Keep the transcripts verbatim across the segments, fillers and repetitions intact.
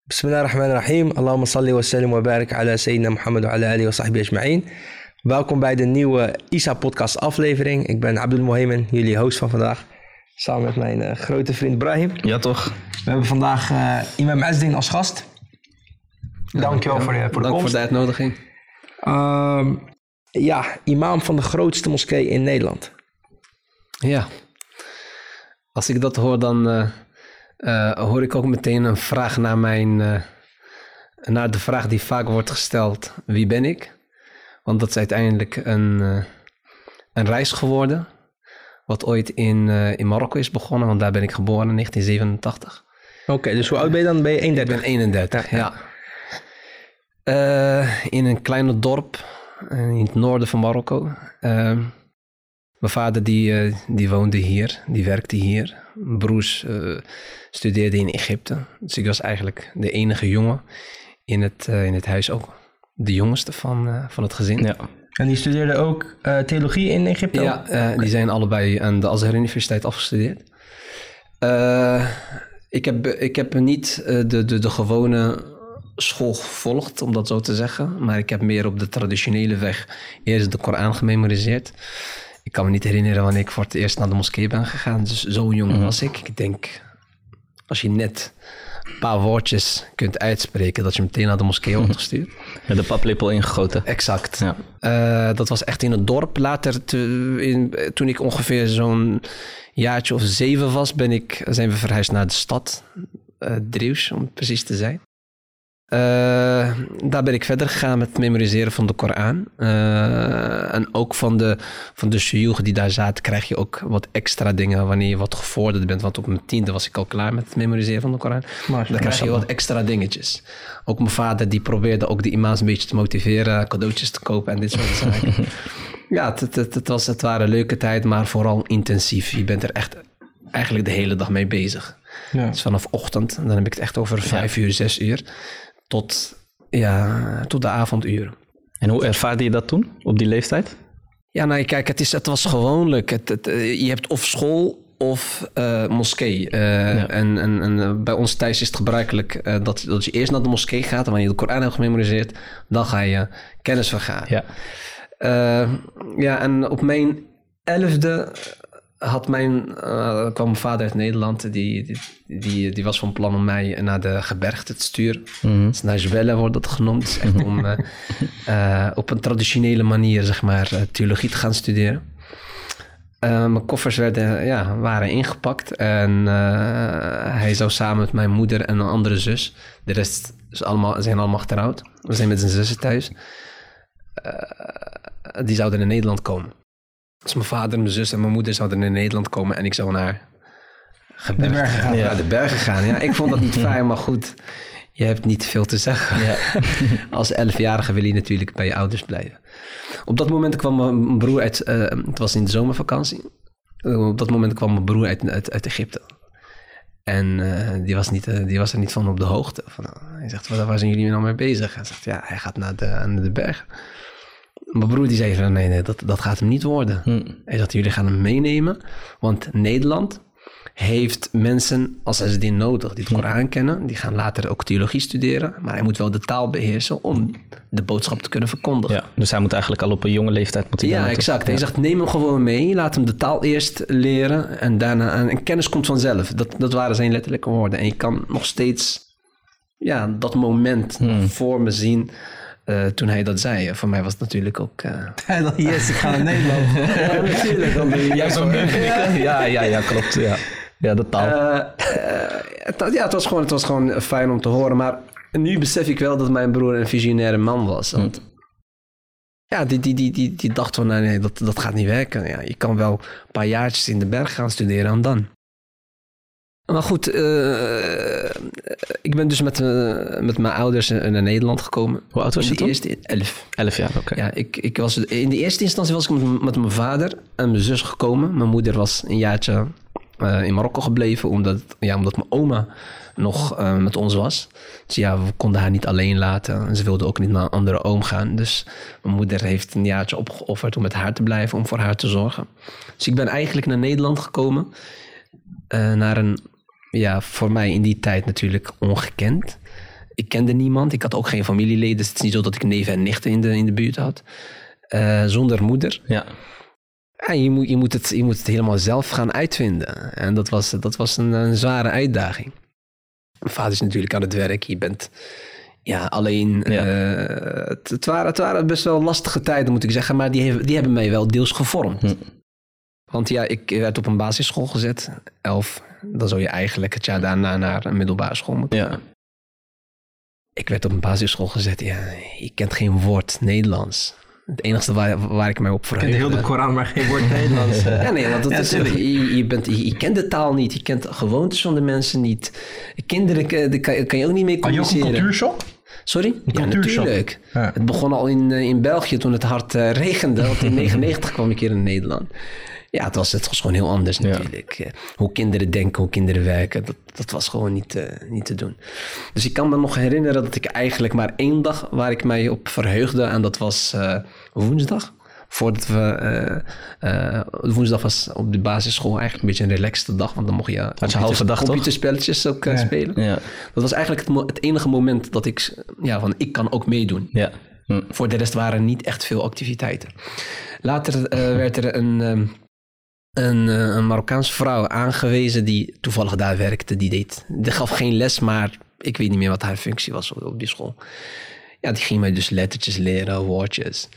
Bismillahirrahmanirrahim. Allahumma salli wa sallim wa barik ala sayyidina Muhammad wa ala alihi wa sahbihi ajma'in. Welkom bij de nieuwe Isa podcast aflevering. Ik ben Abdul Mohemen, jullie host van vandaag. Samen met mijn uh, grote vriend Brahim. Ja, toch? We hebben vandaag uh, Imam Ezdin als gast. Ja, Dankjewel ja. voor de, voor de Dank komst. voor de uitnodiging. Uh, ja, imam van de grootste moskee in Nederland. Ja. Als ik dat hoor, dan uh, uh, hoor ik ook meteen een vraag naar mijn... Uh, naar de vraag die vaak wordt gesteld. Wie ben ik? Want dat is uiteindelijk een, uh, een reis geworden. Wat ooit in, uh, in Marokko is begonnen. Want daar ben ik geboren in negentien zevenentachtig. Oké, okay, dus hoe oud ben je dan? Ben je eenendertig? Ik ben eenendertig, ja. ja. Uh, in een kleine dorp in het noorden van Marokko. Uh, mijn vader die, uh, die woonde hier, die werkte hier. Mijn broers uh, studeerden in Egypte. Dus ik was eigenlijk de enige jongen in het, uh, in het huis ook. De jongste van, uh, van het gezin. Ja. En die studeerden ook uh, theologie in Egypte? Ja, uh, okay. Die zijn allebei aan de Azhar Universiteit afgestudeerd. Uh, ik, heb, ik heb niet uh, de, de, de gewone school gevolgd, om dat zo te zeggen. Maar ik heb meer op de traditionele weg eerst de Koran gememoriseerd. Ik kan me niet herinneren wanneer ik voor het eerst naar de moskee ben gegaan. Dus zo jong mm-hmm. was ik. Ik denk, als je net een paar woordjes kunt uitspreken, dat je meteen naar de moskee wordt gestuurd. Met de paplepel ingegoten. Exact. Ja. Uh, dat was echt in het dorp. Later, te, in, toen ik ongeveer zo'n jaartje of zeven was, ben ik, zijn we verhuisd naar de stad. Uh, Drius, om precies te zijn. Uh, daar ben ik verder gegaan met het memoriseren van de Koran. Uh, en ook van de, van de shuyukh die daar zaten, krijg je ook wat extra dingen wanneer je wat gevorderd bent. Want op mijn tiende was ik al klaar met het memoriseren van de Koran. Maar dan krijg je wat extra dingetjes. Ook mijn vader die probeerde ook de imams een beetje te motiveren, cadeautjes te kopen en dit soort zaken. Ja, het, het, het, het, was, het waren leuke tijd, maar vooral intensief. Je bent er echt eigenlijk de hele dag mee bezig. Ja. Dus vanaf ochtend, dan heb ik het echt over vijf ja. uur, zes uur. Tot, ja, tot de avonduren. En hoe ervaarde je dat toen, op die leeftijd? Ja, nou kijk, het, is, het was gewoonlijk. Het, het, je hebt of school of uh, moskee. Uh, ja. En, en, en bij ons thuis is het gebruikelijk uh, dat, dat je eerst naar de moskee gaat. En wanneer je de Koran hebt gememoriseerd, dan ga je kennis vergaren. Ja, uh, ja en op mijn elfde had mijn, uh, kwam mijn vader uit Nederland. Die, die, die, die was van plan om mij naar de gebergte te sturen. Mm-hmm. Dus naar Zwelle wordt dat genoemd. Het is echt om uh, uh, op een traditionele manier, zeg maar, uh, theologie te gaan studeren. Uh, mijn koffers werden, ja, waren ingepakt. En uh, hij zou samen met mijn moeder en een andere zus. De rest is allemaal, zijn allemaal getrouwd. We zijn met zijn zussen thuis. Uh, die zouden naar Nederland komen. Dus mijn vader, mijn zus en mijn moeder zouden naar Nederland komen en ik zou naar de bergen gaan. Ja, de bergen gaan. Ja, ik vond dat niet fijn, maar goed, je hebt niet veel te zeggen. Ja. Als elfjarige wil je natuurlijk bij je ouders blijven. Op dat moment kwam mijn broer uit, uh, het was in de zomervakantie, uh, op dat moment kwam mijn broer uit, uit, uit Egypte. En uh, die, was niet, uh, die was er niet van op de hoogte. Van, uh, hij zegt, waar zijn jullie nou mee bezig? Hij zegt, ja, hij gaat naar de, naar de bergen. Mijn broer die zei van nee, nee dat, dat gaat hem niet worden. Hmm. Hij zegt, jullie gaan hem meenemen. Want Nederland heeft mensen als Ezdin nodig die het Koran kennen. Die gaan later ook theologie studeren. Maar hij moet wel de taal beheersen om de boodschap te kunnen verkondigen. Ja, dus hij moet eigenlijk al op een jonge leeftijd moeten Ja, exact. Ja. Hij zegt, neem hem gewoon mee. Laat hem de taal eerst leren. En daarna, en kennis komt vanzelf. Dat, dat waren zijn letterlijke woorden. En je kan nog steeds ja, dat moment hmm. voor me zien. Uh, toen hij dat zei, voor mij was het natuurlijk ook... Uh... Hij dacht, yes, ik ga naar Nederland. Ja, natuurlijk. Dan ben je ja, zo ja. ja, ja, ja, klopt. Ja, ja de taal. Uh, uh, het, ja, het was, gewoon, het was gewoon fijn om te horen. Maar nu besef ik wel dat mijn broer een visionaire man was. Want hmm. ja, die, die, die, die, die dacht van, nee, nee dat, dat gaat niet werken. Ja, je kan wel een paar jaartjes in de berg gaan studeren en dan... Maar goed, uh, ik ben dus met, uh, met mijn ouders naar Nederland gekomen. Hoe oud was je toen? Eerste, elf. Elf jaar, oké. Okay. Ja, ik, ik was, in de eerste instantie was ik met, met mijn vader en mijn zus gekomen. Mijn moeder was een jaartje uh, in Marokko gebleven, omdat, ja, omdat mijn oma nog uh, met ons was. Dus ja, we konden haar niet alleen laten. En ze wilde ook niet naar een andere oom gaan. Dus mijn moeder heeft een jaartje opgeofferd om met haar te blijven, om voor haar te zorgen. Dus ik ben eigenlijk naar Nederland gekomen, uh, naar een... Ja, voor mij in die tijd natuurlijk ongekend. ik kende niemand. Ik had ook geen familieleden. Dus het is niet zo dat ik neven en nichten in de, in de buurt had. Uh, zonder moeder. Ja. Ja, je, moet, je, moet het, je moet het helemaal zelf gaan uitvinden. En dat was, dat was een, een zware uitdaging. Mijn vader is natuurlijk aan het werk. Je bent ja, alleen. Ja. Uh, het, het, waren, het waren best wel lastige tijden, moet ik zeggen. Maar die, die hebben mij wel deels gevormd. Hm. Want ja, ik werd op een basisschool gezet. Elf. Dan zou je eigenlijk het jaar daarna naar een middelbare school moeten gaan. Ja. Ik werd op een basisschool gezet. Ja, je kent geen woord Nederlands. Het enige waar, waar ik mij op verheugde. Je kent heel de Koran, maar geen woord Nederlands. Ja, nee, want dat ja, is, je, je, bent, je, je kent de taal niet. Je kent de gewoontes van de mensen niet. Kinderen daar kan, kan je ook niet mee communiceren. Had je ook een cultuurshock? Sorry? Een ja, natuurlijk. Ja. Het begon al in, in België toen het hard uh, regende. Want in negentien negenennegentig kwam ik hier in Nederland. Ja, het was, het was gewoon heel anders natuurlijk. Ja. Hoe kinderen denken, hoe kinderen werken, dat, dat was gewoon niet, uh, niet te doen. Dus ik kan me nog herinneren dat ik eigenlijk maar één dag waar ik mij op verheugde. En dat was uh, woensdag. Voordat we... Uh, uh, woensdag was op de basisschool eigenlijk een beetje een relaxte dag. Want dan mocht je, je halve dag computerspelletjes ook uh, ja. spelen. Ja. Dat was eigenlijk het, het enige moment dat ik... Ja, van ik kan ook meedoen. Ja. Hm. Voor de rest waren niet echt veel activiteiten. Later uh, werd er een... Um, Een, een Marokkaanse vrouw aangewezen die toevallig daar werkte. Die deed, die gaf geen les, maar ik weet niet meer wat haar functie was op, op die school. Ja, die ging mij dus lettertjes leren, woordjes.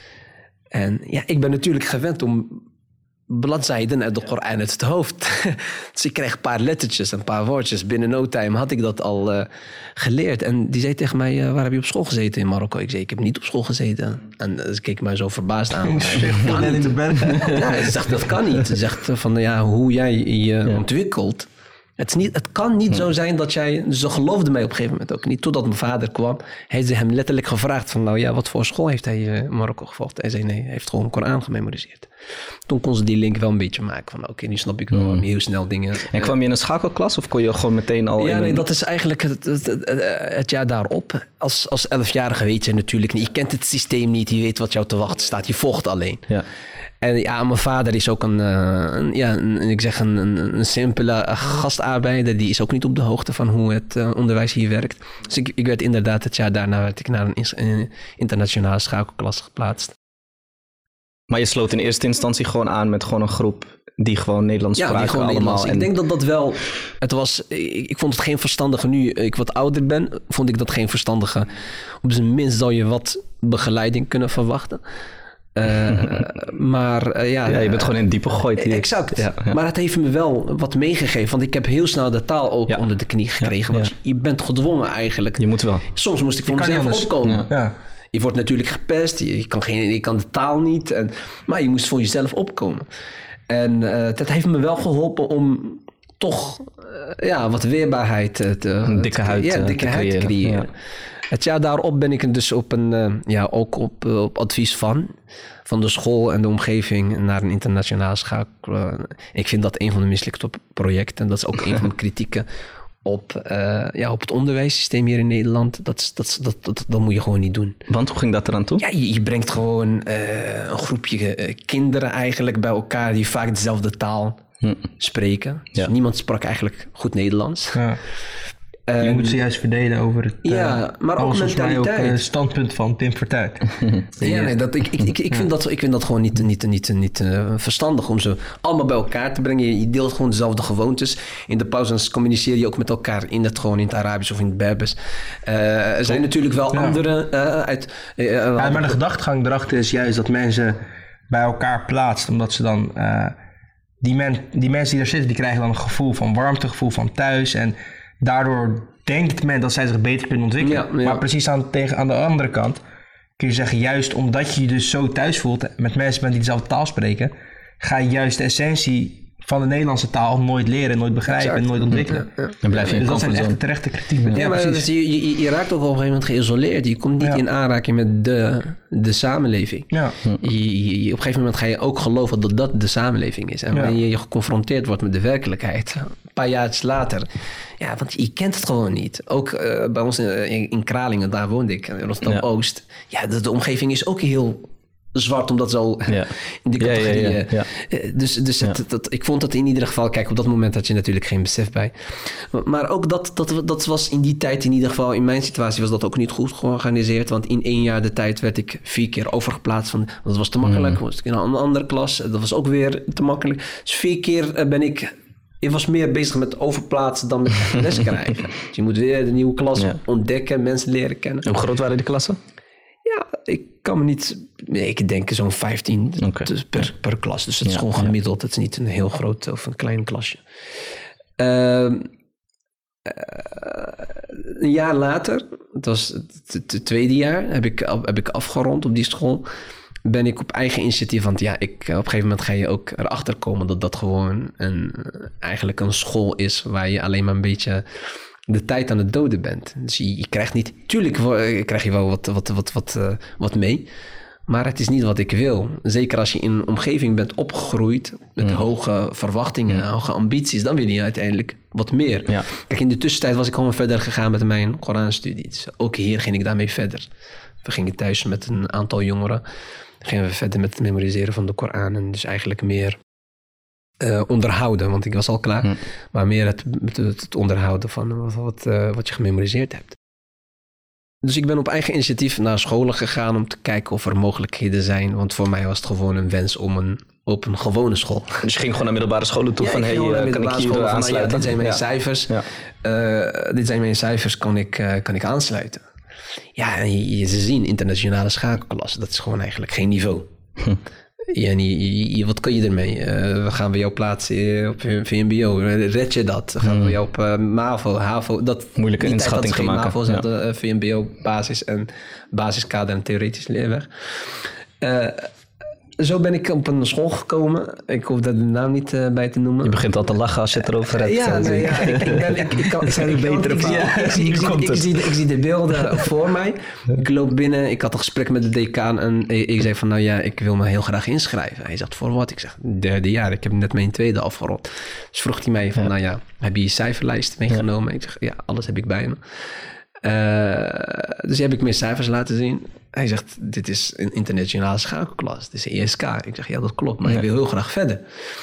En ja, ik ben natuurlijk gewend om bladzijden uit de Koran uit het hoofd. Dus ik kreeg een paar lettertjes, een paar woordjes. Binnen no time had ik dat al uh, geleerd. En die zei tegen mij, uh, waar heb je op school gezeten in Marokko? Ik zei, ik heb niet op school gezeten. En uh, ze keek mij zo verbaasd aan. Ik zeg, in de bergen. Ja, ze zegt, dat kan niet. Ze zegt van, ja, hoe jij je ja. ontwikkelt. Het, is niet, het kan niet ja. zo zijn dat jij... Dus ze geloofde mij op een gegeven moment ook niet. Totdat mijn vader kwam, heeft ze hem letterlijk gevraagd van... nou ja, wat voor school heeft hij in Marokko gevolgd? Hij zei nee, hij heeft gewoon een Koran gememoriseerd. Toen kon ze die link wel een beetje maken. Van oké, okay, nu snap ik wel mm. heel snel dingen. En kwam je in een schakelklas of kon je gewoon meteen al... Ja, in nee, een... dat is eigenlijk het, het, het, het jaar daarop. Als, als elfjarige weet je natuurlijk niet. Je kent het systeem niet, je weet wat jou te wachten staat. Je volgt alleen. Ja. En ja, mijn vader is ook een, een ja, een, ik zeg een, een, een simpele gastarbeider. Die is ook niet op de hoogte van hoe het uh, onderwijs hier werkt. Dus ik, ik werd inderdaad het jaar daarna werd ik naar een, een internationale schakelklas geplaatst. Maar je sloot in eerste instantie gewoon aan met gewoon een groep die gewoon Nederlands spraken. Ja, die gewoon allemaal. En... Ik denk dat dat wel... Het was, ik, ik vond het geen verstandige... Nu ik wat ouder ben, vond ik dat geen verstandige... Op zijn minst zou je wat begeleiding kunnen verwachten. Uh, maar uh, ja... Ja, je bent gewoon in het diepe gegooid hier. Exact. Ja, ja. Maar het heeft me wel wat meegegeven. Want ik heb heel snel de taal ook ja. onder de knie gekregen. Ja, ja. Want je bent gedwongen eigenlijk. Je moet wel. Soms moest ik voor mezelf opkomen. Ja. Ja. Je wordt natuurlijk gepest. Je kan, geen, je kan de taal niet. En, maar je moest voor jezelf opkomen. En uh, dat heeft me wel geholpen om toch uh, ja, wat weerbaarheid te... Een dikke huid, te, ja, dikke te huid creëren. te creëren. Ja. Het jaar daarop ben ik dus op een, uh, ja, ook op, uh, op advies van, van de school en de omgeving naar een internationale schakel. Uh, ik vind dat een van de mislukte projecten. En dat is ook een van de kritieken op, uh, ja, op het onderwijssysteem hier in Nederland. Dat, dat, dat, dat, dat moet je gewoon niet doen. Want hoe ging dat eraan toe? Ja, je, je brengt gewoon uh, een groepje uh, kinderen eigenlijk bij elkaar die vaak dezelfde taal hm. spreken. Dus ja. niemand sprak eigenlijk goed Nederlands. Ja. Je um, moet ze juist verdelen over het ja, uh, maar ook mentaliteit. Ook, uh, standpunt van Tim Fortuyn. ja, nee, dat, ik, ik, ik, ik, vind dat, ik vind dat gewoon niet, niet, niet, niet uh, verstandig om ze allemaal bij elkaar te brengen. Je deelt gewoon dezelfde gewoontes. In de pauzes communiceer je ook met elkaar in het, gewoon in het Arabisch of in het Berbers. Uh, er zijn natuurlijk wel ja. andere uh, uit... Uh, ja, maar de gedachtegang erachter is juist dat mensen bij elkaar plaatst. Omdat ze dan... Uh, die, men, die mensen die daar zitten, die krijgen dan een gevoel van warmte, een gevoel van thuis. En daardoor denkt men dat zij zich beter kunnen ontwikkelen. Ja, ja. Maar precies aan, tegen, aan de andere kant kun je zeggen... juist omdat je je dus zo thuis voelt... met mensen bent die dezelfde taal spreken... ga je juist de essentie van de Nederlandse taal nooit leren... nooit begrijpen exact. En nooit ontwikkelen. Ja, ja. Dan blijf je in dus dat zijn echt een terechte kritiek. Ja, ja, maar dus je, je, je raakt ook op een gegeven moment geïsoleerd. Je komt niet ja. in aanraking met de, de samenleving. Ja. Je, je, op een gegeven moment ga je ook geloven dat dat de samenleving is. En ja. wanneer je geconfronteerd wordt met de werkelijkheid... een paar jaar later... Ja, want je kent het gewoon niet. Ook uh, bij ons in, in Kralingen, daar woonde ik, in Rotterdam-Oost. Ja. ja, de, de omgeving is ook heel zwart, omdat zo ja. in die categorie... Ja, ja, ja, ja. Dus, dus het, ja. dat, ik vond dat in ieder geval... Kijk, op dat moment had je natuurlijk geen besef bij. Maar ook dat, dat, dat was in die tijd in ieder geval... In mijn situatie was dat ook niet goed georganiseerd. Want in één jaar de tijd werd ik vier keer overgeplaatst. Van, dat was te makkelijk. Mm. Was ik in een andere klas. Dat was ook weer te makkelijk. Dus vier keer ben ik... Ik was meer bezig met overplaatsen dan met les krijgen. Dus je moet weer de nieuwe klas ja. ontdekken, mensen leren kennen. Hoe groot waren die klassen? Ja, ik kan me niet... Nee, ik denk zo'n vijftien okay. per, per klas. Dus het is ja, gewoon gemiddeld. Ja. Het is niet een heel groot of een klein klasje. Uh, uh, een jaar later, het was het, het tweede jaar, heb ik, heb ik afgerond op die school... ben ik op eigen initiatief, want ja, ik, op een gegeven moment ga je ook erachter komen dat dat gewoon een, eigenlijk een school is waar je alleen maar een beetje de tijd aan het doden bent. Dus je, je krijgt niet, tuurlijk krijg je wel wat, wat, wat, wat, uh, wat mee, maar het is niet wat ik wil. Zeker als je in een omgeving bent opgegroeid met mm. hoge verwachtingen, mm. hoge ambities, dan wil je uiteindelijk wat meer. Ja. Kijk, in de tussentijd was ik gewoon verder gegaan met mijn Koranstudie. Dus ook hier ging ik daarmee verder. We gingen thuis met een aantal jongeren. Gingen we verder met het memoriseren van de Koran. En dus eigenlijk meer uh, onderhouden, want ik was al klaar. Hm. Maar meer het, het, het onderhouden van wat, wat, uh, wat je gememoriseerd hebt. Dus ik ben op eigen initiatief naar scholen gegaan om te kijken of er mogelijkheden zijn. Want voor mij was het gewoon een wens om een, op een gewone school. Dus je ging gewoon naar middelbare scholen toe ja, van, hé, hey, kan ik hier scholen aansluiten? Van, ja, dit zijn mijn ja. cijfers. Ja. Uh, dit zijn mijn cijfers, kan ik, uh, kan ik aansluiten. Ja, en je, je, ze zien internationale schakelklassen. Dat is gewoon eigenlijk geen niveau. Hm. Ja, en je, je, wat kun je ermee? Uh, we gaan we jou plaatsen op V M B O. Red je dat? Gaan hm. we jou op uh, MAVO, HAVO? Dat, Moeilijke inschatting te maken. MAVO, ja. de, uh, V M B O, basis en basiskader en theoretisch leerweg. Uh, Zo ben ik op een school gekomen. Ik hoef daar de naam niet uh, bij te noemen. Je begint al te lachen als je het erover hebt. Ja, nee, ja ik, ik, ben, ik, ik kan... Ik zijn betere ik, ja, ik, ik, ik, ik, ik, zie, ik zie de beelden voor mij. Ik loop binnen. Ik had een gesprek met de decaan. En ik, ik zei van, nou ja, ik wil me heel graag inschrijven. Hij zegt, voor wat? Ik zeg, derde jaar. Ik heb net mijn tweede afgerond. Dus vroeg hij mij van, ja. nou ja, heb je je cijferlijst meegenomen? Ja. Ik zeg, ja, alles heb ik bij me. Uh, dus heb ik meer cijfers laten zien. Hij zegt, dit is een internationale schakelklas. Dit is E S K. Ik zeg, ja, dat klopt, maar ja. ik wil heel graag verder.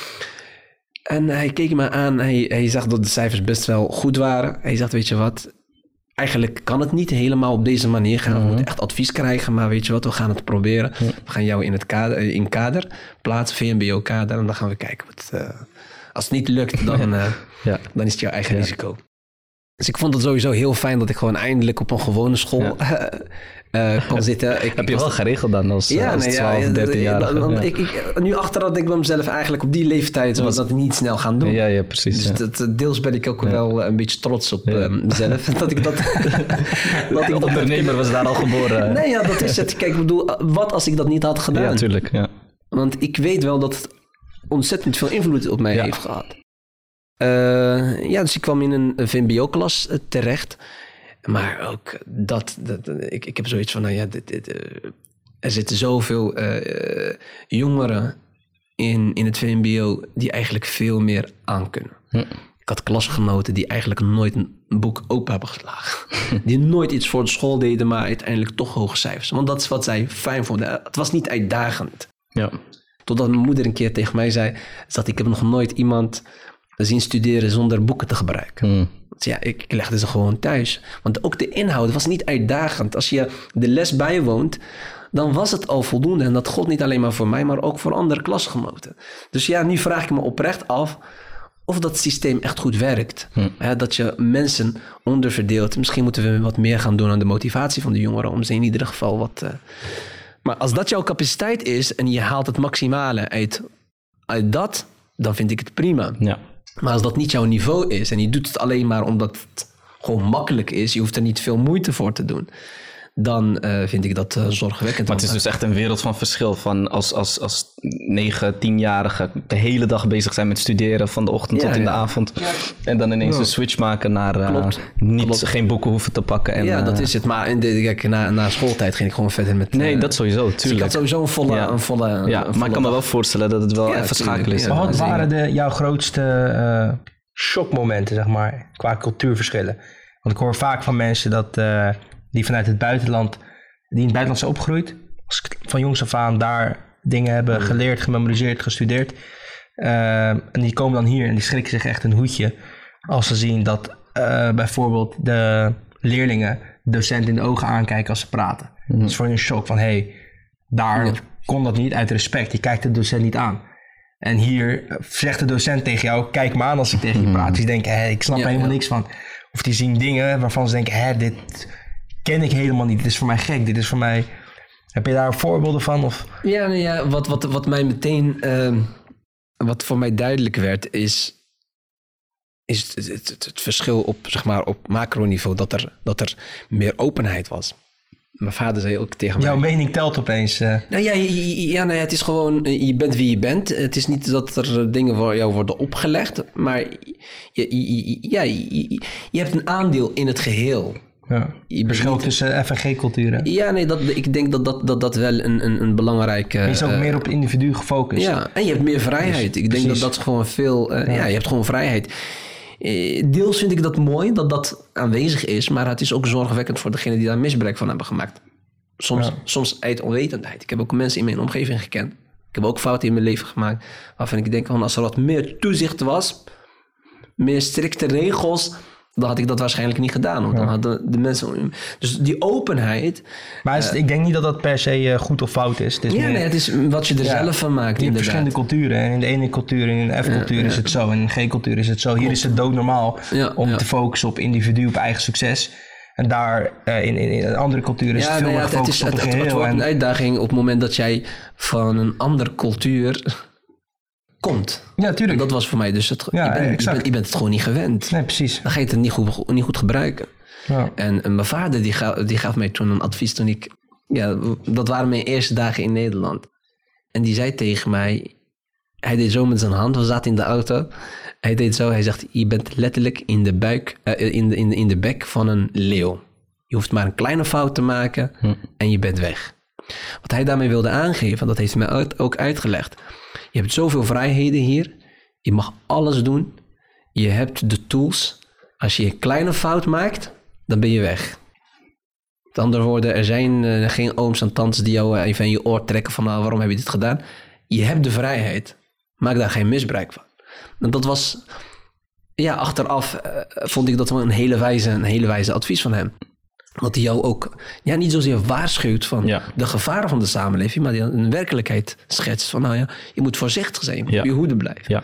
En hij keek me aan. Hij, hij zag dat de cijfers best wel goed waren. Hij zegt, weet je wat, eigenlijk kan het niet helemaal op deze manier gaan. Mm-hmm. We moeten echt advies krijgen, maar weet je wat, we gaan het proberen. Mm. We gaan jou in het kader, in kader plaatsen, V M B O-kader. En dan gaan we kijken. Wat, uh, als het niet lukt, dan, uh, ja. dan is het jouw eigen ja. risico. Dus ik vond het sowieso heel fijn dat ik gewoon eindelijk op een gewone school ja. uh, kon zitten. Ik, Heb je ik wel was... geregeld dan als, ja, als nee, twaalf, ja, dertien-jarige? Ja. Ja. Ik, ik, nu achteraf ik bij mezelf eigenlijk op die leeftijd was dat niet snel gaan doen. Ja, ja precies. Dus ja. dat, deels ben ik ook ja. wel een beetje trots op ja. uh, mezelf. dat ik dat... dat ik dat ondernemer was daar al geboren. Nee, ja, dat is het. Kijk, ik bedoel, wat als ik dat niet had gedaan? Ja, tuurlijk. Ja. Want ik weet wel dat het ontzettend veel invloed op mij ja. heeft gehad. Uh, ja, dus ik kwam in een V M B O-klas uh, terecht. Maar ook dat, dat ik, ik heb zoiets van, nou ja, dit, dit, uh, er zitten zoveel uh, jongeren in, in het V M B O die eigenlijk veel meer aan kunnen. Hm. Ik had klasgenoten die eigenlijk nooit een boek open hebben geslagen. Die nooit iets voor de school deden, maar uiteindelijk toch hoge cijfers. Want dat is wat zij fijn vonden. Het was niet uitdagend. Ja. Totdat mijn moeder een keer tegen mij zei, dat ik heb nog nooit iemand zien studeren zonder boeken te gebruiken. Mm. Dus ja, ik, ik legde ze gewoon thuis. Want ook de inhoud was niet uitdagend. Als je de les bijwoont, dan was het al voldoende. En dat gold niet alleen maar voor mij, maar ook voor andere klasgenoten. Dus ja, nu vraag ik me oprecht af of dat systeem echt goed werkt. Mm. He, dat je mensen onderverdeelt. Misschien moeten we wat meer gaan doen aan de motivatie van de jongeren, om ze in ieder geval wat... Uh... Maar als dat jouw capaciteit is en je haalt het maximale uit, uit dat, dan vind ik het prima. Ja. Maar als dat niet jouw niveau is en je doet het alleen maar omdat het gewoon makkelijk is, je hoeft er niet veel moeite voor te doen, dan uh, vind ik dat uh, zorgwekkend. Maar het is dus echt een wereld van verschil. Van als, als, als negen, tienjarigen de hele dag bezig zijn met studeren, van de ochtend ja, tot in ja. de avond. Ja. En dan ineens ja. een switch maken naar uh, Klopt. niet, Klopt. geen boeken hoeven te pakken. En, ja, dat uh, is het. Maar in de, kijk, na, na schooltijd ging ik gewoon verder met... Nee, uh, dat sowieso, tuurlijk. Dus ik had sowieso een volle... Ja, een volle, ja een maar volle ik kan me wel dag. voorstellen dat het wel ja, even schakelen is. Ja, wat waren de, jouw grootste uh, shockmomenten, zeg maar, qua cultuurverschillen? Want ik hoor vaak van mensen dat uh, die vanuit het buitenland... die in het buitenland zijn opgegroeid, als ik van jongs af aan daar dingen hebben geleerd, gememoriseerd, gestudeerd. Uh, en die komen dan hier en die schrikken zich echt een hoedje als ze zien dat uh, bijvoorbeeld de leerlingen docent in de ogen aankijken als ze praten. Mm. Dat is voor je een shock van, hé, hey, daar ja. kon dat niet uit respect. Je kijkt de docent niet aan. En hier zegt de docent tegen jou, kijk me aan als ik tegen je praat. Mm. Die denken, hé, ik snap ja, er helemaal ja. niks van. Of die zien dingen waarvan ze denken, hé, dit ken ik helemaal niet. Dit is voor mij gek, dit is voor mij... Heb je daar voorbeelden van? Of? Ja, nou ja wat, wat, wat mij meteen... Uh, wat voor mij duidelijk werd, is... is het, het, het, het verschil op, zeg maar, op macroniveau, dat er, dat er meer openheid was. Mijn vader zei ook tegen mij... Jouw mening telt opeens. Uh... Nou ja, ja nou ja, het is gewoon, je bent wie je bent. Het is niet dat er dingen voor jou worden opgelegd, maar je, je, ja, je, je hebt een aandeel in het geheel. Ja, verschil tussen F en G-culturen. Ja, nee, dat, ik denk dat dat, dat, dat wel een, een, een belangrijke... Je is ook uh, meer op het individu gefocust. Ja, en je hebt meer vrijheid. Dus, ik denk precies. dat dat gewoon veel... Uh, ja. ja, je hebt gewoon vrijheid. Deels vind ik dat mooi dat dat aanwezig is, maar het is ook zorgwekkend voor degenen die daar misbruik van hebben gemaakt. Soms, ja. soms uit onwetendheid. Ik heb ook mensen in mijn omgeving gekend. Ik heb ook fouten in mijn leven gemaakt, waarvan ik denk van als er wat meer toezicht was, meer strikte regels, dan had ik dat waarschijnlijk niet gedaan. Want ja. dan hadden de mensen... Dus die openheid... Maar is, uh, ik denk niet dat dat per se uh, goed of fout is. Het is ja, meer, nee, het is wat je er ja, zelf van maakt. Je hebt verschillende culturen. En in de ene cultuur en in de F-cultuur ja, ja. is het zo. En in de G-cultuur is het zo. Hier Klopt. is het doodnormaal ja, om ja. te focussen op individu, op eigen succes. En daar uh, in, in, in een andere cultuur is ja, het veel nee, meer gefocust op het, het, het, het wordt een uitdaging op het moment dat jij van een andere cultuur... komt. Ja, tuurlijk. Dat was voor mij dus het... Ja, je, bent, je, bent, je bent het gewoon niet gewend. Nee, precies. Dan ga je het niet goed, niet goed gebruiken. Ja. En, en mijn vader die gaf, die gaf mij toen een advies toen ik... Ja, dat waren mijn eerste dagen in Nederland. En die zei tegen mij... Hij deed zo met zijn hand, we zaten in de auto. Hij deed zo, hij zegt... Je bent letterlijk in de buik... Uh, in, de, in, de, in de bek van een leeuw. Je hoeft maar een kleine fout te maken... Hm. En je bent weg. Wat hij daarmee wilde aangeven... Dat heeft hij mij ook uitgelegd... Je hebt zoveel vrijheden hier. Je mag alles doen. Je hebt de tools. Als je een kleine fout maakt, dan ben je weg. Met andere woorden, er zijn uh, geen ooms en tantes die jou even in je oor trekken van nou, waarom heb je dit gedaan? Je hebt de vrijheid. Maak daar geen misbruik van. En dat was, ja, achteraf uh, vond ik dat wel een hele wijze, een hele wijze advies van hem. Dat hij jou ook ja, niet zozeer waarschuwt van ja. de gevaren van de samenleving, maar die een werkelijkheid schetst van nou ja, je moet voorzichtig zijn, je moet ja. op je hoede blijven. Ja.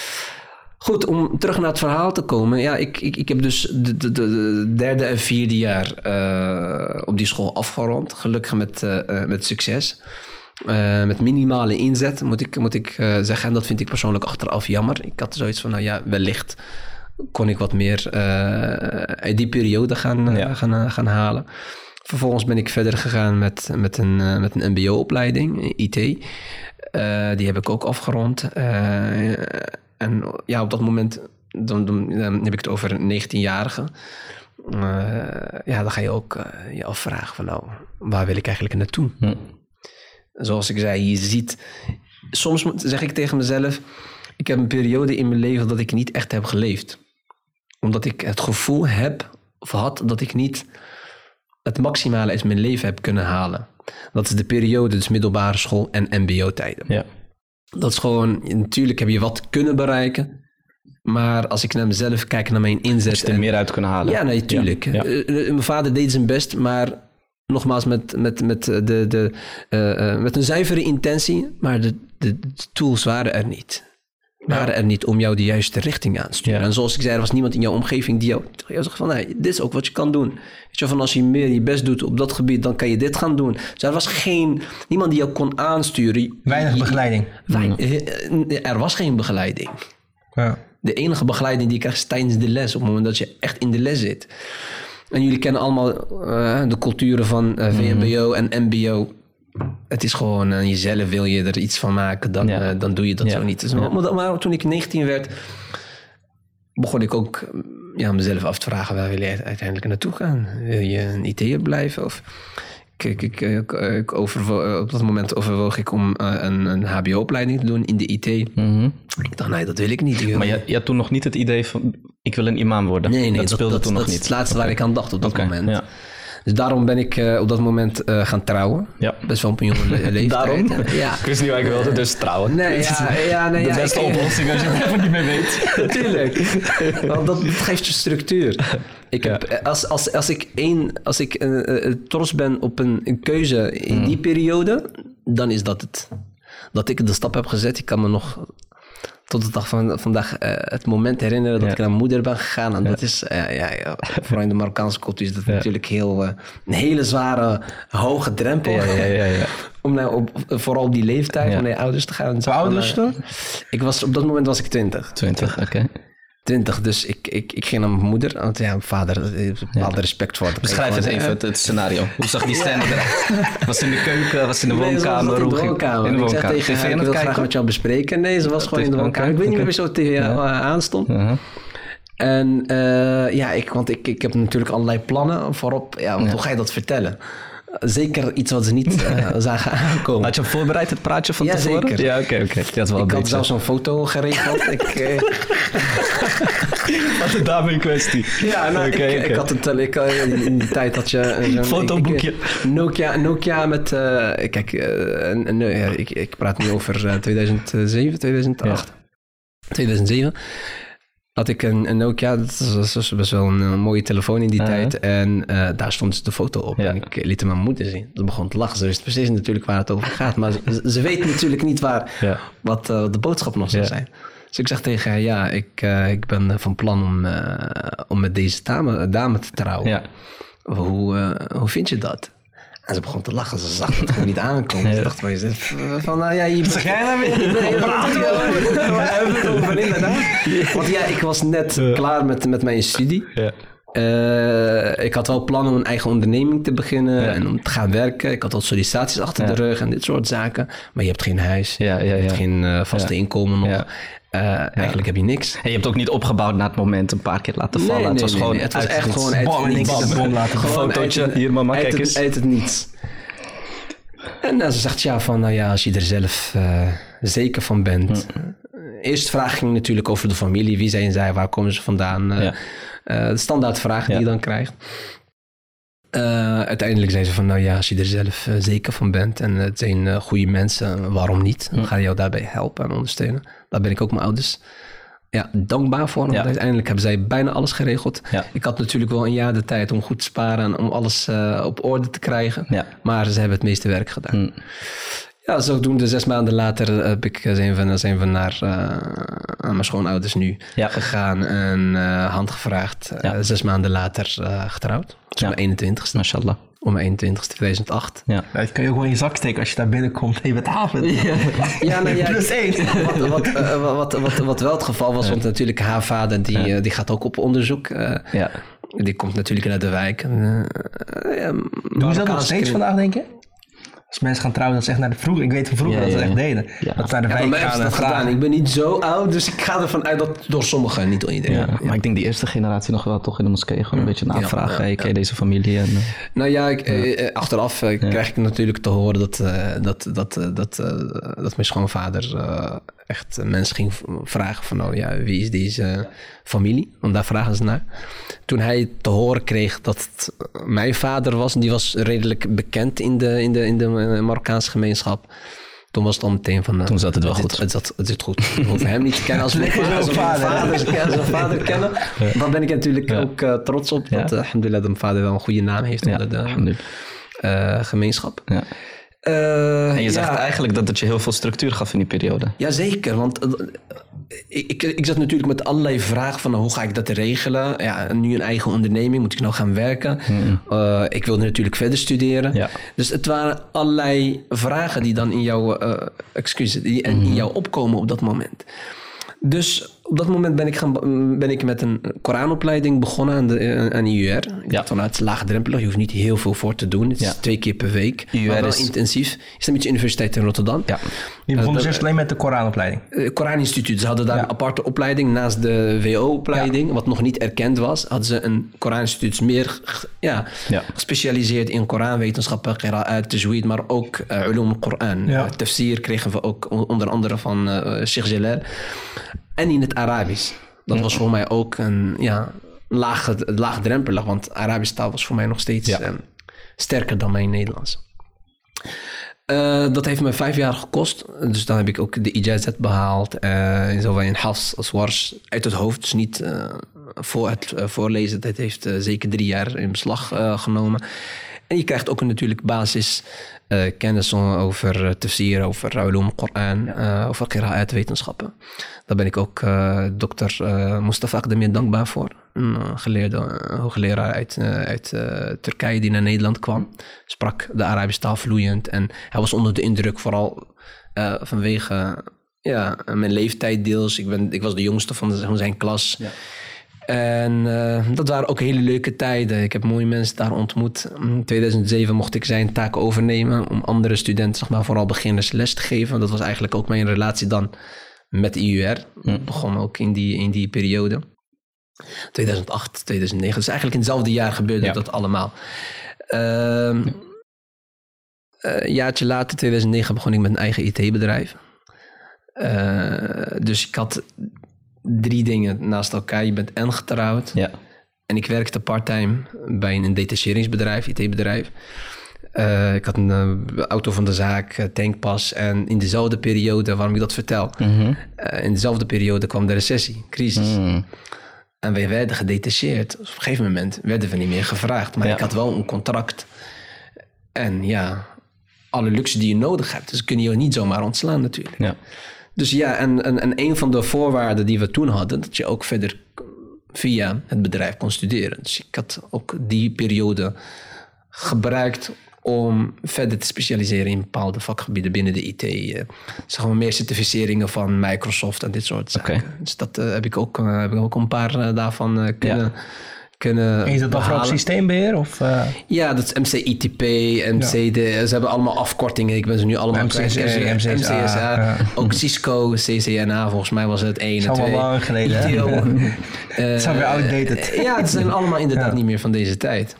Goed, om terug naar het verhaal te komen. Ja, ik, ik, ik heb dus de, de, de derde en vierde jaar uh, op die school afgerond. Gelukkig met, uh, met succes. Uh, met minimale inzet, moet ik, moet ik uh, zeggen. En dat vind ik persoonlijk achteraf jammer. Ik had zoiets van, nou ja, wellicht kon ik wat meer uh, uit die periode gaan, ja. uh, gaan, uh, gaan halen. Vervolgens ben ik verder gegaan met, met een, uh, met een mbo-opleiding, I T. Uh, die heb ik ook afgerond. Uh, en ja, op dat moment, dan, dan, dan heb ik het over een negentienjarige. Uh, ja, dan ga je ook uh, je afvragen van nou, waar wil ik eigenlijk naartoe? Hm. Zoals ik zei, je ziet... Soms zeg ik tegen mezelf... Ik heb een periode in mijn leven dat ik niet echt heb geleefd. Omdat ik het gevoel heb of had dat ik niet het maximale uit mijn leven heb kunnen halen. Dat is de periode, dus middelbare school en mbo-tijden. Ja. Dat is gewoon... Natuurlijk heb je wat kunnen bereiken. Maar als ik naar mezelf kijk, naar mijn inzet... Je er en, meer uit kunnen halen. Ja, nee, tuurlijk. Ja, ja. Uh, uh, mijn vader deed zijn best, maar... Nogmaals, met, met, met, de, de, uh, uh, met een zuivere intentie, maar de, de, de tools waren er niet. Waren ja. er niet om jou de juiste richting aan te sturen. Ja. En zoals ik zei, er was niemand in jouw omgeving die jou, jou zegt van, hey, dit is ook wat je kan doen. Weet je, van als je meer je best doet op dat gebied, dan kan je dit gaan doen. Dus er was geen, niemand die jou kon aansturen. Weinig begeleiding. Wein, er was geen begeleiding. Ja. De enige begeleiding die je krijgt is tijdens de les, op het moment dat je echt in de les zit. En jullie kennen allemaal uh, de culturen van uh, V M B O en M B O. Het is gewoon, uh, jezelf wil je er iets van maken, dan, ja. uh, dan doe je dat ja. zo niet. Dus, ja. maar, maar toen ik negentien werd, begon ik ook ja, mezelf af te vragen, waar wil je uiteindelijk naartoe gaan? Wil je een I T'er blijven? Of ik, ik, ik, ik overwo- op dat moment overwoog ik om uh, een, een H B O-opleiding te doen in de I T. Mm-hmm. Ik dacht, nee, dat wil ik niet. Maar je, je had toen nog niet het idee van, ik wil een imam worden? Nee, nee, dat speelde dat, toen dat, nog dat niet? Dat is het laatste okay. waar ik aan dacht op dat okay. moment. Ja. Dus daarom ben ik uh, op dat moment uh, gaan trouwen. Ja. Best wel op een jonge le- leeftijd. Daarom? Ja. Ik wist niet wat ik wilde, dus trouwen. Nee, ja, ja, nee, de ja, beste ik, oplossing als je het even niet meer weet. Natuurlijk. Want dat, dat geeft je structuur. Ik heb, ja. als, als, als ik, één, als ik uh, uh, trots ben op een, een keuze in mm. die periode, dan is dat het. Dat ik de stap heb gezet. Ik kan me nog tot de dag van vandaag uh, het moment herinneren dat ja. ik naar mijn moeder ben gegaan. En ja. dat is, uh, ja, ja, vooral in de Marokkaanse cultuur is dat ja. natuurlijk heel, uh, een hele zware, hoge drempel. Ja, ja, ja, ja. Om nou op, vooral op die leeftijd, ja. om naar je ouders te gaan. Hoe oud was je toen? Ik was, op dat moment was ik twintig. twintig, oké. Okay. twintig, dus ik, ik, ik ging naar mijn moeder. Want ja, mijn vader heeft een bepaalde ja. respect voor. Beschrijf het even, het, het scenario. Hoe zag die scène eruit? Was in de keuken, was in de woonkamer? Nee, in de woonkamer. In de woonkamer. Ik zeg tegen haar, ik wil graag met jou bespreken. Nee, ze was ja, gewoon in de woonkamer. Ik weet niet meer wie zo T V ja. aanstond. Uh-huh. En uh, ja, ik, want ik, ik heb natuurlijk allerlei plannen voorop. Ja, want ja. hoe ga je dat vertellen? Zeker iets wat ze niet uh, zagen aankomen. Had je voorbereid, het praatje van ja, tevoren? Zeker. Ja, oké, oké. Okay. Ik had zelfs een foto geregeld. ik, uh... Wat een dame in kwestie. Ja, nou, okay, ik, okay. ik had het ik, in die tijd had je zo'n fotoboekje. Ik, Nokia, Nokia met... Uh, kijk, uh, nee, ik, ik praat nu over uh, tweeduizend zeven, tweeduizend acht. Ja. tweeduizend zeven. Had ik een, een Nokia, dat was, was best wel een, een mooie telefoon in die uh-huh. tijd. En uh, daar stond dus de foto op. Ja. En ik liet hem aan mijn moeder zien. Ze begon te lachen. Ze wist precies natuurlijk waar het over gaat. Maar ze, ze weet natuurlijk niet waar, ja. wat uh, de boodschap nog zou ja. zijn. Dus ik zeg tegen haar, ja, ik, uh, ik ben van plan om, uh, om met deze dame, dame te trouwen. Ja. Hoe, uh, hoe vind je dat? En ze begon te lachen. Ze zag het gewoon niet aankomen. Ja. Ze dacht van, je zegt van, nou ja, je... Zeg jij nou weer? Nee, we hebben het over inderdaad. Want ja, ik was net ja. klaar met, met mijn studie. Ja. Uh, ik had wel plannen om een eigen onderneming te beginnen ja. en om te gaan werken. Ik had al sollicitaties achter ja. de rug en dit soort zaken. Maar je hebt geen huis, ja, ja, ja. je hebt geen uh, vaste ja. inkomen nog. Ja. Uh, ja. Eigenlijk heb je niks. En je hebt ook niet opgebouwd na het moment een paar keer laten vallen. Nee, het nee, was nee, gewoon nee. Het was echt gewoon uit het niets. Gewoon een fotootje. Hier mama, kijk eens. Uit het niets. En uh, ze zegt ja van, nou ja, als je er zelf uh, zeker van bent. Hm. Eerst vraag ging natuurlijk over de familie. Wie zijn zij? Waar komen ze vandaan? Uh, ja. uh, de standaard vragen ja. die je dan krijgt. Uh, uiteindelijk zei ze van, nou ja, als je er zelf uh, zeker van bent en het zijn uh, goede mensen, waarom niet? Dan ga je jou daarbij helpen en ondersteunen. Daar ben ik ook mijn ouders ja, dankbaar voor. Want ja. uiteindelijk hebben zij bijna alles geregeld. Ja. Ik had natuurlijk wel een jaar de tijd om goed te sparen en om alles uh, op orde te krijgen. Ja. Maar ze hebben het meeste werk gedaan. Hm. Ja, zodoende zes maanden later heb ik, zijn, we, zijn we naar uh, aan mijn schoonouders nu ja. gegaan en uh, hand gevraagd. Ja. Uh, zes maanden later uh, getrouwd. Dus ja. om mijn eenentwintigste. Mashallah. Om mijn eenentwintigste, tweeduizend acht. Ja. Ja, dat kan je ook gewoon in je zak steken als je daar binnenkomt en je bent avond. Ja, ja, nou, ja plus één. Wat, wat, uh, wat, wat, wat wel het geval was, ja. want natuurlijk haar vader die, ja. uh, die gaat ook op onderzoek. Uh, ja. Die komt natuurlijk naar de wijk. Uh, uh, Doen ze dat nog steeds vandaag, denk je? Als mensen gaan trouwen, dat ze echt naar de vroeger... Ik weet van vroeger ja, dat ze ja, echt deden. Ja. Dat ze naar de ja, wijk gaan. Dat gedaan. Ik ben niet zo oud, dus ik ga ervan uit dat door sommigen, niet door iedereen. Ja, ja. Maar ik denk die eerste generatie nog wel toch in de moskee gewoon een beetje navragen. Ja, ja, ja. Ken je deze familie? En, uh... Nou ja, ik, ja. achteraf uh, ja. krijg ik natuurlijk te horen dat, uh, dat, dat, uh, dat, uh, dat mijn schoonvader uh, echt uh, mensen ging vragen van, nou ja, wie is deze familie? Want daar vragen ze naar. Toen hij te horen kreeg dat het mijn vader was, die was redelijk bekend in de, in de, in de Marokkaanse gemeenschap. Toen was het al meteen van... Uh, Toen zat het wel het goed. Zit, het, zat, het zit goed. We hoeven hem niet te kennen. Als we zijn vader, vader, vader kennen, ja. dan ben ik natuurlijk ja. ook uh, trots op. Dat ja. uh, alhamdulillah de mijn vader wel een goede naam heeft onder ja, de uh, gemeenschap. Ja. Uh, en je zegt ja. eigenlijk dat het je heel veel structuur gaf in die periode. Jazeker, want uh, ik, ik, ik zat natuurlijk met allerlei vragen van uh, hoe ga ik dat regelen? Ja, nu een eigen onderneming, moet ik nou gaan werken? Mm. Uh, ik wilde natuurlijk verder studeren. Ja. Dus het waren allerlei vragen die dan in jou, uh, excuses, die mm. in jou opkomen op dat moment. Dus op dat moment ben ik, gaan, ben ik met een Koranopleiding begonnen aan de aan I U R. Ik ja. dacht van, nou, het is laagdrempelig, je hoeft niet heel veel voor te doen. Het is ja. twee keer per week, I U R maar wel is... intensief. Islamitische Universiteit in Rotterdam. Ja. Je begon uh, dus eerst alleen met de Koranopleiding? Uh, Koraninstituut. Ze hadden daar ja. een aparte opleiding naast de W O-opleiding, ja. wat nog niet erkend was. Hadden ze een Koraninstituut meer ja, ja. gespecialiseerd in Koranwetenschappen, qira'at, tajweed, maar ook uh, ulum al-Quran. Ja. Uh, tafsir kregen we ook onder andere van uh, Sheikh Jalal. En in het Arabisch. Dat was voor mij ook een ja, laag, laagdrempelig, want Arabisch taal was voor mij nog steeds ja. um, sterker dan mijn Nederlands. Uh, dat heeft me vijf jaar gekost. Dus dan heb ik ook de ijazat behaald. Uh, zowel in Hafs als Wars uit het hoofd. Dus niet uh, voor het uh, voorlezen. Dat heeft uh, zeker drie jaar in beslag uh, genomen. En je krijgt ook een natuurlijk basis uh, kennis over uh, tafsir, over ulum, Koran, uh, over qira'at wetenschappen. Daar ben ik ook uh, dokter uh, Mustafa Akdemir dankbaar voor. Een uh, geleerde, uh, hoogleraar uit, uh, uit uh, Turkije die naar Nederland kwam. Sprak de Arabische taal vloeiend. En hij was onder de indruk vooral uh, vanwege ja, mijn leeftijd deels. Ik, ben, ik was de jongste van, de, van zijn klas. Ja. En uh, dat waren ook hele leuke tijden. Ik heb mooie mensen daar ontmoet. In tweeduizend zeven mocht ik zijn taak overnemen om andere studenten, zeg maar, vooral beginners les te geven. Dat was eigenlijk ook mijn relatie dan met I U R. Ik begon ook in die, in die periode. tweeduizend acht, tweeduizend negen. Dus eigenlijk in hetzelfde jaar gebeurde ja. dat allemaal. Uh, ja. Een jaartje later, tweeduizend negen, begon ik met een eigen I T-bedrijf. Uh, dus ik had drie dingen naast elkaar. Je bent en getrouwd. Ja. En ik werkte parttime bij een detacheringsbedrijf, I T-bedrijf. Uh, ik had een uh, auto van de zaak, uh, tankpas. En in dezelfde periode, waarom ik dat vertel... Mm-hmm. Uh, in dezelfde periode kwam de recessie, crisis. Mm. En wij werden gedetacheerd. Dus op een gegeven moment werden we niet meer gevraagd. Maar ja. ik had wel een contract. En ja, alle luxe die je nodig hebt. Dus kun je je niet zomaar ontslaan natuurlijk. Ja. Dus ja, en, en, en een van de voorwaarden die we toen hadden... dat je ook verder via het bedrijf kon studeren. Dus ik had ook die periode gebruikt om verder te specialiseren in bepaalde vakgebieden binnen de I T. Uh, zeg maar meer certificeringen van Microsoft en dit soort zaken. Okay. Dus dat uh, heb ik ook, uh, heb ik ook een paar uh, daarvan uh, kunnen... Ja. kunnen en is dat dan vooral systeembeheer? Of, uh... Ja, dat is M C I T P, M C D. Ja. Ze hebben allemaal afkortingen. Ik ben ze nu allemaal... M C S A, M C S A. Ja. Ook Cisco, C C N A. Volgens mij was het één en twee. Dat is al lang geleden. uh, Het is alweer outdated. Ja, het zijn allemaal inderdaad ja. niet meer van deze tijd.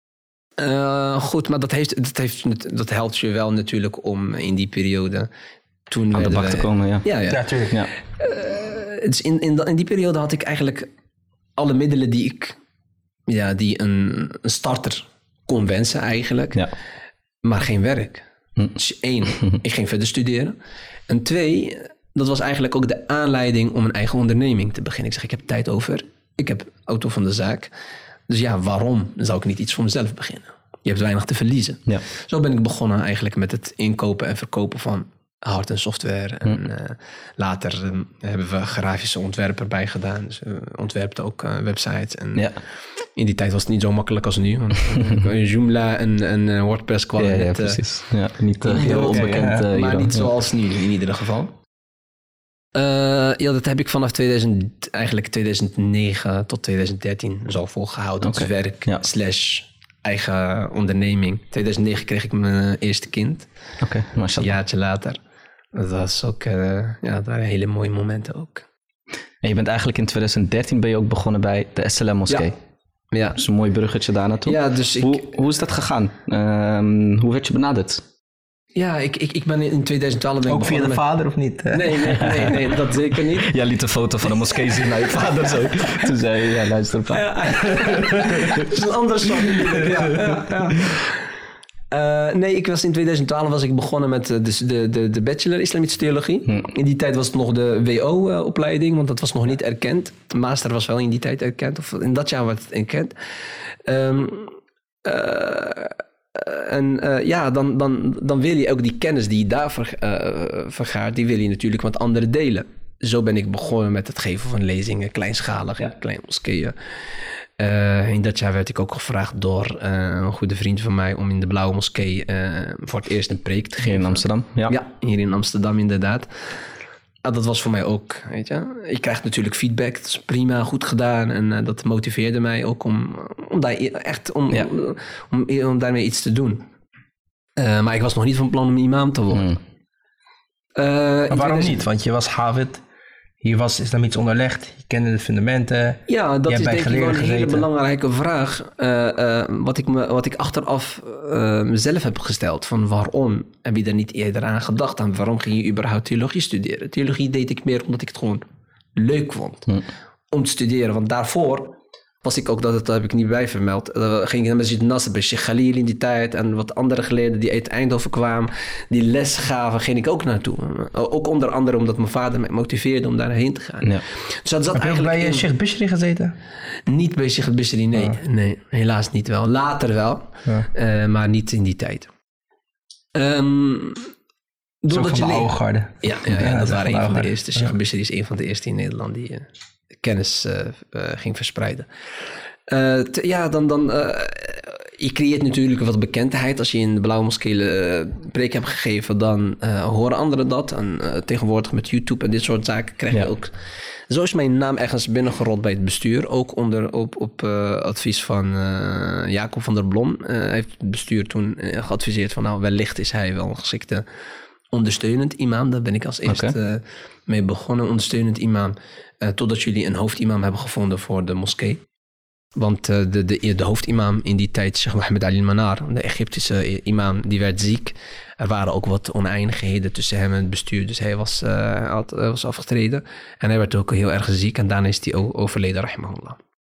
Uh, goed, maar dat, heeft, dat, heeft, dat helpt je wel natuurlijk om in die periode... Toen aan de bak te komen, ja. Ja, ja. ja tuurlijk. Ja. Uh, dus in, in, in die periode had ik eigenlijk alle middelen die ik... Ja, die een, een starter kon wensen eigenlijk. Ja. Maar geen werk. Hm. Dus één, ik ging verder studeren. En twee, dat was eigenlijk ook de aanleiding om een eigen onderneming te beginnen. Ik zeg, ik heb tijd over. Ik heb auto van de zaak. Dus ja, waarom zou ik niet iets voor mezelf beginnen? Je hebt weinig te verliezen. Ja. Zo ben ik begonnen eigenlijk met het inkopen en verkopen van hard- en software. En hm. uh, later um, hebben we grafische ontwerpen erbij gedaan. Dus we ontwerpten ook uh, websites. En ja. in die tijd was het niet zo makkelijk als nu. Want uh, Joomla en, en uh, WordPress kwamen ja, ja, net... precies. Ja, niet uh, heel onbekend. Ja, uh, maar niet ja. zoals nu in ieder geval. Uh, ja, dat heb ik vanaf tweeduizend, eigenlijk tweeduizend negen tot tweeduizend dertien zo volgehouden. Okay. Dus werk ja. slash eigen onderneming. tweeduizend negen kreeg ik mijn eerste kind. Oké, okay, mashallah. Een jaartje later. Dat was ook, uh, ja, dat waren hele mooie momenten ook. En je bent eigenlijk in tweeduizend dertien ben je ook begonnen bij de S L M moskee. Ja. Ja. Dat is een mooi bruggetje daar naartoe. Ja, dus ik... hoe, hoe is dat gegaan? Um, hoe werd je benaderd? Ja, ik, ik, ik ben in tweeduizend twaalf... Ben ook via de met... vader of niet? Nee, nee, nee, nee, dat zeker niet. Jij liet een foto van de moskee zien naar je vader zo. Toen zei je, ja, luister op. Ja, dat is een ander soort. Ja, ja, ja. Uh, nee, ik was in tweeduizend twaalf was ik begonnen met de, de, de, de bachelor islamitische theologie. Hm. In die tijd was het nog de W O-opleiding, want dat was nog niet erkend. De master was wel in die tijd erkend, of in dat jaar werd het erkend. Um, uh, en uh, ja, dan, dan, dan wil je ook die kennis die je daar ver, uh, vergaart, die wil je natuurlijk met anderen delen. Zo ben ik begonnen met het geven van lezingen, kleinschalig, ja. kleine moskeeën. Uh, in dat jaar werd ik ook gevraagd door uh, een goede vriend van mij om in de Blauwe Moskee uh, voor het eerst een preek te geven. Hier in Amsterdam? Ja, ja hier in Amsterdam inderdaad. Uh, dat was voor mij ook, weet je. Je krijgt natuurlijk feedback, dat is prima, goed gedaan. En uh, dat motiveerde mij ook om, om daar echt om, ja. om, om, om daarmee iets te doen. Uh, maar ik was nog niet van plan om imam te worden. Hmm. Uh, maar waarom niet? Want je was Hafid. Je was islamitisch onderlegd, je kende de fundamenten. Ja, dat is denk ik wel een gezeten. hele belangrijke vraag. Uh, uh, wat, ik me, wat ik achteraf uh, mezelf heb gesteld. Van waarom heb je er niet eerder aan gedacht? En waarom ging je überhaupt theologie studeren? Theologie deed ik meer omdat ik het gewoon leuk vond. Hm. Om te studeren. Want daarvoor was ik ook, dat, het, dat heb ik niet bij vermeld. Uh, ging ik naar Masjid Nasr bij Sheikh Khalil in die tijd. En wat andere geleden die uit Eindhoven kwamen. Die les gaven, ging ik ook naartoe. Uh, ook onder andere omdat mijn vader mij motiveerde om daarheen te gaan. Ja. Dus dat zat heb je bij in... Sheikh Bishri gezeten? Niet bij Sheikh Bishri, nee. Oh. Nee, helaas niet wel. Later wel, ja. uh, maar niet in die tijd. Um, Door van de le- oude garde. Ja, ja, ja, ja dat waren een van de eerste. Sheikh ja. Bishri is een van de eerste in Nederland die uh, kennis uh, uh, ging verspreiden. Uh, te, ja, dan... dan uh, je creëert natuurlijk wat bekendheid. Als je in de Blauwe Moskee uh, preek hebt gegeven, dan uh, horen anderen dat. En uh, tegenwoordig met YouTube en dit soort zaken krijg je ja. ook... Zo is mijn naam ergens binnengerold bij het bestuur. Ook onder, op, op uh, advies van uh, Jacob van der Blom. Uh, hij heeft het bestuur toen uh, geadviseerd van... nou, wellicht is hij wel een geschikte ondersteunend imam. Daar ben ik als eerste okay. uh, mee begonnen. Ondersteunend imam. Uh, totdat jullie een hoofdimam hebben gevonden voor de moskee. Want uh, de, de, de hoofdimam in die tijd, Sheikh Mohammed Ali al-Manar, de Egyptische imam, die werd ziek. Er waren ook wat oneindigheden tussen hem en het bestuur. Dus hij was, uh, had, was afgetreden. En hij werd ook heel erg ziek. En daarna is hij overleden, rahimahullah.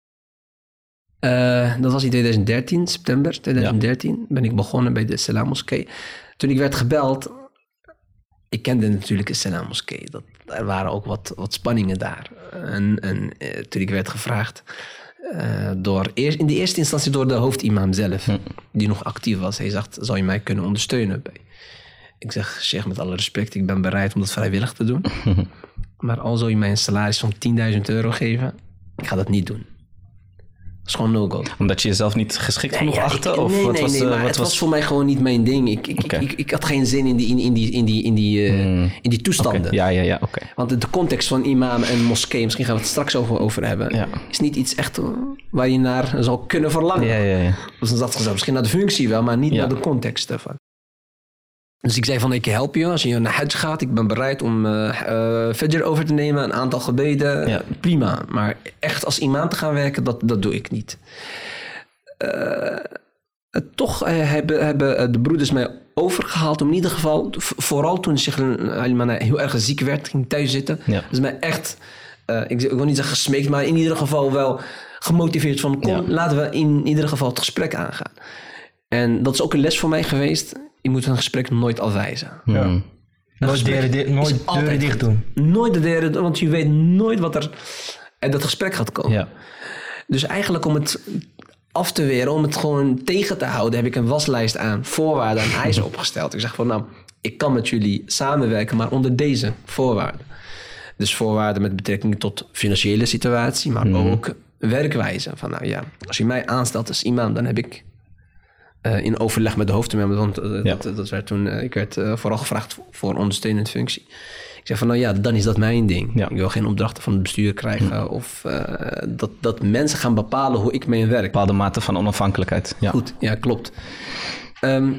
Uh, dat was in twintig dertien, september twintig dertien. Ja. Ben ik begonnen bij de Salam Moskee. Toen ik werd gebeld... Ik kende natuurlijk de Salam Moskee. Dat, er waren ook wat, wat spanningen daar. En, en uh, toen ik werd gevraagd... Uh, door, eerst, in de eerste instantie door de hoofdimam zelf, hm. die nog actief was. Hij zegt, zou je mij kunnen ondersteunen? Bij? Ik zeg, Sheikh, met alle respect, ik ben bereid om dat vrijwillig te doen. Maar al zou je mij een salaris van tienduizend euro geven, ik ga dat niet doen. Dat is gewoon no-go. Omdat je jezelf niet geschikt nee, genoeg ja, achtte? Ik, of nee, wat nee, was, nee, uh, maar wat het was... was voor mij gewoon niet mijn ding. Ik, ik, okay. ik, ik, ik had geen zin in die, in, in die, in die, in die, uh, mm. in die toestanden. Okay. Ja, ja, ja, oké. Okay. Want de context van imam en moskee, misschien gaan we het straks over, over hebben, ja. is niet iets echt waar je naar zou kunnen verlangen. Ja, ja, ja. Dus dan zat misschien naar de functie wel, maar niet ja. naar de context ervan. Dus ik zei van, ik help je als je naar Hajj gaat. Ik ben bereid om uh, uh, Fajr over te nemen, een aantal gebeden. Ja. Prima. Maar echt als imam te gaan werken, dat, dat doe ik niet. Uh, toch uh, hebben, hebben de broeders mij overgehaald om in ieder geval, vooral toen Sheikh al-Manar heel erg ziek werd, ging thuis zitten. Ja. Dus mij echt, uh, ik, ik wil niet zeggen gesmeekt, maar in ieder geval wel gemotiveerd van, kom, ja. laten we in ieder geval het gesprek aangaan. En dat is ook een les voor mij geweest. Je moet een gesprek nooit afwijzen. Ja. Een nooit deuren di- nooit deuren dicht doen. Nooit de deuren, want je weet nooit wat er uit dat gesprek gaat komen. Ja. Dus eigenlijk om het af te weren, om het gewoon tegen te houden, heb ik een waslijst aan voorwaarden en eisen opgesteld. Ik zeg van, nou, ik kan met jullie samenwerken, maar onder deze voorwaarden. Dus voorwaarden met betrekking tot financiële situatie, maar mm. ook werkwijze. Van, nou ja, als je mij aanstelt als imam, dan heb ik uh, in overleg met de hoofdimam, want uh, ja. dat, dat werd toen, uh, ik werd uh, vooral gevraagd voor een ondersteunende functie. Ik zeg van, nou ja, dan is dat mijn ding. Ja. Ik wil geen opdrachten van het bestuur krijgen. Ja. Of uh, dat, dat mensen gaan bepalen hoe ik mee werk. Een bepaalde mate van onafhankelijkheid. Ja. Goed, ja, klopt. Um,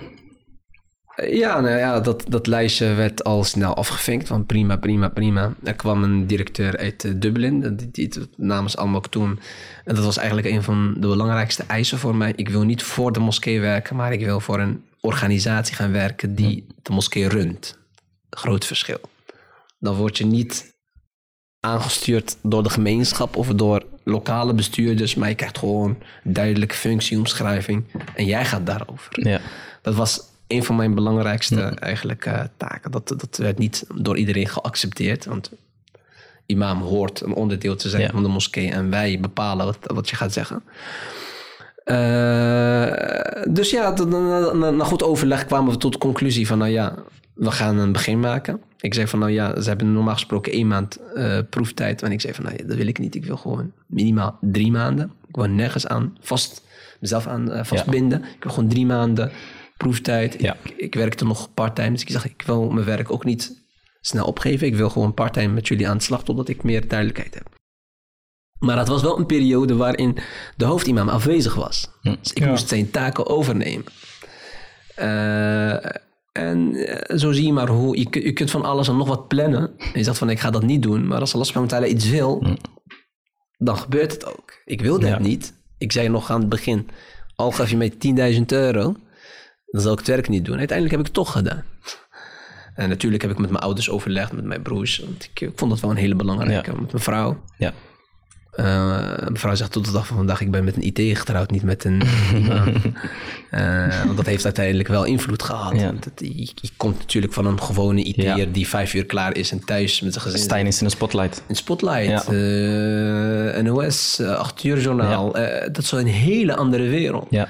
ja, nou ja, dat, dat lijstje werd al snel afgevinkt. Van prima, prima, prima. Er kwam een directeur uit uh, Dublin. Die, die, die namens Al Maktoum. En dat was eigenlijk een van de belangrijkste eisen voor mij. Ik wil niet voor de moskee werken, maar ik wil voor een organisatie gaan werken die de moskee runt. Groot verschil. Dan word je niet aangestuurd door de gemeenschap of door lokale bestuurders, maar je krijgt gewoon duidelijke functieomschrijving en jij gaat daarover. Ja. Dat was een van mijn belangrijkste ja. eigenlijk uh, taken. Dat, dat werd niet door iedereen geaccepteerd, want imam hoort een onderdeel te zijn ja. van de moskee en wij bepalen wat, wat je gaat zeggen. Uh, dus ja, na, na, na goed overleg kwamen we tot de conclusie van, nou ja, we gaan een begin maken. Ik zei van, nou ja, ze hebben normaal gesproken één maand uh, proeftijd. En ik zei van, nou ja, dat wil ik niet. Ik wil gewoon minimaal drie maanden. Ik wil nergens aan vast, mezelf aan uh, vastbinden. Ja. Ik wil gewoon drie maanden proeftijd. Ja. Ik, ik werkte nog part-time. Dus ik zeg, ik wil mijn werk ook niet snel opgeven. Ik wil gewoon part-time met jullie aan de slag, totdat ik meer duidelijkheid heb. Maar het was wel een periode waarin de hoofdimam afwezig was. Hm. Dus ik ja. moest zijn taken overnemen. Uh, En uh, zo zie je maar hoe... Je, je kunt van alles en nog wat plannen. En je zegt van, ik ga dat niet doen. Maar als Allah subhanahu wa ta'ala iets wil, mm. dan gebeurt het ook. Ik wilde ja. het niet. Ik zei nog aan het begin, al gaf je mij tienduizend euro, dan zal ik het werk niet doen. Uiteindelijk heb ik het toch gedaan. En natuurlijk heb ik met mijn ouders overlegd, met mijn broers. Want ik, ik vond dat wel een hele belangrijke. Ja. Met mijn vrouw. Ja. Uh, mijn vrouw zegt tot de dag van vandaag, ik ben met een I T getrouwd, niet met een imam. Uh, want dat heeft uiteindelijk wel invloed gehad. Ja. Dat, je, je komt natuurlijk van een gewone I T'er ja. die vijf uur klaar is en thuis met zijn gezin. Stijn is in een spotlight. Een spotlight. Ja. Uh, N O S, uh, acht uur journaal. Ja. Uh, dat is een hele andere wereld. Ja.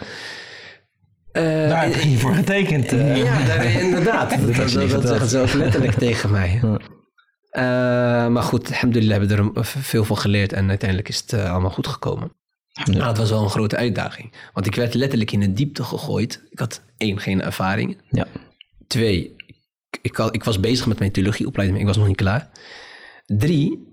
Uh, daar heb je voor getekend. Uh. Ja, daar, inderdaad. dat, dat, dat, dat zeggen ze ook letterlijk tegen mij. Ja. Uh, maar goed, alhamdulillah hebben we er veel van geleerd en uiteindelijk is het uh, allemaal goed gekomen. Maar het was wel een grote uitdaging. Want ik werd letterlijk in de diepte gegooid. Ik had één, geen ervaring. Ja. Twee, ik, had, ik was bezig met mijn theologieopleiding, maar ik was nog niet klaar. Drie,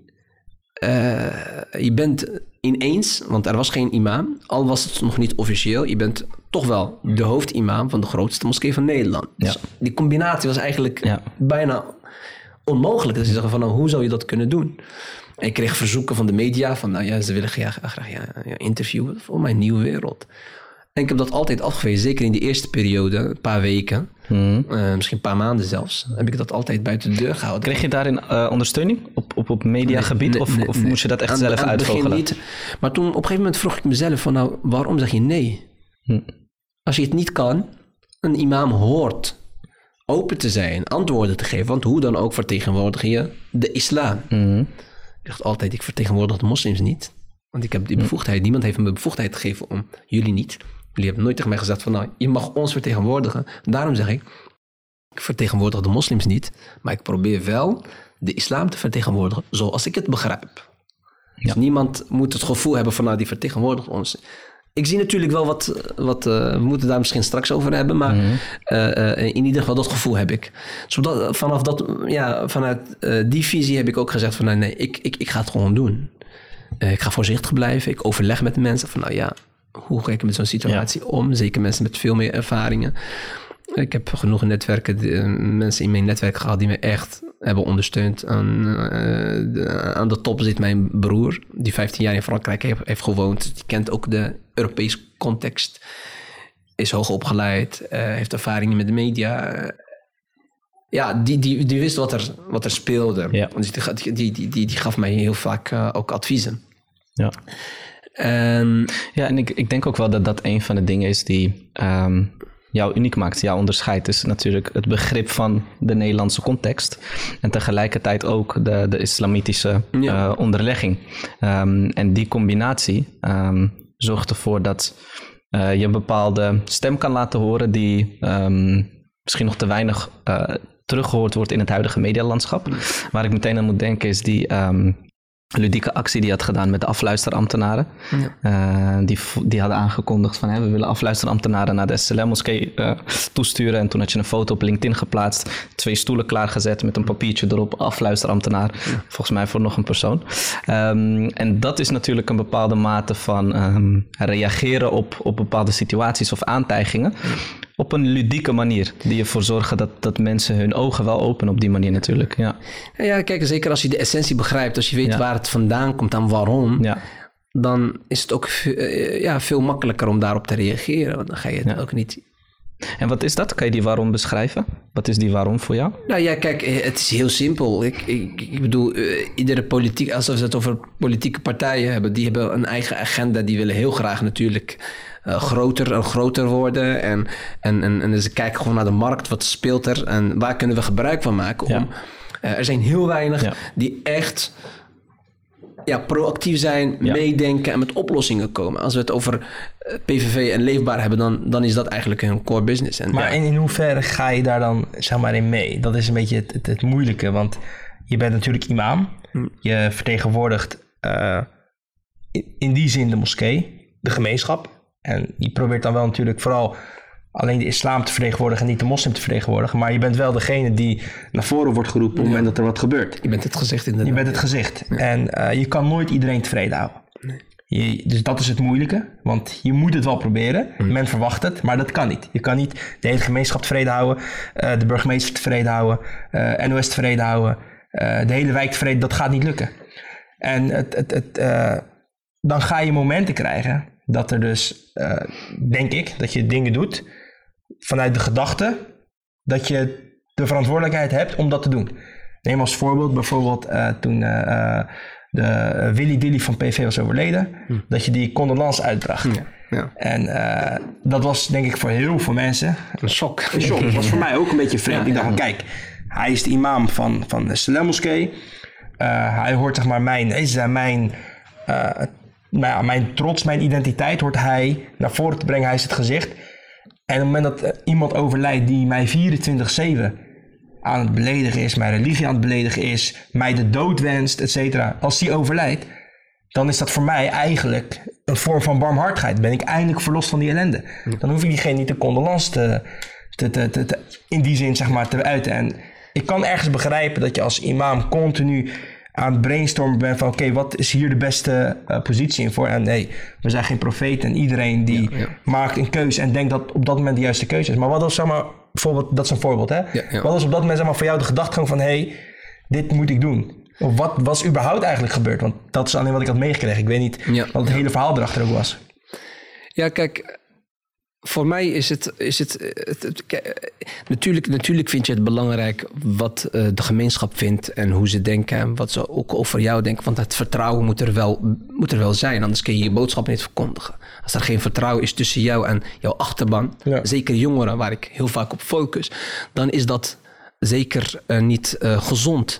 uh, je bent ineens, want er was geen imam, al was het nog niet officieel, je bent toch wel de hoofdimam van de grootste moskee van Nederland. Ja. Dus die combinatie was eigenlijk ja. bijna onmogelijk. Dus ze zeggen van, nou, hoe zou je dat kunnen doen? En ik kreeg verzoeken van de media van, nou ja, ze willen graag, graag ja, ja, interviewen voor mijn nieuwe wereld. En ik heb dat altijd afgewezen, zeker in de eerste periode, een paar weken, hmm. uh, misschien een paar maanden zelfs, heb ik dat altijd buiten de deur gehouden. Kreeg je daarin uh, ondersteuning op, op, op mediagebied nee, nee, of, nee, of nee. moest je dat echt aan, zelf aan uitvogelen? Niet. Maar toen op een gegeven moment vroeg ik mezelf van, nou, waarom zeg je nee? Hmm. Als je het niet kan, een imam hoort open te zijn, antwoorden te geven, want hoe dan ook vertegenwoordig je de islam. Hmm. Ik dacht altijd, ik vertegenwoordig de moslims niet. Want ik heb die bevoegdheid. Niemand heeft me bevoegdheid gegeven om jullie niet. Jullie hebben nooit tegen mij gezegd van, nou, je mag ons vertegenwoordigen. Daarom zeg ik, ik vertegenwoordig de moslims niet. Maar ik probeer wel de islam te vertegenwoordigen zoals ik het begrijp. Ja. Dus niemand moet het gevoel hebben van, nou, die vertegenwoordigt ons. Ik zie natuurlijk wel wat, wat uh, we moeten daar misschien straks over hebben, maar mm-hmm. uh, uh, in ieder geval dat gevoel heb ik. Zodat, vanaf dat, ja, vanuit uh, die visie heb ik ook gezegd van, nee, nee ik, ik, ik ga het gewoon doen. Uh, ik ga voorzichtig blijven, ik overleg met de mensen van, nou ja, hoe ga ik met zo'n situatie ja. om? Zeker mensen met veel meer ervaringen. Ik heb genoeg netwerken, de, mensen in mijn netwerk gehad die me echt hebben ondersteund. Aan, uh, de, aan de top zit mijn broer, die vijftien jaar in Frankrijk heeft, heeft gewoond. Die kent ook de Europese context, is hoog opgeleid, uh, heeft ervaringen met de media. Uh, ja, die, die, die wist wat er, wat er speelde. Ja. Dus die, die, die, die, die gaf mij heel vaak uh, ook adviezen. Ja. Um, ja, en ik, ik denk ook wel dat dat een van de dingen is die um, jou uniek maakt, jou onderscheidt. Is natuurlijk het begrip van de Nederlandse context en tegelijkertijd ook de, de islamitische ja. uh, onderlegging. Um, en die combinatie um, zorgt ervoor dat uh, je een bepaalde stem kan laten horen die um, misschien nog te weinig uh, teruggehoord wordt in het huidige medialandschap. Waar ik meteen aan moet denken is die Um, ludieke actie die had gedaan met de afluisterambtenaren. Ja. Uh, die, die hadden aangekondigd van, hè, we willen afluisterambtenaren naar de S L M-moskee uh, toesturen. En toen had je een foto op LinkedIn geplaatst. Twee stoelen klaargezet met een papiertje erop. Afluisterambtenaar. Ja. Volgens mij voor nog een persoon. Um, en dat is natuurlijk een bepaalde mate van um, reageren op, op bepaalde situaties of aantijgingen. Ja. Op een ludieke manier, die ervoor zorgen dat, dat mensen hun ogen wel openen op die manier natuurlijk. Ja, ja kijk, zeker als je de essentie begrijpt, als je weet ja. waar het vandaan komt en waarom, ja. dan is het ook uh, ja, veel makkelijker om daarop te reageren. Want dan ga je het ja. ook niet. En wat is dat? Kan je die waarom beschrijven? Wat is die waarom voor jou? Nou ja, kijk, het is heel simpel. Ik, ik, ik bedoel, uh, iedere politiek, als we het over politieke partijen hebben, die hebben een eigen agenda. Die willen heel graag natuurlijk uh, groter en groter worden. En, en, en, en ze kijken gewoon naar de markt, wat speelt er en waar kunnen we gebruik van maken. Om, ja. uh, er zijn heel weinig ja. die echt ja, proactief zijn, ja. meedenken en met oplossingen komen. Als we het over P V V en Leefbaar hebben, dan, dan is dat eigenlijk hun core business. En, maar ja. in hoeverre ga je daar dan zeg maar in mee? Dat is een beetje het, het, het moeilijke, want je bent natuurlijk imam. Hm. Je vertegenwoordigt uh, in, in die zin de moskee, de gemeenschap. En je probeert dan wel natuurlijk vooral alleen de islam te vertegenwoordigen en niet de moslim te vertegenwoordigen. Maar je bent wel degene die naar voren wordt geroepen op het ja. moment dat er wat gebeurt. Je bent het gezicht inderdaad. Je bent het gezicht. Ja. En uh, je kan nooit iedereen tevreden houden. Nee. Je, dus dat is het moeilijke. Want je moet het wel proberen. Mm. Men verwacht het, maar dat kan niet. Je kan niet de hele gemeenschap tevreden houden. Uh, de burgemeester tevreden houden. Uh, N O S tevreden houden. Uh, de hele wijk tevreden. Dat gaat niet lukken. En het, het, het, uh, dan ga je momenten krijgen dat er dus, uh, denk ik, dat je dingen doet vanuit de gedachte dat je de verantwoordelijkheid hebt om dat te doen. Neem als voorbeeld bijvoorbeeld uh, toen uh, de uh, Willy Willy van P V was overleden, hm. dat je die condolence uitbracht. Ja, ja. En uh, dat was denk ik voor heel veel mensen een shock. Een shock. Dat was voor mij ook een beetje vreemd. Ja, ik dacht ja. van kijk, hij is de imam van, van de Salem moskee. Uh, hij hoort zeg maar mijn, is mijn, uh, mijn, mijn trots, mijn identiteit hoort hij naar voren te brengen. Hij is het gezicht. En op het moment dat uh, iemand overlijdt die mij vierentwintig zeven aan het beledigen is, mijn religie aan het beledigen is, mij de dood wenst, et cetera. Als die overlijdt, dan is dat voor mij eigenlijk een vorm van barmhartigheid. Ben ik eindelijk verlost van die ellende. Dan hoef ik diegene niet de condolence te, te, te, te, te, in die zin zeg maar te uiten. En ik kan ergens begrijpen dat je als imam continu aan het brainstormen bent van oké, okay, wat is hier de beste uh, positie in voor? En nee, we zijn geen profeet en iedereen die ja, ja. maakt een keuze en denkt dat op dat moment de juiste keuze is. Maar wat was zeg maar, bijvoorbeeld, dat is een voorbeeld hè? Ja, ja. Wat was op dat moment zeg maar voor jou de gedachtegang van hé, hey, dit moet ik doen? Of wat was überhaupt eigenlijk gebeurd? Want dat is alleen wat ik had meegekregen. Ik weet niet ja, wat het ja. hele verhaal erachter ook was. Ja, kijk, voor mij is het... Is het, het, het kijk, natuurlijk, natuurlijk vind je het belangrijk wat uh, de gemeenschap vindt en hoe ze denken en wat ze ook over jou denken. Want het vertrouwen moet er wel, moet er wel zijn, anders kun je je boodschap niet verkondigen. Als er geen vertrouwen is tussen jou en jouw achterban, ja. zeker jongeren waar ik heel vaak op focus, dan is dat zeker uh, niet uh, gezond.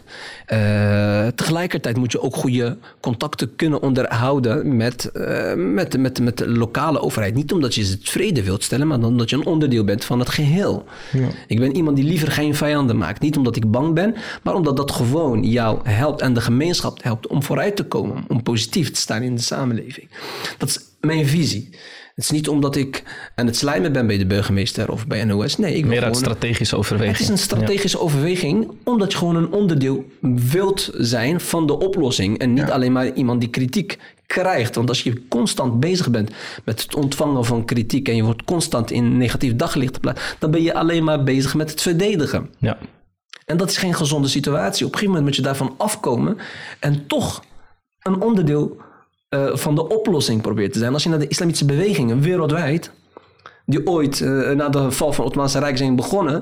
Uh, tegelijkertijd moet je ook goede contacten kunnen onderhouden met, uh, met, met, met de lokale overheid. Niet omdat je ze tevreden wilt stellen, maar omdat je een onderdeel bent van het geheel. Ja. Ik ben iemand die liever geen vijanden maakt. Niet omdat ik bang ben, maar omdat dat gewoon jou helpt en de gemeenschap helpt om vooruit te komen. Om positief te staan in de samenleving. Dat is mijn visie. Het is niet omdat ik aan het slijmen ben bij de burgemeester of bij N O S. Nee, ik wil meer gewoon uit strategische overweging. Het is een strategische ja. overweging, omdat je gewoon een onderdeel wilt zijn van de oplossing. En niet ja. alleen maar iemand die kritiek krijgt. Want als je constant bezig bent met het ontvangen van kritiek en je wordt constant in negatief daglicht geplaatst, dan ben je alleen maar bezig met het verdedigen. Ja. En dat is geen gezonde situatie. Op een gegeven moment moet je daarvan afkomen en toch een onderdeel Uh, van de oplossing probeert te zijn. Als je naar de islamitische bewegingen wereldwijd, die ooit uh, na de val van het Ottomaanse Rijk zijn begonnen,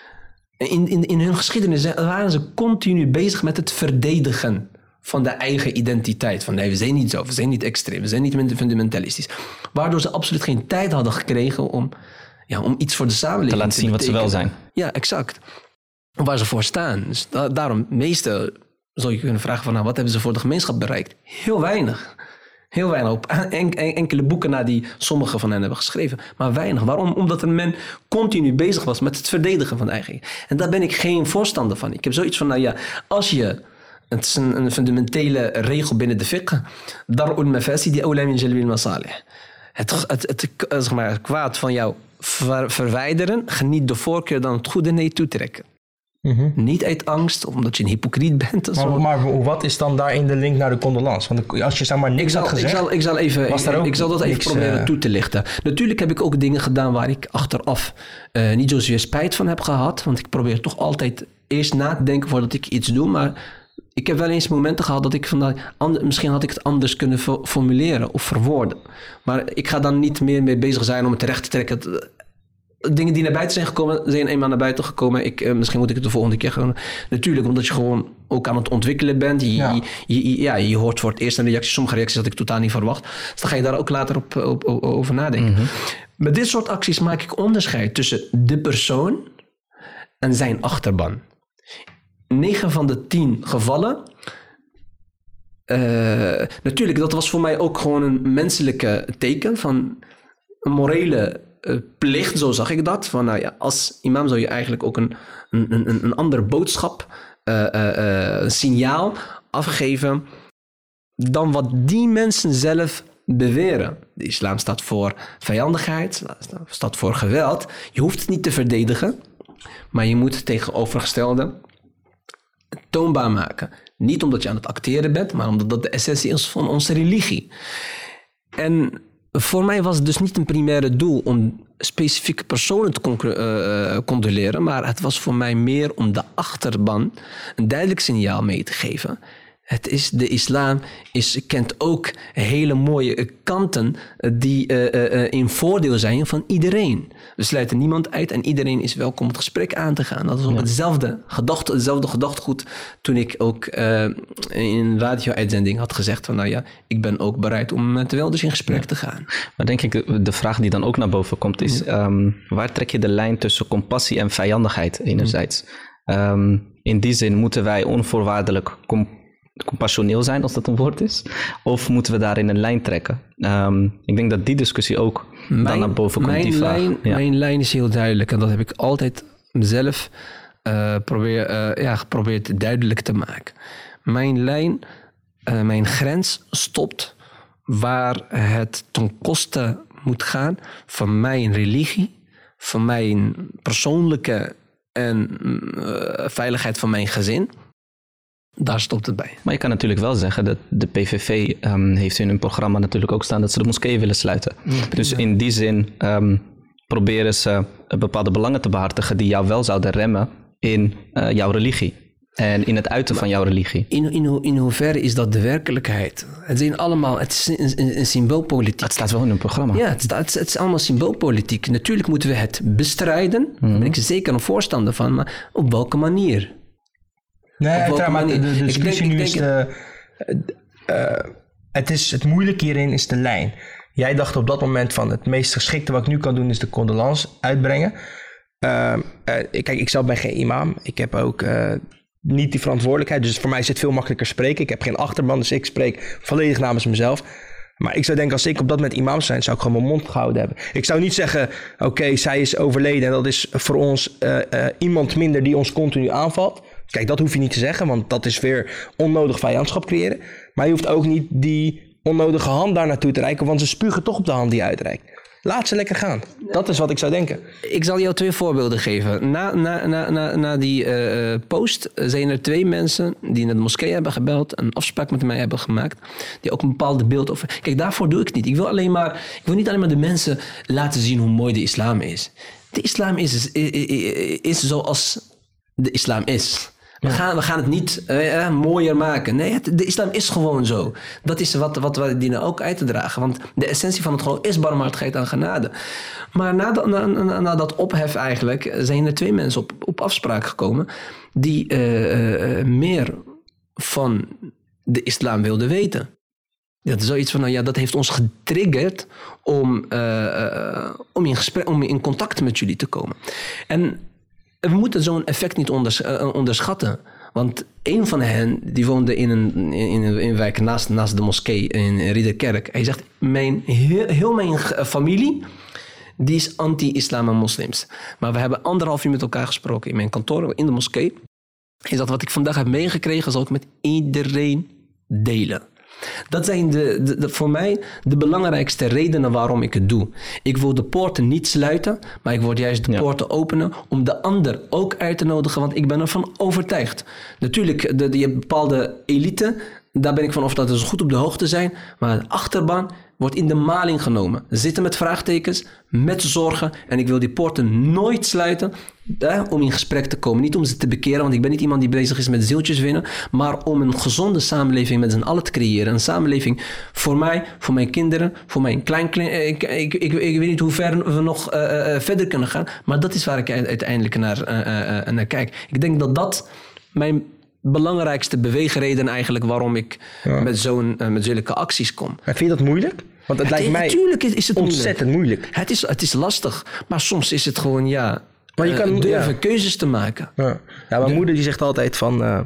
in, in, in hun geschiedenis waren ze continu bezig met het verdedigen van de eigen identiteit. Van nee, we zijn niet zo, we zijn niet extreem, we zijn niet fundamentalistisch. Waardoor ze absoluut geen tijd hadden gekregen om, ja, om iets voor de samenleving te laten zien wat ze wel zijn. Ja, exact. Waar ze voor staan. Dus da- daarom, meeste zou je kunnen vragen van nou, wat hebben ze voor de gemeenschap bereikt? Heel weinig. Heel weinig. Op en, enkele boeken na die sommigen van hen hebben geschreven. Maar weinig. Waarom? Omdat een men continu bezig was met het verdedigen van de eigen. En daar ben ik geen voorstander van. Ik heb zoiets van, nou ja, als je... Het is een, een fundamentele regel binnen de fiqh. Dar'ul mafasidi awla min jalbil masalih. Het, het, het, het, zeg maar, het kwaad van jou ver, verwijderen. Geniet de voorkeur dan het goede naar je toe trekken. Mm-hmm. Niet uit angst, omdat je een hypocriet bent. Maar, maar wat is dan daarin de link naar de condolence? Want als je zeg maar niks ik zal, had gezegd... Ik zal, ik zal, even, ik, ik zal dat even niks, proberen uh... toe te lichten. Natuurlijk heb ik ook dingen gedaan waar ik achteraf uh, niet zozeer spijt van heb gehad. Want ik probeer toch altijd eerst na te denken voordat ik iets doe. Maar ik heb wel eens momenten gehad dat ik van... And, misschien had ik het anders kunnen formuleren of verwoorden. Maar ik ga dan niet meer mee bezig zijn om het terecht te trekken... Dingen die naar buiten zijn gekomen, zijn eenmaal naar buiten gekomen. Ik, uh, misschien moet ik het de volgende keer gewoon... Natuurlijk, omdat je gewoon ook aan het ontwikkelen bent. Je, ja. Je, je, ja, je hoort voor het eerst een reactie. Sommige reacties had ik totaal niet verwacht. Dus dan ga je daar ook later op, op, op over nadenken. Mm-hmm. Met dit soort acties maak ik onderscheid tussen de persoon en zijn achterban. Negen van de tien gevallen... Uh, natuurlijk, dat was voor mij ook gewoon een menselijke teken van een morele... Uh, plicht, zo zag ik dat. Van, nou ja, als imam zou je eigenlijk ook een, een, een, een andere boodschap, uh, uh, uh, een signaal afgeven dan wat die mensen zelf beweren. De islam staat voor vijandigheid, staat voor geweld. Je hoeft het niet te verdedigen, maar je moet het tegenovergestelde toonbaar maken. Niet omdat je aan het acteren bent, maar omdat dat de essentie is van onze religie. En voor mij was het dus niet een primaire doel om specifieke personen te con- uh, condoleren, maar het was voor mij meer om de achterban een duidelijk signaal mee te geven. Het is, de islam is, kent ook hele mooie kanten die uh, uh, in voordeel zijn van iedereen. We sluiten niemand uit en iedereen is welkom het gesprek aan te gaan. Dat is ook ja. hetzelfde, gedachte, hetzelfde gedachtegoed toen ik ook uh, in een radio-uitzending had gezegd van nou ja, ik ben ook bereid om met Wilders in gesprek ja. te gaan. Maar denk ik, de vraag die dan ook naar boven komt is, ja. um, waar trek je de lijn tussen compassie en vijandigheid enerzijds? Ja. Um, in die zin moeten wij onvoorwaardelijk com- compassioneel zijn, als dat een woord is? Of moeten we daarin een lijn trekken? Um, ik denk dat die discussie ook mijn, dan naar boven komt, mijn die vraag. Lijn, ja. Mijn lijn is heel duidelijk en dat heb ik altijd mezelf uh, probeer, uh, ja, geprobeerd duidelijk te maken. Mijn lijn, uh, mijn grens stopt waar het ten koste moet gaan van mijn religie, van mijn persoonlijke en uh, veiligheid van mijn gezin. Daar stopt het bij. Maar je kan natuurlijk wel zeggen dat de P V V um, heeft in hun programma natuurlijk ook staan dat ze de moskeeën willen sluiten. Ja, dus in die zin um, proberen ze bepaalde belangen te behartigen die jou wel zouden remmen in uh, jouw religie. En in het uiten maar van jouw religie. In, in, in hoeverre is dat de werkelijkheid? Het zijn allemaal, het is een, een, een symboolpolitiek. Het staat wel in hun programma. Ja, het, staat, het is allemaal symboolpolitiek. Natuurlijk moeten we het bestrijden. Mm-hmm. Daar ben ik zeker een voorstander van. Maar op welke manier? Nee, uiteraard, maar de, de discussie nu is de... Uh, het, is, het moeilijke hierin is de lijn. Jij dacht op dat moment van het meest geschikte wat ik nu kan doen is de condolence uitbrengen. Uh, uh, kijk, ik zelf ben geen imam. Ik heb ook uh, niet die verantwoordelijkheid. Dus voor mij is het veel makkelijker spreken. Ik heb geen achterban, dus ik spreek volledig namens mezelf. Maar ik zou denken, als ik op dat moment imam zou zijn, zou ik gewoon mijn mond gehouden hebben. Ik zou niet zeggen, oké, okay, zij is overleden en dat is voor ons uh, uh, iemand minder die ons continu aanvalt. Kijk, dat hoef je niet te zeggen, want dat is weer onnodig vijandschap creëren. Maar je hoeft ook niet die onnodige hand daar naartoe te reiken, want ze spugen toch op de hand die je uitreikt. Laat ze lekker gaan. Dat is wat ik zou denken. Ik zal jou twee voorbeelden geven. Na, na, na, na, na die uh, post zijn er twee mensen die naar de moskee hebben gebeld, een afspraak met mij hebben gemaakt, die ook een bepaald beeld over... Kijk, daarvoor doe ik het niet. Ik wil, alleen maar, ik wil niet alleen maar de mensen laten zien hoe mooi de islam is. De islam is, is, is, is zoals de islam is. We gaan, we gaan het niet uh, mooier maken. Nee, het, de islam is gewoon zo. Dat is wat, wat we dienen ook uit te dragen. Want de essentie van het geloof is barmhartigheid en genade. Maar na, dat, na, na, na dat ophef eigenlijk zijn er twee mensen op, op afspraak gekomen die uh, uh, meer van de islam wilden weten. Dat is zoiets van, nou ja, dat heeft ons getriggerd om, uh, uh, om, in, gesprek, om in contact met jullie te komen. En we moeten zo'n effect niet onders, uh, onderschatten. Want een van hen, die woonde in een, in een, in een wijk naast, naast de moskee in Ridderkerk. Hij zegt, mijn, heel, heel mijn familie, die is anti-islam en moslims. Maar we hebben anderhalf uur met elkaar gesproken in mijn kantoor, in de moskee. Hij zegt, wat ik vandaag heb meegekregen, zal ik met iedereen delen. Dat zijn de, de, de, voor mij de belangrijkste redenen waarom ik het doe. Ik wil de poorten niet sluiten, maar ik wil juist de ja. poorten openen om de ander ook uit te nodigen, want ik ben ervan overtuigd. Natuurlijk, de, de, je bepaalde elite, daar ben ik van overtuigd dat ze goed op de hoogte zijn, maar de achterban wordt in de maling genomen. Ze zitten met vraagtekens, met zorgen en ik wil die poorten nooit sluiten eh, om in gesprek te komen. Niet om ze te bekeren, want ik ben niet iemand die bezig is met zieltjes winnen, maar om een gezonde samenleving met z'n allen te creëren. Een samenleving voor mij, voor mijn kinderen, voor mijn kleinkinderen. Ik, ik, ik, ik weet niet hoe ver we nog uh, uh, verder kunnen gaan, maar dat is waar ik uiteindelijk naar, uh, uh, naar kijk. Ik denk dat dat mijn belangrijkste beweegreden eigenlijk waarom ik ja. met, zo'n, uh, met zulke acties kom. Maar vind je dat moeilijk? Want het, het lijkt mij natuurlijk is, is het ontzettend moeilijk. moeilijk. Het is, het is lastig, maar soms is het gewoon ja, maar je kan uh, durven ja. keuzes te maken. Ja, ja mijn de, moeder die zegt altijd van uh,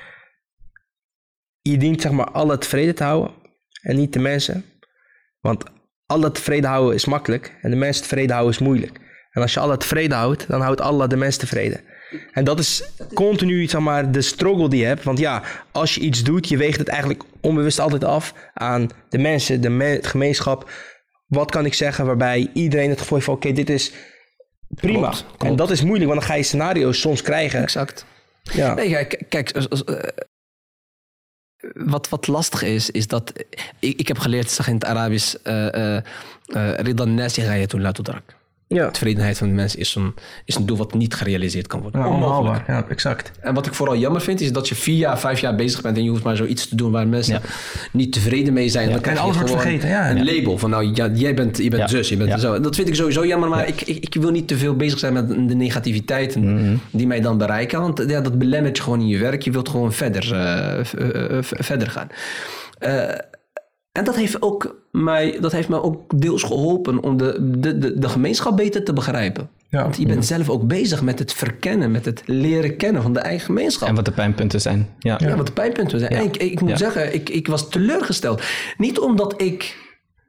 je dient zeg maar alle tevreden te houden en niet de mensen. Want alle tevreden houden is makkelijk en de mensen tevreden houden is moeilijk. En als je alle tevreden houdt, dan houdt Allah de mensen tevreden. En dat is continu zeg maar, de struggle die je hebt. Want ja, als je iets doet, je weegt het eigenlijk onbewust altijd af aan de mensen, de me- gemeenschap. Wat kan ik zeggen waarbij iedereen het gevoel heeft van oké, okay, dit is prima. Klopt, klopt. En dat is moeilijk, want dan ga je scenario's soms krijgen. Exact. Ja. Nee, kijk, kijk uh, wat, wat lastig is, is dat ik, ik heb geleerd zeg in het Arabisch uh, uh, uh, Ridan nasi ghayatun la tudrak. Ja. Tevredenheid van de mensen is een, is een doel wat niet gerealiseerd kan worden. Ja, onmogelijk. Ja, exact. En wat ik vooral jammer vind, is dat je vier jaar, vijf jaar bezig bent en je hoeft maar zoiets te doen waar mensen ja. niet tevreden mee zijn. Ja. Dan krijg en alles je wordt vergeten. Ja, een ja. label van nou, ja, jij bent, je bent ja. zus, je bent ja. zo. Dat vind ik sowieso jammer, maar ja. ik, ik, ik wil niet te veel bezig zijn met de negativiteiten mm-hmm. die mij dan bereiken. Want ja, dat belemmert je gewoon in je werk. Je wilt gewoon verder, uh, uh, uh, verder gaan. Uh, En dat heeft, ook mij, dat heeft mij ook deels geholpen om de, de, de, de gemeenschap beter te begrijpen. Ja, Want je bent ja. zelf ook bezig met het verkennen, met het leren kennen van de eigen gemeenschap. En wat de pijnpunten zijn. Ja, ja wat de pijnpunten zijn. Ja. En ik, ik moet ja. zeggen, ik, ik was teleurgesteld. Niet omdat ik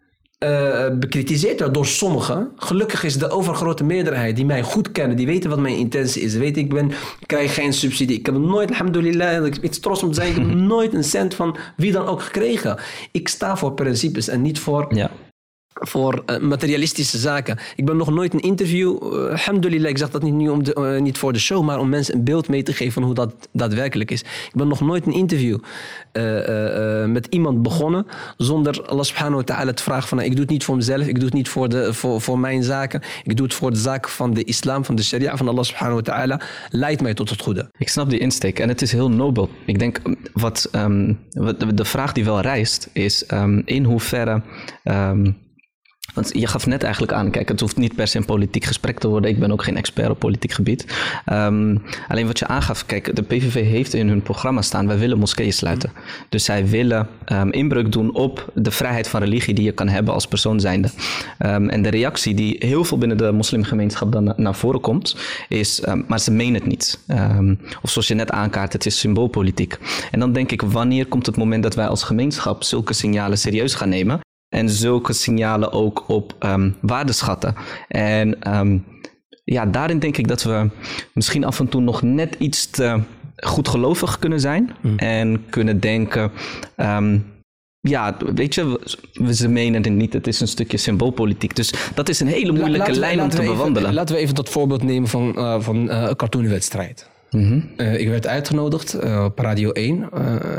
uh, bekritiseerd werd door sommigen. Gelukkig is de overgrote meerderheid die mij goed kennen, die weten wat mijn intentie is. Weet ik, ben, ik krijg geen subsidie. Ik heb nooit, alhamdulillah, ik ben trots om te zijn, ik heb nooit een cent van wie dan ook gekregen. Ik sta voor principes en niet voor... Ja. voor uh, materialistische zaken. Ik ben nog nooit een interview... Uh, alhamdulillah, ik zeg dat niet, nu om de, uh, niet voor de show, maar om mensen een beeld mee te geven van hoe dat daadwerkelijk is. Ik ben nog nooit een interview uh, uh, uh, met iemand begonnen zonder Allah subhanahu wa ta'ala te vragen van ik doe het niet voor mezelf, ik doe het niet voor, de, voor, voor mijn zaken, ik doe het voor de zaken van de islam, van de sharia, van Allah subhanahu wa ta'ala. Leid mij tot het goede. Ik snap die insteek en het is heel nobel. Ik denk, wat, um, wat de vraag die wel rijst is um, in hoeverre... Um, Want je gaf net eigenlijk aan, kijk, het hoeft niet per se een politiek gesprek te worden. Ik ben ook geen expert op politiek gebied. Um, alleen wat je aangaf, kijk, de P V V heeft in hun programma staan, wij willen moskeeën sluiten. Dus zij willen um, inbreuk doen op de vrijheid van religie die je kan hebben als persoon zijnde. Um, en de reactie die heel veel binnen de moslimgemeenschap dan na, naar voren komt, is, um, maar ze menen het niet. Um, of zoals je net aankaart, het is symboolpolitiek. En dan denk ik, wanneer komt het moment dat wij als gemeenschap zulke signalen serieus gaan nemen? En zulke signalen ook op um, waarde schatten. En um, ja, daarin denk ik dat we misschien af en toe nog net iets te goedgelovig kunnen zijn. Mm. En kunnen denken... Um, ja, weet je, we, ze menen het niet. Het is een stukje symboolpolitiek. Dus dat is een hele moeilijke laten lijn we, om te bewandelen. Even, laten we even dat voorbeeld nemen van, uh, van uh, een cartoonwedstrijd. Mm-hmm. Uh, ik werd uitgenodigd uh, op Radio één. Uh,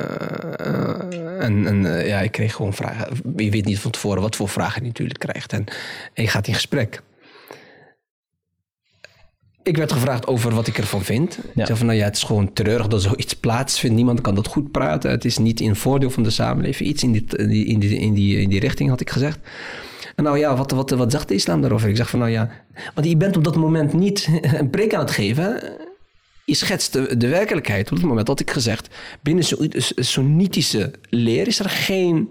uh, en en uh, ja, ik kreeg gewoon vragen. Je weet niet van tevoren wat voor vragen je natuurlijk krijgt. En, en je gaat in gesprek. Ik werd gevraagd over wat ik ervan vind. Ja. Ik zei van, nou ja, het is gewoon treurig dat zoiets plaatsvindt. Niemand kan dat goed praten. Het is niet in voordeel van de samenleving. Iets in die, in die, in die, in die, in die richting had ik gezegd. En nou ja, wat, wat, wat zegt de islam daarover? Ik zeg van, nou ja, want je bent op dat moment niet een preek aan het geven. Je schetst de, de werkelijkheid. Op het moment had ik gezegd, binnen Soenitische leer is er geen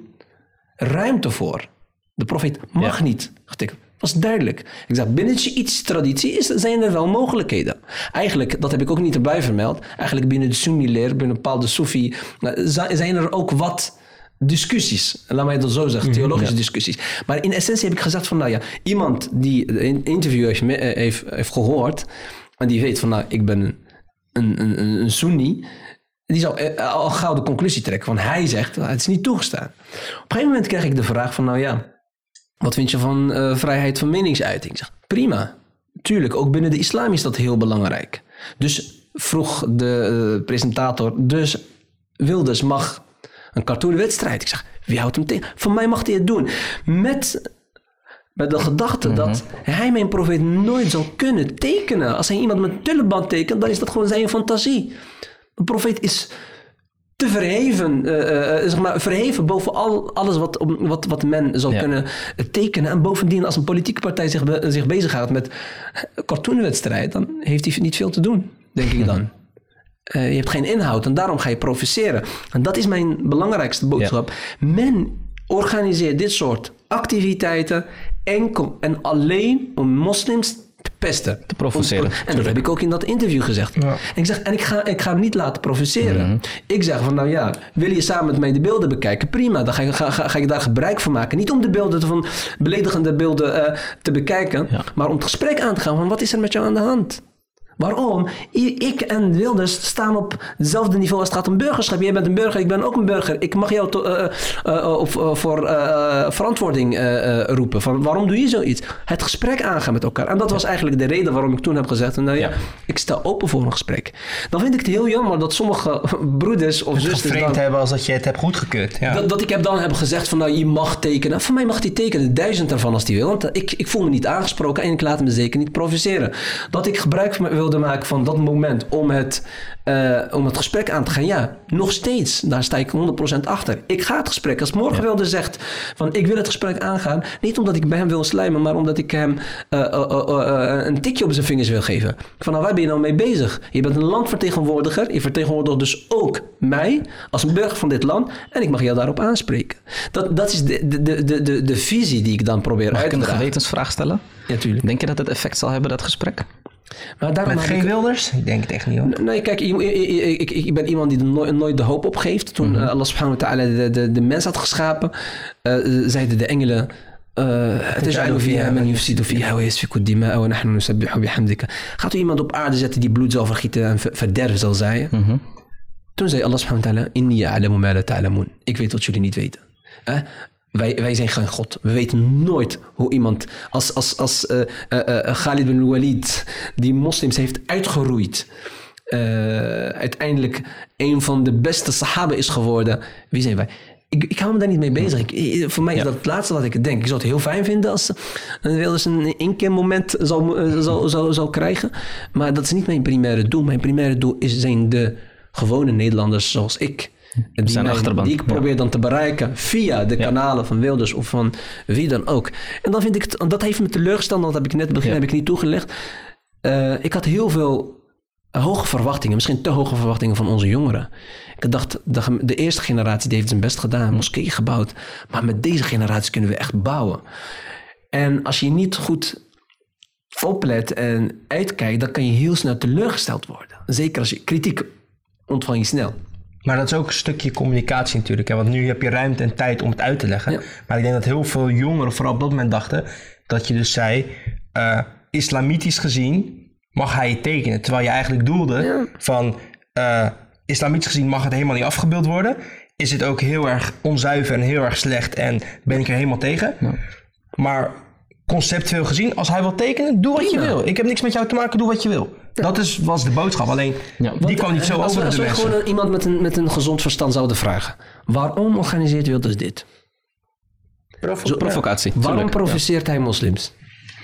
ruimte voor. De profeet mag ja. niet. Dat was duidelijk. Ik zeg, binnen Shiïtische traditie is, zijn er wel mogelijkheden. Eigenlijk, dat heb ik ook niet erbij vermeld. Eigenlijk binnen de Sunni-leer, binnen een bepaalde Soefi, zijn er ook wat discussies. Laat mij dat zo zeggen, theologische ja. discussies. Maar in essentie heb ik gezegd van, nou ja, iemand die een interview heeft, heeft, heeft gehoord en die weet van, nou, ik ben een Een, een, een Soenni, die zou al gauw de conclusie trekken van hij zegt, het is niet toegestaan. Op een gegeven moment krijg ik de vraag van, nou ja, wat vind je van uh, vrijheid van meningsuiting? Ik zeg, prima. Tuurlijk, ook binnen de islam is dat heel belangrijk. Dus vroeg de uh, presentator, dus Wilders mag een cartoonwedstrijd. Ik zeg, wie houdt hem tegen? Van mij mag hij het doen. Met... Met de gedachte mm-hmm. dat hij mijn profeet nooit zal kunnen tekenen. Als hij iemand met een tulband tekent, dan is dat gewoon zijn fantasie. De profeet is te verheven, uh, uh, zeg maar, verheven boven al, alles wat, wat, wat men zal ja. kunnen tekenen. En bovendien, als een politieke partij zich, be, zich bezighoudt met cartoonwedstrijd, dan heeft hij niet veel te doen, denk ik dan. Uh, je hebt geen inhoud en daarom ga je provoceren. En dat is mijn belangrijkste boodschap. Ja. Men organiseert dit soort activiteiten enkel en alleen om moslims te pesten. Te provoceren. Om, en dat heb ik ook in dat interview gezegd. Ja. En ik zeg, en ik ga, ik ga hem niet laten provoceren. Mm-hmm. Ik zeg van, nou ja, wil je samen met mij de beelden bekijken? Prima, dan ga, je, ga, ga, ga ik daar gebruik van maken. Niet om de beelden van beledigende beelden uh, te bekijken, ja. maar om het gesprek aan te gaan van, wat is er met jou aan de hand? Waarom? Ik en Wilders staan op hetzelfde niveau als het gaat om burgerschap. Jij bent een burger, ik ben ook een burger. Ik mag jou to, uh, uh, op, uh, voor uh, verantwoording uh, uh, roepen. Van waarom doe je zoiets? Het gesprek aangaan met elkaar. En dat was eigenlijk de reden waarom ik toen heb gezegd... nou ja, ik sta open voor een gesprek. Dan vind ik het heel jammer dat sommige broeders of het zusters... Het hebben als dat je het hebt goedgekeurd. Ja. Dat, dat ik heb dan heb gezegd van nou, je mag tekenen. Voor mij mag hij tekenen, duizend ervan als hij wil. Want ik, ik voel me niet aangesproken en ik laat me zeker niet provoceren. Dat ik gebruik wilde maken van dat moment om het, uh, om het gesprek aan te gaan. Ja, nog steeds. Daar sta ik honderd procent achter. Ik ga het gesprek. Als morgen ja. Wilde zegt van ik wil het gesprek aangaan. Niet omdat ik bij hem wil slijmen, maar omdat ik hem uh, uh, uh, uh, een tikje op zijn vingers wil geven. Van nou, waar ben je nou mee bezig? Je bent een landvertegenwoordiger. Je vertegenwoordigt dus ook mij als een burger van dit land. En ik mag jou daarop aanspreken. Dat, dat is de, de, de, de, de visie die ik dan probeer mag uit te dragen. dragen. Mag ik een gewetensvraag stellen? Ja, tuurlijk. Denk je dat het effect zal hebben, dat gesprek? Maar daarom Met geen ik... Wilders? Ik denk het echt niet hoor. Nee, kijk, ik, ik, ik, ik ben iemand die er nooit, nooit de hoop opgeeft. Toen mm-hmm. uh, Allah subhanahu wa ta'ala de, de, de mens had geschapen, uh, zeiden de engelen... تجعل فيها من يفسد فيها ويسفك الدماء ونحن نسبح بحمدك. Gaat u iemand op aarde zetten die bloed zal vergieten en verderf zal zaaien? Mm-hmm. Toen zei Allah subhanahu wa ta'ala: Inni a'lamu ma la ta'lamun. Ik weet wat jullie niet weten. Eh? Wij, wij zijn geen God. We weten nooit hoe iemand als, als, als uh, uh, uh, Khalid bin Walid die moslims heeft uitgeroeid. Uh, uiteindelijk een van de beste sahaba is geworden. Wie zijn wij? Ik, ik hou me daar niet mee bezig. Ik, voor mij is ja. dat het laatste wat ik denk. Ik zou het heel fijn vinden als een Wilders een inkeermoment zou, uh, zou, zou, zou krijgen. Maar dat is niet mijn primaire doel. Mijn primaire doel is, zijn de gewone Nederlanders zoals ik. Die, mijn, die ik probeer ja. dan te bereiken via de ja. kanalen van Wilders of van wie dan ook. En dan vind ik het, dat heeft me teleurgesteld, dat heb ik net begin ja. heb ik niet toegelegd. Uh, ik had heel veel hoge verwachtingen, misschien te hoge verwachtingen van onze jongeren. Ik dacht, de, de eerste generatie die heeft zijn best gedaan, moskee gebouwd. Maar met deze generatie kunnen we echt bouwen. En als je niet goed oplet en uitkijkt, dan kan je heel snel teleurgesteld worden. Zeker als je kritiek ontvang je snel. Maar dat is ook een stukje communicatie natuurlijk. Hè? Want nu heb je ruimte en tijd om het uit te leggen. Ja. Maar ik denk dat heel veel jongeren vooral op dat moment dachten... dat je dus zei, uh, islamitisch gezien mag hij het tekenen. Terwijl je eigenlijk doelde ja. van... Uh, islamitisch gezien mag het helemaal niet afgebeeld worden. Is het ook heel erg onzuiver en heel erg slecht en ben ik er helemaal tegen. Ja. Maar conceptueel gezien, als hij wil tekenen, doe wat Prima. je wil. Ik heb niks met jou te maken, doe wat je wil. Ja. Dat is, was de boodschap. Alleen, ja, die kwam niet zo over de mensen. Als we gewoon iemand met een, met een gezond verstand zouden vragen. Waarom organiseert Wilders dit? Provo- Zo, provocatie. Waarom tuurlijk. provoceert ja. hij moslims?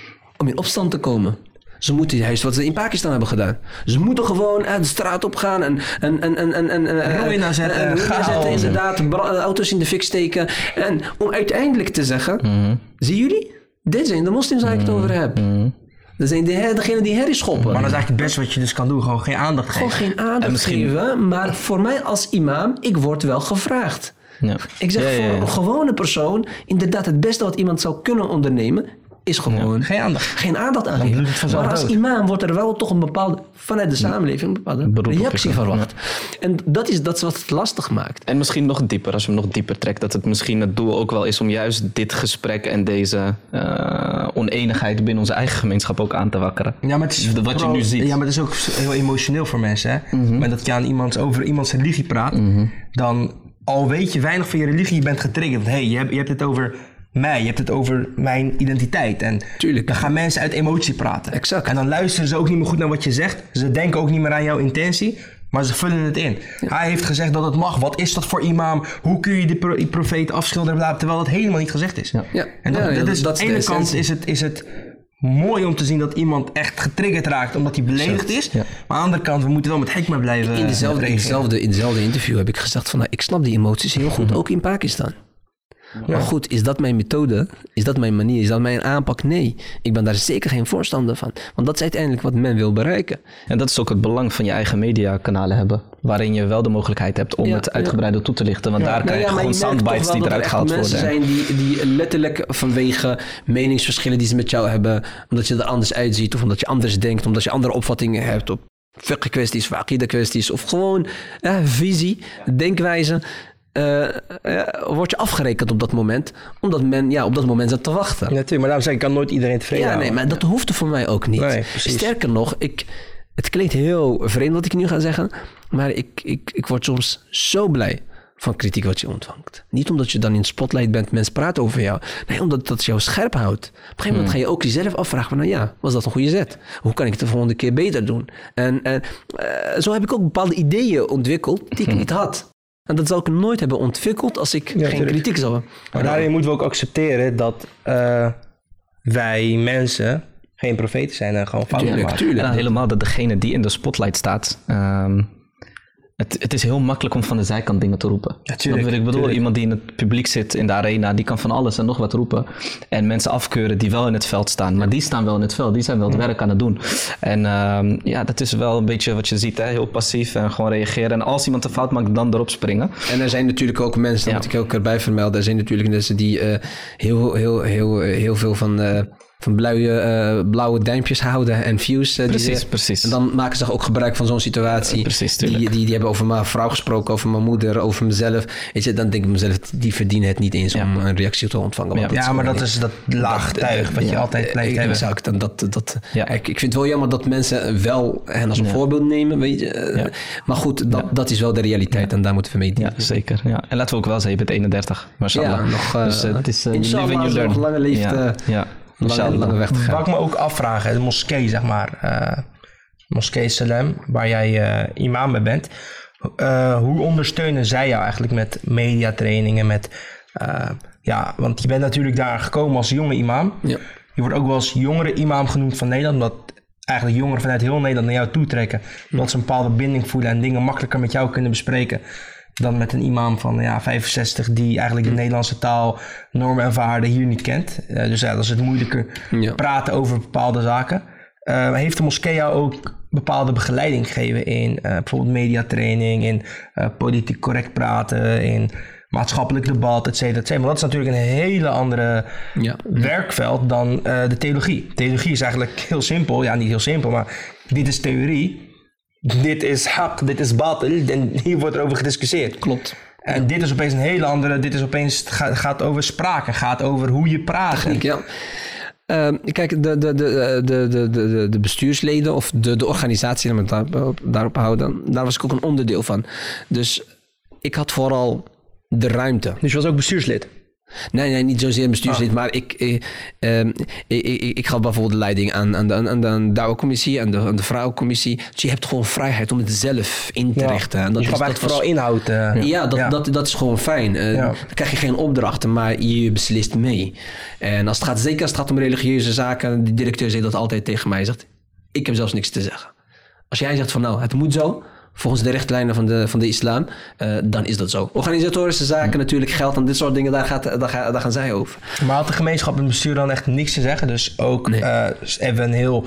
Om in opstand te komen. Ze moeten juist wat ze in Pakistan hebben gedaan. Ze moeten gewoon uit de straat op gaan en en en en en en ruïna zetten, en ruïna zetten inderdaad, bra- auto's in de fik steken en om uiteindelijk te zeggen, mm-hmm. zie jullie, dit zijn de moslims waar ik het over heb. Mm-hmm. Dat zijn de, degenen die herrie schoppen. Maar dat is eigenlijk het beste wat je dus kan doen, gewoon geen aandacht geven. Gewoon geen aandacht misschien... geven, maar voor mij als imam, ik word wel gevraagd. Ja. Ik zeg ja, ja, ja. voor een gewone persoon, inderdaad het beste wat iemand zou kunnen ondernemen is gewoon ja, geen aandacht, geen aandacht aan geven. Maar als dood. imam wordt er wel toch een bepaalde, vanuit de samenleving, een bepaalde Beroep reactie verwacht. Ja. En dat is, dat is wat het lastig maakt. En misschien nog dieper, als je hem nog dieper trekt, dat het misschien het doel ook wel is om juist dit gesprek en deze uh, oneenigheid binnen onze eigen gemeenschap ook aan te wakkeren. Ja, maar het is wat vooral, je nu ziet. Ja, maar het is ook heel emotioneel voor mensen. Hè? Mm-hmm. Maar dat je aan iemand over iemands religie praat, mm-hmm. dan al weet je weinig van je religie, je bent getriggerd. Hé, hey, je, hebt, je hebt het over mij, je hebt het over mijn identiteit. En Tuurlijk. Dan gaan mensen uit emotie praten. Exact. En dan luisteren ze ook niet meer goed naar wat je zegt. Ze denken ook niet meer aan jouw intentie, maar ze vullen het in. Ja. Hij heeft gezegd dat het mag. Wat is dat voor imam? Hoe kun je die, pro- die profeet afschilderen? Terwijl dat helemaal niet gezegd is. Ja. Ja. En dat, ja, ja, dat is, dat aan de ene kant is het, is het mooi om te zien dat iemand echt getriggerd raakt omdat hij beledigd is. Ja. Maar aan de andere kant, we moeten wel met hikma blijven in dezelfde, in dezelfde, in dezelfde interview heb ik gezegd van, nou, ik snap die emoties heel goed, mm-hmm. ook in Pakistan. Ja. Maar goed, is dat mijn methode? Is dat mijn manier? Is dat mijn aanpak? Nee, ik ben daar zeker geen voorstander van. Want dat is uiteindelijk wat men wil bereiken. En dat is ook het belang van je eigen mediakanalen hebben. Waarin je wel de mogelijkheid hebt om ja, het uitgebreider ja. toe te lichten. Want ja, daar krijg je nou ja, gewoon je soundbites die eruit gehaald worden. Er zijn die, die letterlijk vanwege meningsverschillen die ze met jou hebben, omdat je er anders uitziet of omdat je anders denkt, omdat je andere opvattingen hebt op fiqh kwesties, of aqida kwesties of gewoon eh, visie, denkwijze. Uh, uh, word je afgerekend op dat moment, omdat men ja, op dat moment zit te wachten. Ja, natuurlijk, maar daarom zeg ik, kan nooit iedereen tevreden Ja, houden. nee, maar dat hoefde voor mij ook niet. Nee, Sterker nog, ik, het klinkt heel vreemd wat ik nu ga zeggen, maar ik, ik, ik word soms zo blij van kritiek wat je ontvangt. Niet omdat je dan in de spotlight bent, mensen praten over jou. Nee, omdat dat jou scherp houdt. Op een gegeven moment ga je ook jezelf afvragen van, nou ja, was dat een goede zet? Hoe kan ik het de volgende keer beter doen? En, en uh, zo heb ik ook bepaalde ideeën ontwikkeld die ik niet had. En dat zou ik nooit hebben ontwikkeld als ik ja, geen tuurlijk. kritiek zou hebben. Maar daarin moeten we ook accepteren dat uh, wij mensen geen profeten zijn en gewoon fouten maken. Tuurlijk. En dan helemaal dat degene die in de spotlight staat... Um, Het, het is heel makkelijk om van de zijkant dingen te roepen. Ja, tuurlijk, dat ik bedoel, tuurlijk. Iemand die in het publiek zit in de arena, die kan van alles en nog wat roepen. En mensen afkeuren die wel in het veld staan. Maar die staan wel in het veld, die zijn wel het werk aan het doen. En um, ja, dat is wel een beetje wat je ziet, hè? Heel passief en gewoon reageren. En als iemand een fout maakt, dan erop springen. En er zijn natuurlijk ook mensen, dat ja. moet ik ook erbij vermelden. Er zijn natuurlijk mensen die uh, heel, heel, heel, heel veel van... Uh, van blauwe, uh, blauwe duimpjes houden en views. Uh, precies, die, precies. En dan maken ze ook gebruik van zo'n situatie. Uh, precies, die, die, die hebben over mijn vrouw gesproken, over mijn moeder, over mezelf. Weet je, dan denk ik mezelf, die verdienen het niet eens ja. om een reactie te ontvangen. Ja, ja maar dat is dat laagtuig wat ja, je altijd blijft ik, hebben. Exact. En dat, dat, ja. ik, ik vind het wel jammer dat mensen wel hen als een ja. voorbeeld nemen. Weet je. Ja. Maar goed, dat, ja. dat is wel de realiteit ja. en daar moeten we mee dienen. Ja, zeker. Ja. En laten we ook wel zeggen, je bent eenendertig. Mashallah. Ja, nog, uh, dus uh, het is uh, inshallah, living nog lange leeftijd. Ja. ja. Lange, lange weg te gaan. Wat ik me ook afvragen, de moskee zeg maar, uh, moskee Salem, waar jij uh, imam bij bent. Uh, hoe ondersteunen zij jou eigenlijk met mediatrainingen, met, uh, ja, want je bent natuurlijk daar gekomen als jonge imam. Ja. Je wordt ook wel als jongere imam genoemd van Nederland, omdat eigenlijk jongeren vanuit heel Nederland naar jou toetrekken. Omdat ze een bepaalde binding voelen en dingen makkelijker met jou kunnen bespreken. Dan met een imam van ja, vijfenzestig die eigenlijk de Nederlandse taal, normen en waarden hier niet kent. Uh, dus ja, dat is het moeilijker ja. praten over bepaalde zaken. Uh, heeft de moskee jou ook bepaalde begeleiding gegeven in uh, bijvoorbeeld mediatraining, in uh, politiek correct praten, in maatschappelijk debat, et cetera, et cetera. Maar dat is natuurlijk een hele andere ja. werkveld dan uh, de theologie. Theologie is eigenlijk heel simpel. Ja, niet heel simpel, maar dit is theorie. Dit is haq, dit is batil en hier wordt er over gediscussieerd. Klopt. En ja. dit is opeens een hele andere, dit is opeens, het gaat, gaat over spraak, het gaat over hoe je praat. Techniek, ja. Uh, kijk, de, de, de, de, de, de, de bestuursleden of de, de organisatie, laat me daarop, daarop houden, daar was ik ook een onderdeel van. Dus ik had vooral de ruimte. Dus je was ook bestuurslid? Nee, nee, niet zozeer bestuurslid, ah. maar ik, ik, uh, ik, ik, ik gaf bijvoorbeeld de leiding aan, aan de, aan de, aan de Douwe-commissie, aan de, aan de Vrouwencommissie. Dus je hebt gewoon vrijheid om het zelf in te ja. richten. En dat je is, gaf dat vooral was, inhoud. Uh, ja, dat, ja. Dat, dat, dat is gewoon fijn. Uh, ja. Dan krijg je geen opdrachten, maar je beslist mee. En als het gaat, zeker als het gaat om religieuze zaken, de directeur zei dat altijd tegen mij. Zegt, ik heb zelfs niks te zeggen. Als jij zegt van nou, het moet zo, volgens de richtlijnen van de, van de islam, uh, dan is dat zo. Organisatorische zaken, ja. natuurlijk geld en dit soort dingen, daar, gaat, daar, gaan, daar gaan zij over. Maar had de gemeenschap en het bestuur dan echt niks te zeggen? Dus ook nee. uh, even een heel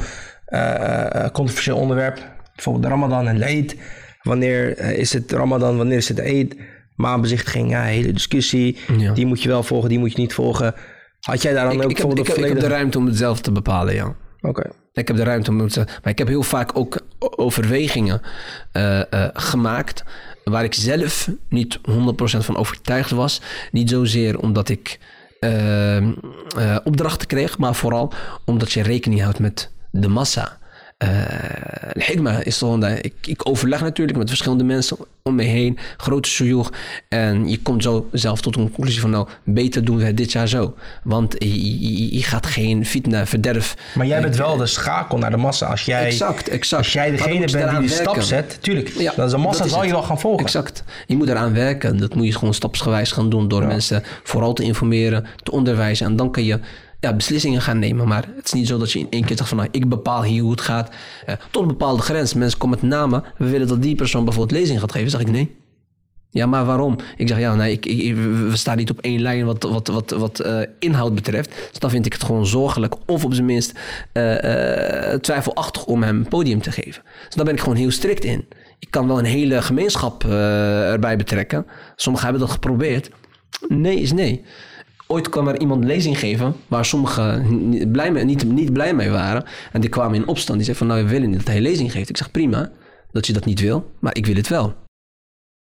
uh, controversieel onderwerp, bijvoorbeeld de Ramadan en de Eid. Wanneer uh, is het Ramadan, wanneer is het de Eid? Maanbezichtiging, ja, hele discussie. Ja. Die moet je wel volgen, die moet je niet volgen. Had jij daar dan ik, ook ik heb, ik, heb, ik heb de ruimte om het zelf te bepalen, ja. Oké. Okay. Ik heb de ruimte om het te... Maar ik heb heel vaak ook overwegingen uh, uh, gemaakt waar ik zelf niet honderd procent van overtuigd was. Niet zozeer omdat ik uh, uh, opdrachten kreeg, maar vooral omdat je rekening houdt met de massa. Uh, Hikma is gewoon dat ik, ik overleg natuurlijk met verschillende mensen om me heen, grote sjoeg, en je komt zo zelf tot een conclusie van nou, beter doen we het dit jaar zo, want je, je, je gaat geen fitna, verderf. Maar jij bent wel de schakel naar de massa. Als jij, exact, exact. Als jij degene bent die die werken. stap zet, tuurlijk, ja, dan de massa zal je wel gaan volgen. Exact. Je moet eraan werken. Dat moet je gewoon stapsgewijs gaan doen door ja. mensen vooral te informeren, te onderwijzen, en dan kan je ja, beslissingen gaan nemen. Maar het is niet zo dat je in één keer zegt van nou, ik bepaal hier hoe het gaat. Uh, tot een bepaalde grens. Mensen komen met namen. We willen dat die persoon bijvoorbeeld lezing gaat geven. Dan zeg ik nee. Ja, maar waarom? Ik zeg ja, nee, ik, ik, we staan niet op één lijn wat, wat, wat, wat uh, inhoud betreft. Dus dan vind ik het gewoon zorgelijk of op zijn minst uh, uh, twijfelachtig om hem een podium te geven. Dus daar ben ik gewoon heel strikt in. Ik kan wel een hele gemeenschap uh, erbij betrekken. Sommigen hebben dat geprobeerd. Nee is nee. Ooit kwam er iemand lezing geven waar sommigen blij mee, niet, niet blij mee waren. En die kwamen in opstand. Die zeiden van nou, we willen niet dat hij lezing geeft. Ik zeg prima dat je dat niet wil, maar ik wil het wel.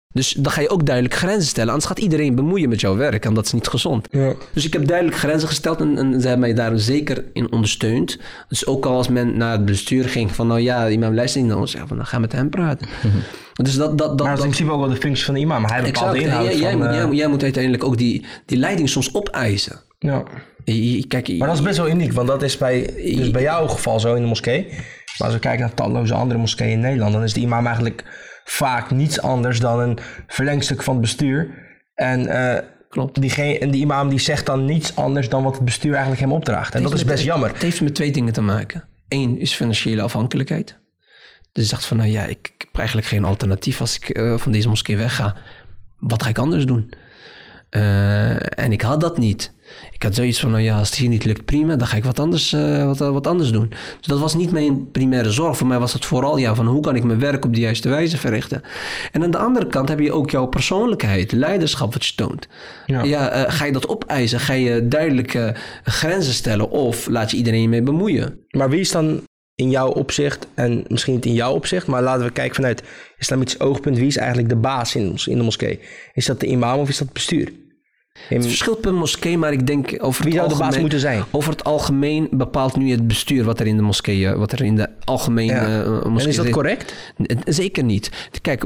Dus dan ga je ook duidelijk grenzen stellen. Anders gaat iedereen bemoeien met jouw werk. En dat is niet gezond. Ja. Dus ik heb duidelijk grenzen gesteld. En, en ze hebben mij daar zeker in ondersteund. Dus ook al als men naar het bestuur ging. Van nou ja, imam luistert niet naar ons. Zeggen van, dan ga met hem praten. Mm-hmm. Dus dat, dat, dat, maar dat is in principe ook wel de functie van de imam. Hij bepaalt de inhoud jij, van... Jij, uh... jij, jij moet uiteindelijk ook die, die leiding soms opeisen. Ja. Kijk, maar dat is best wel uniek. Want dat is bij, dus bij jouw geval zo in de moskee. Maar als we kijken naar talloze andere moskeeën in Nederland. Dan is de imam eigenlijk... vaak niets anders dan een verlengstuk van het bestuur. En, uh, Klopt. Die, en die imam die zegt dan niets anders dan wat het bestuur eigenlijk hem opdraagt. En dat is best met, jammer. Het heeft met twee dingen te maken. Eén is financiële afhankelijkheid. Dus je zegt van, nou ja, ik, ik heb eigenlijk geen alternatief als ik uh, van deze moskee wegga. Wat ga ik anders doen? Uh, en ik had dat niet. Ik had zoiets van, nou ja, als het hier niet lukt, prima. Dan ga ik wat anders, uh, wat, uh, wat anders doen. Dus dat was niet mijn primaire zorg. Voor mij was het vooral, ja, van hoe kan ik mijn werk op de juiste wijze verrichten. En aan de andere kant heb je ook jouw persoonlijkheid, leiderschap wat je toont. Ja, ja uh, ga je dat opeisen? Ga je duidelijke grenzen stellen? Of laat je iedereen mee bemoeien? Maar wie is dan in jouw opzicht, en misschien niet in jouw opzicht, maar laten we kijken vanuit islamitisch oogpunt, wie is eigenlijk de baas in, in de moskee? Is dat de imam of is dat het bestuur? In... Het verschilt per moskee, maar ik denk over wie het zou de baas moeten zijn? Over het algemeen bepaalt nu het bestuur wat er in de moskee, wat er in de algemene ja. uh, moskee. En is dat zit. Correct? Zeker niet. Kijk,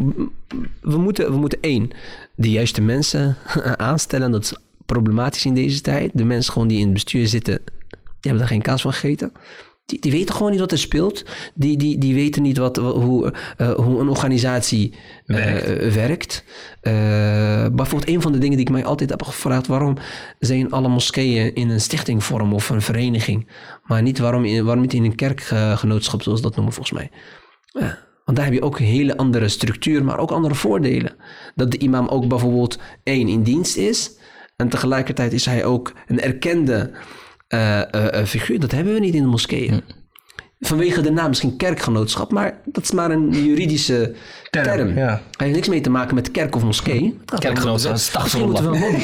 we moeten, we moeten één, de juiste mensen aanstellen. Dat is problematisch in deze tijd. De mensen gewoon die in het bestuur zitten, die hebben daar geen kaas van gegeten. Die, die weten gewoon niet wat er speelt. Die, die, die weten niet wat, hoe, uh, hoe een organisatie uh, werkt. werkt. Uh, bijvoorbeeld een van de dingen die ik mij altijd heb gevraagd. Waarom zijn alle moskeeën in een stichtingvorm of een vereniging? Maar niet waarom, in, waarom niet in een kerkgenootschap zoals dat noemen volgens mij. Uh, want daar heb je ook een hele andere structuur, maar ook andere voordelen. Dat de imam ook bijvoorbeeld één in dienst is. En tegelijkertijd is hij ook een erkende... Uh, uh, figuur, dat hebben we niet in de moskeeën. Hm. Vanwege de naam misschien kerkgenootschap, maar dat is maar een juridische term. term. Ja. Hij heeft niks mee te maken met kerk of moskee. Kerkgenootschap, misschien moeten we een lobby.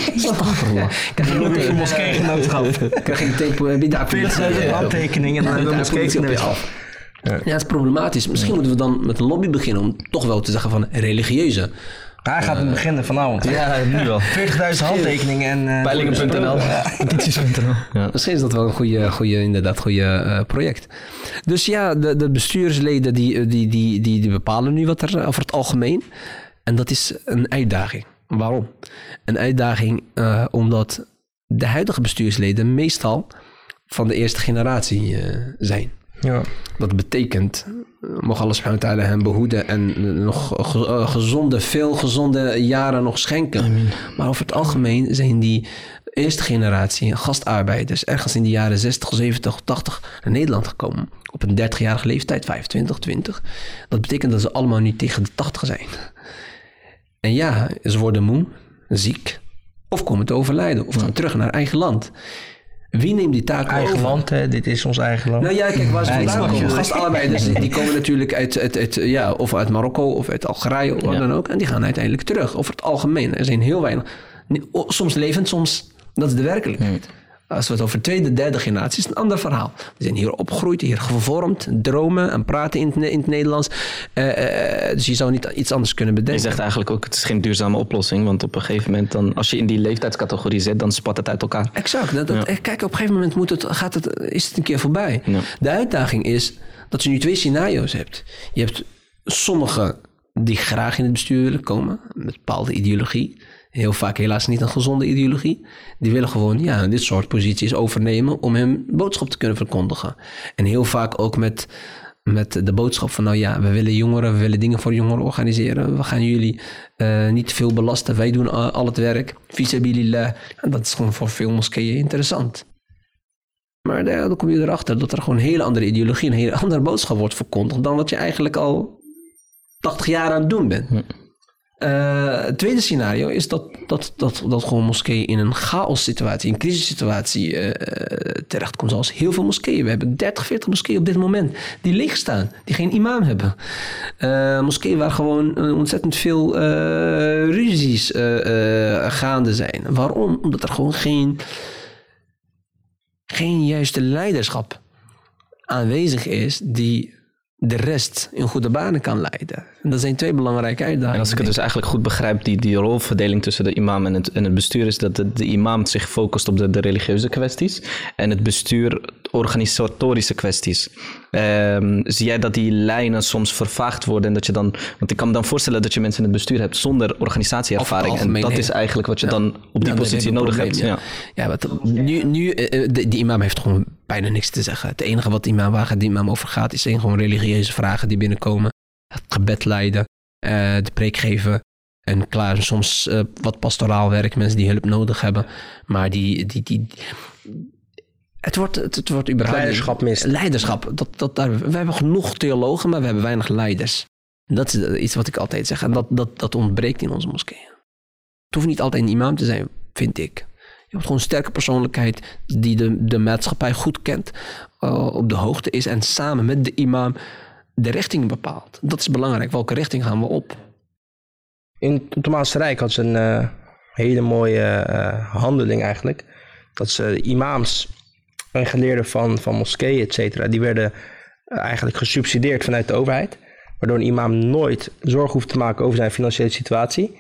Krijg je een moskeegenootschap. Krijg je een tape bij daar. veertig handtekeningen en dan een moskeegenootschap. Ja, het is problematisch. Misschien moeten we dan met een lobby beginnen om toch wel te zeggen van religieuze. Hij gaat uh, beginnen vanavond. Ja, nu wel. veertigduizend handtekeningen en... Uh, Peilingen punt n l. Petities punt n l. Ja. Misschien is dat wel een goede, goede, inderdaad, goede uh, project. Dus ja, de, de bestuursleden die, die, die, die, die bepalen nu wat er over het algemeen. En dat is een uitdaging. Waarom? Een uitdaging uh, omdat de huidige bestuursleden meestal van de eerste generatie uh, zijn. Ja. Dat betekent, mocht Allah subhanahu wa ta'ala hem behoeden en nog gezonde, veel gezonde jaren nog schenken. Amen. Maar over het algemeen zijn die eerste generatie gastarbeiders ergens in de jaren zestig, zeventig, tachtig naar Nederland gekomen. Op een dertigjarige leeftijd, vijfentwintig, twintig. Dat betekent dat ze allemaal nu tegen de tachtig zijn. En ja, ze worden moe, ziek, of komen te overlijden, of gaan terug naar eigen land. Wie neemt die taak eigen over? land, hè? Dit is ons eigen land. Nou ja, kijk, waar ze vandaan komen. Gastarbeiders, die komen natuurlijk uit, uit, uit, ja, of uit Marokko of uit Algerije of wat ja. dan ook. En die gaan uiteindelijk terug. Over het algemeen. Er zijn heel weinig. Soms levend, soms... Dat is de werkelijkheid. Hmm. Als we het over tweede, derde generatie, is het een ander verhaal. We zijn hier opgegroeid, hier gevormd, dromen en praten in het, in het Nederlands. Uh, uh, dus je zou niet iets anders kunnen bedenken. Je zegt eigenlijk ook, het is geen duurzame oplossing. Want op een gegeven moment, dan, als je in die leeftijdscategorie zit, dan spat het uit elkaar. Exact. Dat, dat, ja. Kijk, op een gegeven moment moet het, gaat het, is het een keer voorbij. Ja. De uitdaging is dat je nu twee scenario's hebt. Je hebt sommigen die graag in het bestuur willen komen, met een bepaalde ideologie. Heel vaak helaas niet een gezonde ideologie. Die willen gewoon ja, dit soort posities overnemen om hun boodschap te kunnen verkondigen. En heel vaak ook met, met de boodschap van nou ja, we willen jongeren, we willen dingen voor jongeren organiseren. We gaan jullie uh, niet te veel belasten. Wij doen al, al het werk. Fisabilillah. En dat is gewoon voor veel moskeeën interessant. Maar dan kom je erachter dat er gewoon een hele andere ideologie, een hele andere boodschap wordt verkondigd dan wat je eigenlijk al tachtig jaar aan het doen bent. Hm. Uh, het tweede scenario is dat, dat, dat, dat gewoon moskeeën in een chaos situatie, een crisissituatie uh, terechtkomt. Zoals heel veel moskeeën. We hebben dertig, veertig moskeeën op dit moment die leeg staan, die geen imam hebben. Uh, moskeeën waar gewoon ontzettend veel uh, ruzies uh, uh, gaande zijn. Waarom? Omdat er gewoon geen, geen juiste leiderschap aanwezig is die de rest in goede banen kan leiden. En dat zijn twee belangrijke uitdagingen. En als ik het dus eigenlijk goed begrijp, die, die rolverdeling tussen de imam en het, en het bestuur is dat de, de imam zich focust op de, de religieuze kwesties en het bestuur organisatorische kwesties. Um, zie jij dat die lijnen soms vervaagd worden en dat je dan, want ik kan me dan voorstellen dat je mensen in het bestuur hebt zonder organisatieervaring en dat is eigenlijk wat je ja. dan op die ja, positie nodig probleem, hebt. Ja, ja. ja wat, nu, nu de, de imam heeft gewoon bijna niks te zeggen. Het enige wat de imam, waar het de imam over gaat is gewoon religieuze vragen die binnenkomen. Het gebed leiden, uh, de preek geven en klaar. Soms uh, wat pastoraal werk, mensen die hulp nodig hebben. Maar die... die, die het wordt, het, het wordt überhaupt... Leiderschap mist. Leiderschap. Dat, dat, daar, we hebben genoeg theologen, maar we hebben weinig leiders. Dat is iets wat ik altijd zeg. En dat, dat, dat ontbreekt in onze moskeeën. Het hoeft niet altijd een imam te zijn, vind ik. Je hebt gewoon een sterke persoonlijkheid die de, de maatschappij goed kent, uh, op de hoogte is en samen met de imam de richting bepaalt. Dat is belangrijk. Welke richting gaan we op? In het Ottomaanse Rijk had ze een uh, hele mooie uh, handeling eigenlijk. Dat ze de imams en geleerden van, van moskeeën, et cetera, die werden uh, eigenlijk gesubsidieerd vanuit de overheid. Waardoor een imam nooit zorg hoeft te maken over zijn financiële situatie.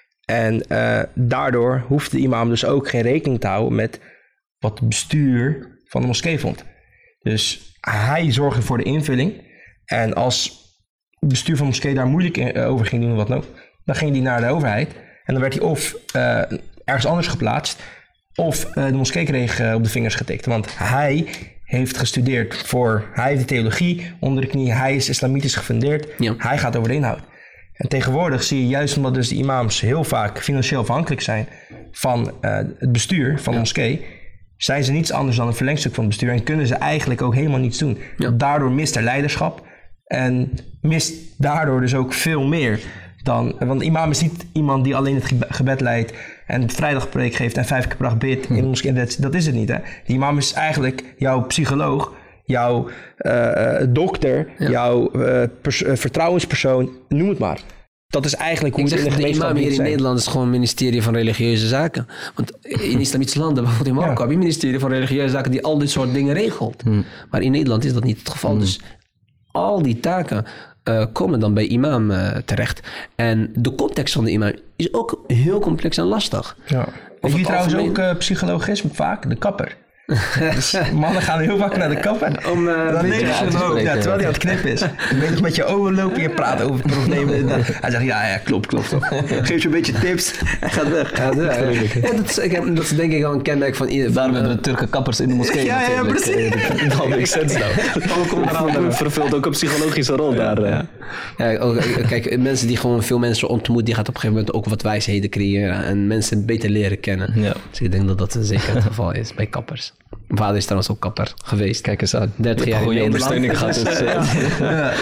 En uh, daardoor hoeft de imam dus ook geen rekening te houden met wat het bestuur van de moskee vond. Dus hij zorgde voor de invulling. En als het bestuur van de moskee daar moeilijk in, uh, over ging doen, wat ook, dan ging hij naar de overheid. En dan werd hij of uh, ergens anders geplaatst, of uh, de moskee kreeg uh, op de vingers getikt. Want hij heeft gestudeerd voor, hij heeft de theologie onder de knie, hij is islamitisch gefundeerd, ja. Hij gaat over de inhoud. En tegenwoordig zie je juist omdat dus de imams heel vaak financieel afhankelijk zijn van uh, het bestuur van de moskee, zijn ze niets anders dan een verlengstuk van het bestuur en kunnen ze eigenlijk ook helemaal niets doen. Ja. Daardoor mist er leiderschap en mist daardoor dus ook veel meer dan, want de imam is niet iemand die alleen het gebed leidt en vrijdagpreek geeft en vijf keer per dag bidt in de moskee. Dat, dat is het niet, hè. De imam is eigenlijk jouw psycholoog, jouw uh, dokter, ja. jouw uh, pers- uh, vertrouwenspersoon, noem het maar. Dat is eigenlijk hoe ik het zeg, in de gemeenschap imam hier in zijn. Nederland is gewoon het ministerie van religieuze zaken. Want in islamitische landen, bijvoorbeeld in Marokko, ja. heb je een ministerie van religieuze zaken die al dit soort dingen regelt. Hmm. Maar in Nederland is dat niet het geval. Hmm. Dus al die taken uh, komen dan bij imam uh, terecht. En de context van de imam is ook heel complex en lastig. Ja. Weet je trouwens algemeen... ook uh, psycholoog is vaak? De kapper. Dus mannen gaan heel vaak naar de kapper. Om uh, dan neem je hem ook, ja, terwijl hij aan het knippen is. Een beetje met je ogen lopen, je praat over problemen. Hij zegt, ja, ja, klopt, klopt. Geef je een beetje tips. Hij gaat weg. Gaat weg. Ja, dat, is, ik, dat is denk ik al een kenmerk van ieder. Daarom hebben de Turken kappers in de moskee. Ja, ja, precies. Dat makes sense nou. Het vervult ook een psychologische rol daar. Ja. Ja, ook, kijk, mensen die gewoon veel mensen ontmoeten, die gaat op een gegeven moment ook wat wijsheden creëren en mensen beter leren kennen. Ja. Dus ik denk dat dat zeker het geval is bij kappers. Mijn vader is trouwens ook kapper geweest. Kijk eens aan. dertig jaar goede ondersteuning gehad. Dus, ja. Ja.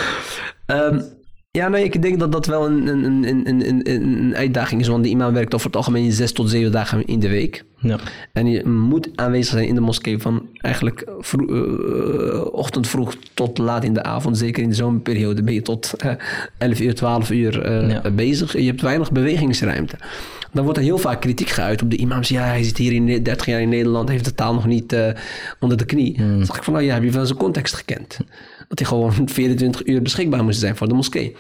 Um, ja, nee, ik denk dat dat wel een, een, een, een, een uitdaging is. Want de imam werkt over het algemeen zes tot zeven dagen in de week. Ja. En je moet aanwezig zijn in de moskee van eigenlijk vroeg, uh, ochtend vroeg tot laat in de avond. Zeker in de zomerperiode ben je tot uh, elf uur, twaalf uur uh, ja. bezig. Je hebt weinig bewegingsruimte. Dan wordt er heel vaak kritiek geuit op de imams. Ja, hij zit hier in dertig jaar in Nederland, heeft de taal nog niet uh, onder de knie. Hmm. Dan zeg ik van, nou ja, heb je van zijn context gekend? Dat hij gewoon vierentwintig uur beschikbaar moest zijn voor de moskee.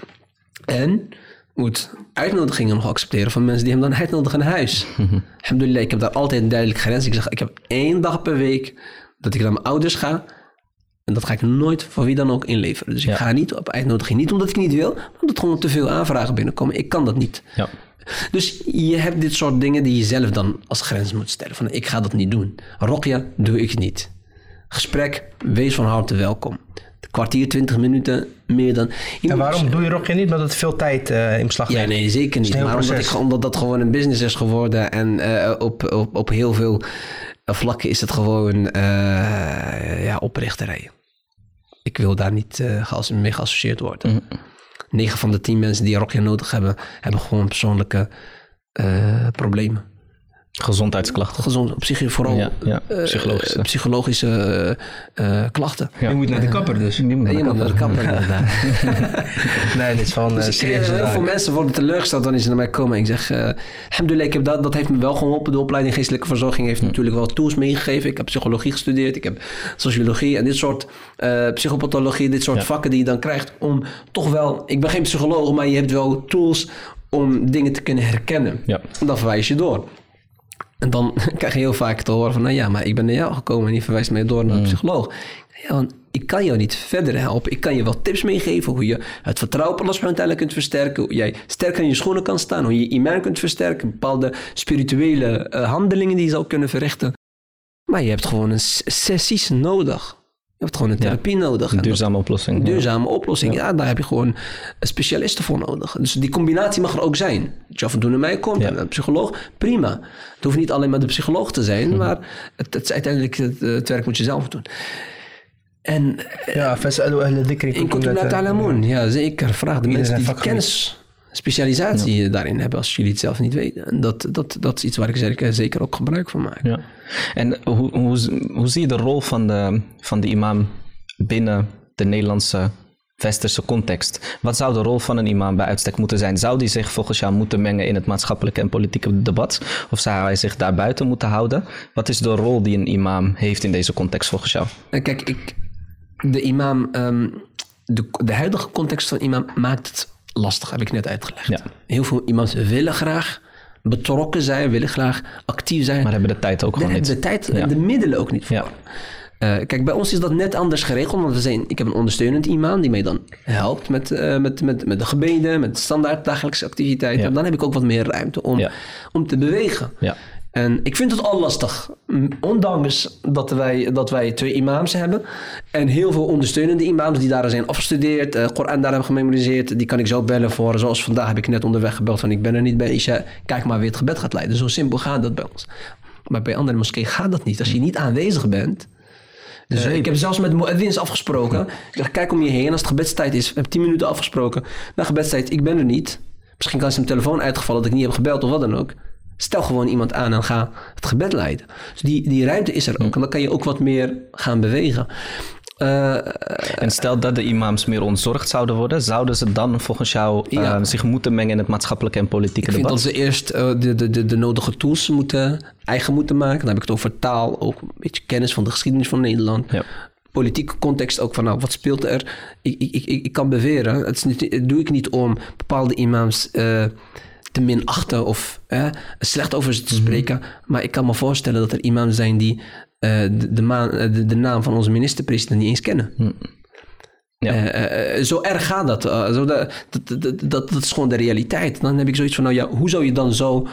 En moet uitnodigingen nog accepteren van mensen die hem dan uitnodigen naar huis. Hmm. Alhamdulillah, ik heb daar altijd een duidelijke grens. Ik zeg, ik heb één dag per week dat ik naar mijn ouders ga. En dat ga ik nooit voor wie dan ook inleveren. Dus ja. ik ga niet op uitnodiging. Niet omdat ik niet wil, maar omdat gewoon te veel aanvragen binnenkomen. Ik kan dat niet. Ja. Dus je hebt dit soort dingen die je zelf dan als grens moet stellen. Van ik ga dat niet doen. Roqya doe ik niet. Gesprek, wees van harte welkom. Een kwartier, twintig minuten, meer dan... En waarom doe je Roqya niet? Omdat het veel tijd uh, in beslag neemt. Ja, nee, zeker niet. Maar omdat, ik, omdat dat gewoon een business is geworden. En uh, op, op, op heel veel vlakken is het gewoon uh, ja, oprichterij. Ik wil daar niet uh, mee geassocieerd worden. Mm-hmm. negen van de tien mensen die Roqya nodig hebben, hebben gewoon persoonlijke uh, problemen. Gezondheidsklachten. Gezond, psychi- vooral ja, ja, psychologische, uh, psychologische uh, klachten. Ja. Je moet naar de kapper dus. Je moet naar, je moet naar de kapper. Nee, dit is van uh, dus heel veel zaak. Mensen worden teleurgesteld wanneer ze naar mij komen. En ik zeg, uh, alhamdulillah, ik heb dat, dat heeft me wel geholpen. De opleiding geestelijke verzorging heeft hm. natuurlijk wel tools meegegeven. Ik heb psychologie gestudeerd. Ik heb sociologie en dit soort uh, psychopathologie. Dit soort ja. vakken die je dan krijgt om toch wel... Ik ben geen psycholoog, maar je hebt wel tools om dingen te kunnen herkennen. Ja. En dan verwijs je door. En dan krijg je heel vaak te horen van... nou ja, maar ik ben naar jou gekomen en die verwijst mij door naar een psycholoog. Ja, want ik kan jou niet verder helpen. Ik kan je wel tips meegeven hoe je het vertrouwen op Allah subhanahu wa ta'ala kunt versterken. Hoe jij sterker in je schoenen kan staan. Hoe je je iman kunt versterken. Bepaalde spirituele uh, handelingen die je zou kunnen verrichten. Maar je hebt gewoon een sessies nodig. Je hebt gewoon een therapie ja, nodig. Een duurzame dat, oplossing. Een duurzame ja. oplossing. Ja, daar heb je gewoon specialisten voor nodig. Dus die combinatie mag er ook zijn. Dat je af en toe naar mij komt ja. en een psycholoog, prima. Het hoeft niet alleen maar de psycholoog te zijn, mm. maar het, het is uiteindelijk het, het werk moet je zelf doen. En ja, fas'alu ahla dhikri in kuntum la ta'lamun. Ja, zeker. Vraag de mensen die kennis, specialisatie ja. daarin hebben als jullie het zelf niet weten. En dat, dat, dat is iets waar ik zeker, zeker ook gebruik van maak. Ja. En hoe, hoe, hoe zie je de rol van de, van de imam binnen de Nederlandse westerse context? Wat zou de rol van een imam bij uitstek moeten zijn? Zou die zich volgens jou moeten mengen in het maatschappelijke en politieke debat? Of zou hij zich daarbuiten moeten houden? Wat is de rol die een imam heeft in deze context volgens jou? Kijk, ik, de imam, um, de, de huidige context van imam maakt het lastig, heb ik net uitgelegd. Ja. Heel veel imams willen graag betrokken zijn, willen graag actief zijn. Maar hebben de tijd ook gewoon niet. De tijd en ja. de middelen ook niet voor. Ja. Uh, kijk, bij ons is dat net anders geregeld. Want we zijn, ik heb een ondersteunend imam die mij dan helpt met, uh, met, met, met de gebeden, met standaard dagelijkse activiteiten. Ja. En dan heb ik ook wat meer ruimte om, ja. om te bewegen. Ja. En ik vind het al lastig. Ondanks dat wij, dat wij twee imams hebben. En heel veel ondersteunende imams die daar zijn afgestudeerd. Uh, Koran daar hebben gememoriseerd. Die kan ik zo bellen voor. Zoals vandaag heb ik net onderweg gebeld van ik ben er niet bij Isha. Kijk maar wie het gebed gaat leiden. Zo simpel gaat dat bij ons. Maar bij andere moskeeën gaat dat niet. Als je niet aanwezig bent. Dus uh, ik heb zelfs met de muezzins afgesproken. Ik zeg, kijk om je heen. Als het gebedstijd is. Ik heb tien minuten afgesproken. Na gebedstijd, ik ben er niet. Misschien kan zijn telefoon uitgevallen dat ik niet heb gebeld of wat dan ook. Stel gewoon iemand aan en ga het gebed leiden. Dus die, die ruimte is er ook. En dan kan je ook wat meer gaan bewegen. Uh, en stel dat de imams meer ontzorgd zouden worden, zouden ze dan volgens jou uh, ja. zich moeten mengen in het maatschappelijke en politieke ik debat? Ik vind dat ze eerst uh, de, de, de, de nodige tools moeten, eigen moeten maken. Dan heb ik het over taal, ook een beetje kennis van de geschiedenis van Nederland. Ja. Politieke context ook van, nou, wat speelt er? Ik, ik, ik, ik kan beweren, het, is niet, het doe ik niet om bepaalde imams Uh, te minachten of eh, slecht over ze te spreken. Mm-hmm. Maar ik kan me voorstellen dat er imams zijn die uh, de, de, maan, de, de naam van onze minister-president niet eens kennen. Mm. Ja. Uh, uh, zo erg gaat dat. Uh, zo dat, dat, dat, dat. Dat is gewoon de realiteit. Dan heb ik zoiets van, nou ja, hoe zou je dan zo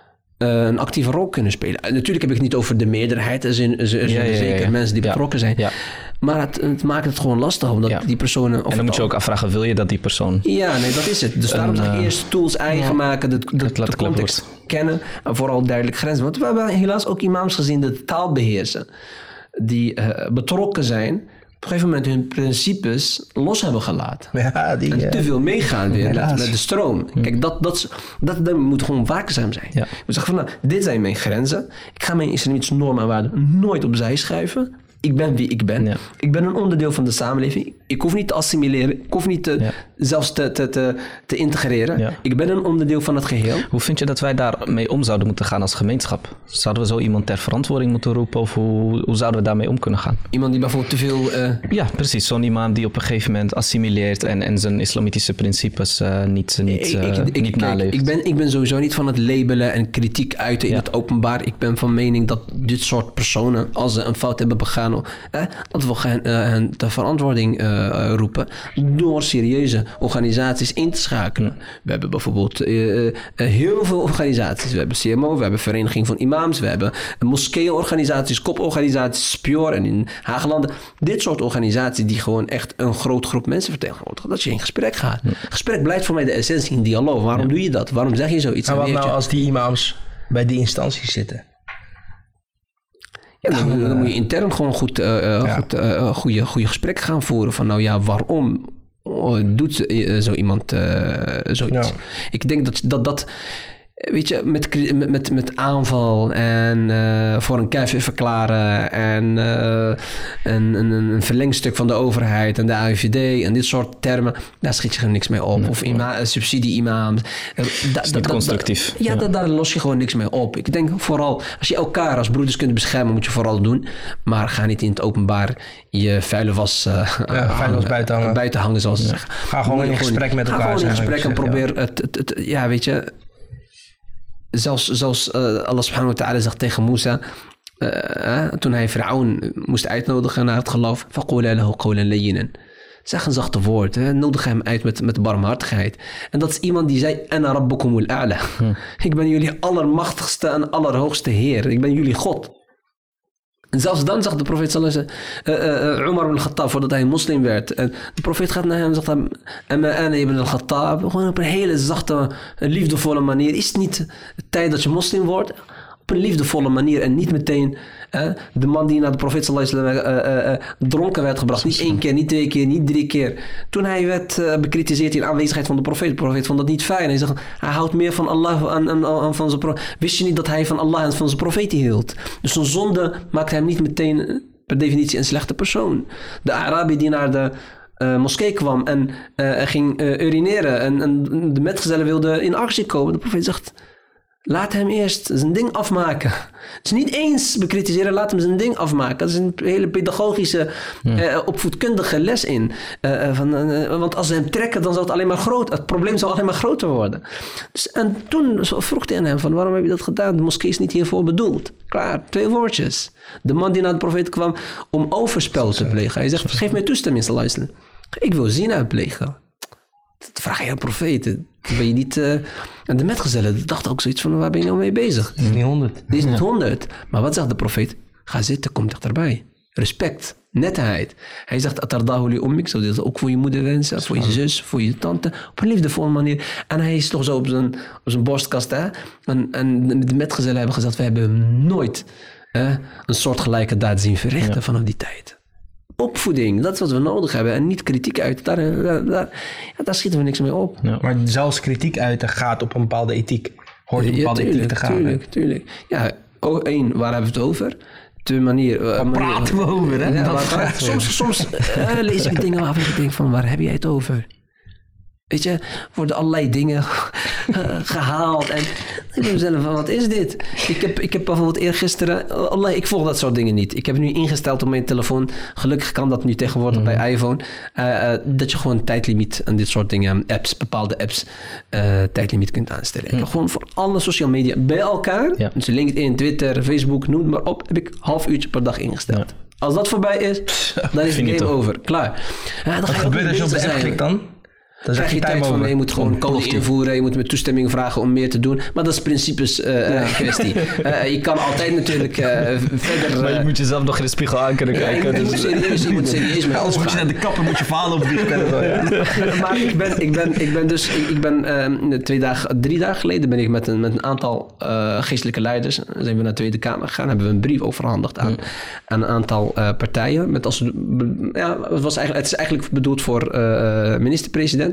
uh, een actieve rol kunnen spelen? Uh, natuurlijk heb ik het niet over de meerderheid. Er zijn, er zijn ja, ja, zeker ja, ja. mensen die ja. betrokken zijn. Ja. Maar het, het maakt het gewoon lastig, omdat ja. die personen... En dan moet je ook afvragen, wil je dat die persoon... Ja, nee, dat is het. Dus daarom zeg ik uh, eerst tools eigen ja. maken, de, de, de, de context wordt. kennen en vooral duidelijk grenzen. Want we hebben helaas ook imams gezien die de taal beheersen, die uh, betrokken zijn, op een gegeven moment hun principes los hebben gelaten. Ja, die, en uh, te veel meegaan weer met, met de stroom. Hm. Kijk, dat, dat, dat, dat moet gewoon waakzaam zijn. Ja. We zeggen van, nou, dit zijn mijn grenzen. Ik ga mijn islamitische normen en waarden nooit opzij schuiven. Ik ben wie ik ben. Ja. Ik ben een onderdeel van de samenleving. Ik hoef niet te assimileren. Ik hoef niet te, ja. zelfs te, te, te, te integreren. Ja. Ik ben een onderdeel van het geheel. Hoe vind je dat wij daarmee om zouden moeten gaan als gemeenschap? Zouden we zo iemand ter verantwoording moeten roepen? Of hoe, hoe zouden we daarmee om kunnen gaan? Iemand die bijvoorbeeld te veel... Uh... Ja, precies. Zo'n imam die op een gegeven moment assimileert en, en zijn islamitische principes uh, niet, niet, uh, ik, ik, niet kijk, naleeft. Ik ben, ik ben sowieso niet van het labelen en kritiek uiten in ja. het openbaar. Ik ben van mening dat dit soort personen, als ze een fout hebben begaan, Eh, dat we hen, uh, hen de verantwoording uh, roepen door serieuze organisaties in te schakelen. Ja. We hebben bijvoorbeeld uh, uh, heel veel organisaties. We hebben C M O, we hebben Vereniging van Imams, we hebben moskeeorganisaties, koporganisaties, Spior en in Haaglanden. Dit soort organisaties die gewoon echt een groot groep mensen vertegenwoordigen. Dat je in gesprek gaat. Ja. Gesprek blijft voor mij de essentie in dialoog. Waarom ja. doe je dat? Waarom zeg je zoiets? En wat nou als die imams bij die instanties zitten? Ja, dan, dan, dan moet je intern gewoon goed, uh, ja. goed, uh, goede, goede gesprekken gaan voeren. Van nou ja, waarom doet uh, zo iemand uh, zoiets? Ja. Ik denk dat dat... dat weet je, met, met, met, met aanval en uh, voor een kafir verklaren en uh, een, een, een verlengstuk van de overheid en de A I V D en dit soort termen, daar schiet je gewoon niks mee op. Nee, of ima- subsidie-imams. Dat is niet constructief. Ja, ja. Da, daar los je gewoon niks mee op. Ik denk vooral, als je elkaar als broeders kunt beschermen, moet je vooral doen. Maar ga niet in het openbaar je vuile was, uh, ja, vuile was buiten hangen. buiten hangen, zoals ze ja. zeggen. Ga gewoon in gesprek met elkaar. Ga gewoon in gesprek en probeer ja. het, het, het, het, ja, weet je... Zelfs, zelfs uh, Allah subhanahu wa ta'ala zegt tegen Musa, uh, uh, toen hij Fir'aun moest uitnodigen naar het geloof, فَقُولَ لَهُ قَوْلًا لَيِّنًا. Zeg een zachte woord, hè? Nodig hem uit met, met barmhartigheid. En dat is iemand die zei, أَنَا رَبُّكُمُ الْأَعْلَى. Hm. Ik ben jullie allermachtigste en allerhoogste Heer. Ik ben jullie God. En zelfs dan zegt de profeet sallallahu alaihi wasallam, uh, uh, Umar ibn al-Khattab, voordat hij moslim werd. En de profeet gaat naar hem en zegt hem, Amma ana ibn al-Khattab, gewoon op een hele zachte, liefdevolle manier. Is het niet tijd dat je moslim wordt? Op een liefdevolle manier en niet meteen uh, de man die naar de profeet sallallahu alaihi wasallam uh, uh, uh, dronken werd gebracht. Niet één keer, niet twee keer, niet drie keer. Toen hij werd uh, bekritiseerd in aanwezigheid van de profeet, de profeet vond dat niet fijn. Hij zegt, hij houdt meer van Allah en, en, en van zijn profeet. Wist je niet dat hij van Allah en van zijn profeet hield? Dus een zonde maakt hem niet meteen per definitie een slechte persoon. De Arabi die naar de uh, moskee kwam en uh, ging uh, urineren en, en de metgezellen wilden in actie komen. De profeet zegt, laat hem eerst zijn ding afmaken. Dus niet eens bekritiseren, laat hem zijn ding afmaken. Dat is een hele pedagogische, ja. uh, opvoedkundige les in. Uh, van, uh, want als ze hem trekken, dan zal het alleen maar groot. Het probleem zal alleen maar groter worden. Dus, en toen vroeg hij aan hem van, waarom heb je dat gedaan? De moskee is niet hiervoor bedoeld. Klaar, twee woordjes. De man die naar de profeet kwam om overspel te plegen. Hij zegt, geef mij toestemming, sallallahu alaihi wasallam. Ik wil zina plegen. Dat vraag je aan de profeet. Ben je niet... Uh, en de metgezellen dachten ook zoiets van, waar ben je nou mee bezig? Die is niet honderd. Die is niet honderd. Maar wat zegt de profeet? Ga zitten, kom dichterbij. Respect, netheid. Hij zegt, atardahu li ummik, zou dat ook voor je moeder wensen, voor je zus, voor je tante, op een liefdevolle manier. En hij is toch zo op zijn, op zijn borstkast, hè? En, en de metgezellen hebben gezegd, we hebben nooit hè, een soortgelijke daad zien verrichten ja. vanaf die tijd. Opvoeding, dat is wat we nodig hebben. En niet kritiek uit. Daar, daar, daar, ja, daar schieten we niks mee op. Ja. Maar zelfs kritiek uiten gaat op een bepaalde ethiek. Hoort op een bepaalde ja, tuurlijk, ethiek te gaan. Tuurlijk, tuurlijk. Ja, oh, één, waar hebben we het over? Twee manier. Waar manier, praten we over, hè? Ja, waar waar, soms soms uh, lees ik dingen waarvan ik denk van, waar heb jij het over? Weet je, worden allerlei dingen gehaald. En ik ben mezelf van, wat is dit? Ik heb, ik heb bijvoorbeeld eergisteren... Allah, ik volg dat soort dingen niet. Ik heb het nu ingesteld op mijn telefoon. Gelukkig kan dat nu tegenwoordig mm. bij iPhone. Uh, uh, dat je gewoon tijdlimiet en dit soort dingen, apps, bepaalde apps, uh, tijdlimiet kunt aanstellen. Mm. Ik heb gewoon voor alle social media bij elkaar, ja. dus LinkedIn, Twitter, Facebook, noem het maar op, heb ik een half uurtje per dag ingesteld. Ja. Als dat voorbij is, dan is het game over. Klaar. Ja, dan wat ga je gebeurt als je op de app klikt dan? Dan krijg je tijd van, je moet gewoon code invoeren, je moet met toestemming vragen om meer te doen. Maar dat is principes uh, ja. kwestie. Uh, je kan altijd natuurlijk uh, verder... Uh, maar je moet jezelf nog in de spiegel aan kunnen kijken. Ja, je, moet serieus, je moet serieus met alles moet je naar de kapper, moet je verhalen opbiechten. Ja. Maar ik ben, ik ben, ik ben dus... Ik, ik ben uh, twee dagen, drie dagen geleden ben ik met een, met een aantal uh, geestelijke leiders... zijn we naar de Tweede Kamer gegaan. Hebben we een brief overhandigd aan, aan een aantal uh, partijen. Met als, ja, het, was eigenlijk, het is eigenlijk bedoeld voor uh, minister-president.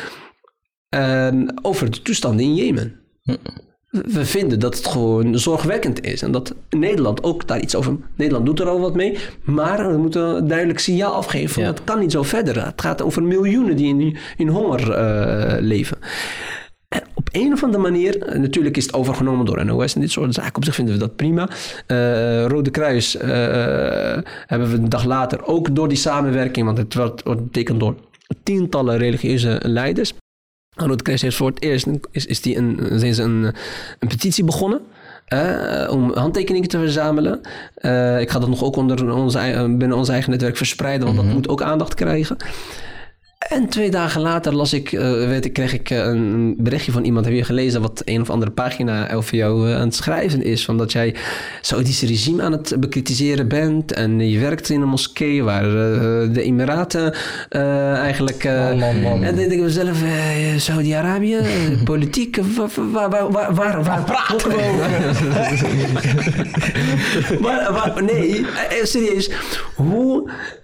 En over de toestanden in Jemen. We vinden dat het gewoon zorgwekkend is. En dat Nederland ook daar iets over... Nederland doet er al wat mee. Maar we moeten een duidelijk signaal afgeven. Van, ja. Dat kan niet zo verder. Het gaat over miljoenen die in, in honger uh, leven. En op een of andere manier... Natuurlijk is het overgenomen door N O S en dit soort zaken. Op zich vinden we dat prima. Uh, Rode Kruis uh, hebben we een dag later... ook door die samenwerking... want het wordt, wordt betekend door... tientallen religieuze leiders. Rode Kruis heeft voor het eerst is, is die een, zijn ze een, een petitie begonnen uh, om handtekeningen te verzamelen. Uh, ik ga dat nog ook onder onze, binnen ons eigen netwerk verspreiden, want mm-hmm. dat moet ook aandacht krijgen. En twee dagen later las ik, uh, weet ik, kreeg ik een berichtje van iemand. Heb je gelezen wat een of andere pagina over jou uh, aan het schrijven is? Van dat jij Saoedische regime aan het bekritiseren bent. En je werkt in een moskee waar uh, de Emiraten uh, eigenlijk... Uh, man, man, man. En dan denk ik mezelf, uh, Saudi-Arabië, uh, politiek, waar, waar, waar, waar, waar praten we over? maar, maar, nee, serieus, hoe...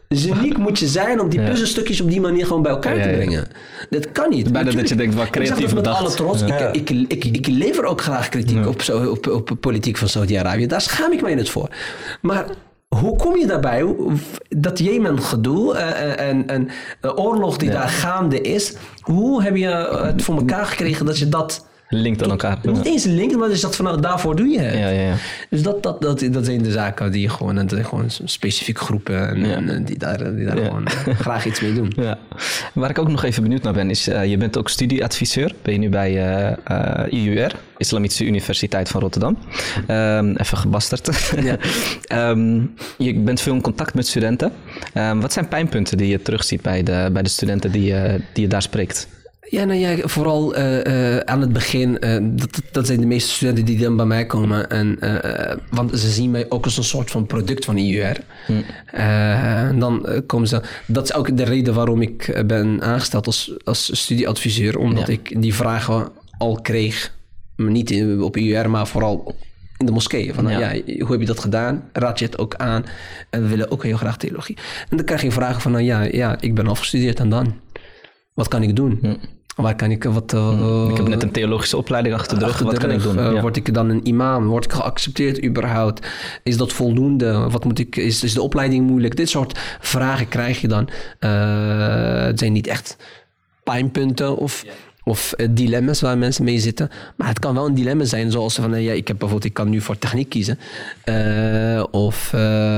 Geniek moet je zijn om die ja. puzzelstukjes op die manier gewoon bij elkaar ja, te brengen. Ja, ja. Dat kan niet. Bijna dat je denkt, wat creatief met bedacht. alle trots. Ja. Ik, ik, ik, ik lever ook graag kritiek ja. op, zo, op, op politiek van Saudi-Arabië. Daar schaam ik mij niet voor. Maar hoe kom je daarbij? Dat Jemen-gedoe uh, en een oorlog die ja. daar gaande is. Hoe heb je het voor elkaar gekregen dat je dat... Linkt aan elkaar. Niet eens linken, maar dus dat vanuit daarvoor doe je het. Ja, ja, ja. Dus dat, dat, dat, dat zijn de zaken die gewoon, dat zijn gewoon specifieke groepen en, ja. en die daar, die daar ja. gewoon graag iets mee doen. Ja. Waar ik ook nog even benieuwd naar ben, is uh, je bent ook studieadviseur. Ben je nu bij uh, uh, I U R, Islamitische Universiteit van Rotterdam. Um, even gebasterd. Ja. um, je bent veel in contact met studenten. Um, wat zijn pijnpunten die je terugziet bij de, bij de studenten die, uh, die je daar spreekt? Ja, nou ja, vooral uh, uh, aan het begin, uh, dat, dat zijn de meeste studenten die dan bij mij komen. En, uh, want ze zien mij ook als een soort van product van I U R. Hmm. Uh, dan uh, komen ze, dat is ook de reden waarom ik ben aangesteld als, als studieadviseur. Omdat ja. ik die vragen al kreeg, niet in, op I U R, maar vooral in de moskee. Van, ja. ja, hoe heb je dat gedaan? Raad je het ook aan? En we willen ook heel graag theologie. En dan krijg je vragen van, nou ja, ja ik ben afgestudeerd en dan? Wat kan ik doen? Hmm. Waar kan ik wat... Uh, ik heb net een theologische opleiding achter de rug. Wat kan ik doen? Uh, ja. Word ik dan een imam? Word ik geaccepteerd überhaupt? Is dat voldoende? Wat moet ik, is, is de opleiding moeilijk? Dit soort vragen krijg je dan. Uh, het zijn niet echt pijnpunten of... Ja. Of uh, dilemma's waar mensen mee zitten. Maar het kan wel een dilemma zijn. Zoals van, uh, ja, ik heb bijvoorbeeld, ik kan nu voor techniek kiezen. Uh, of,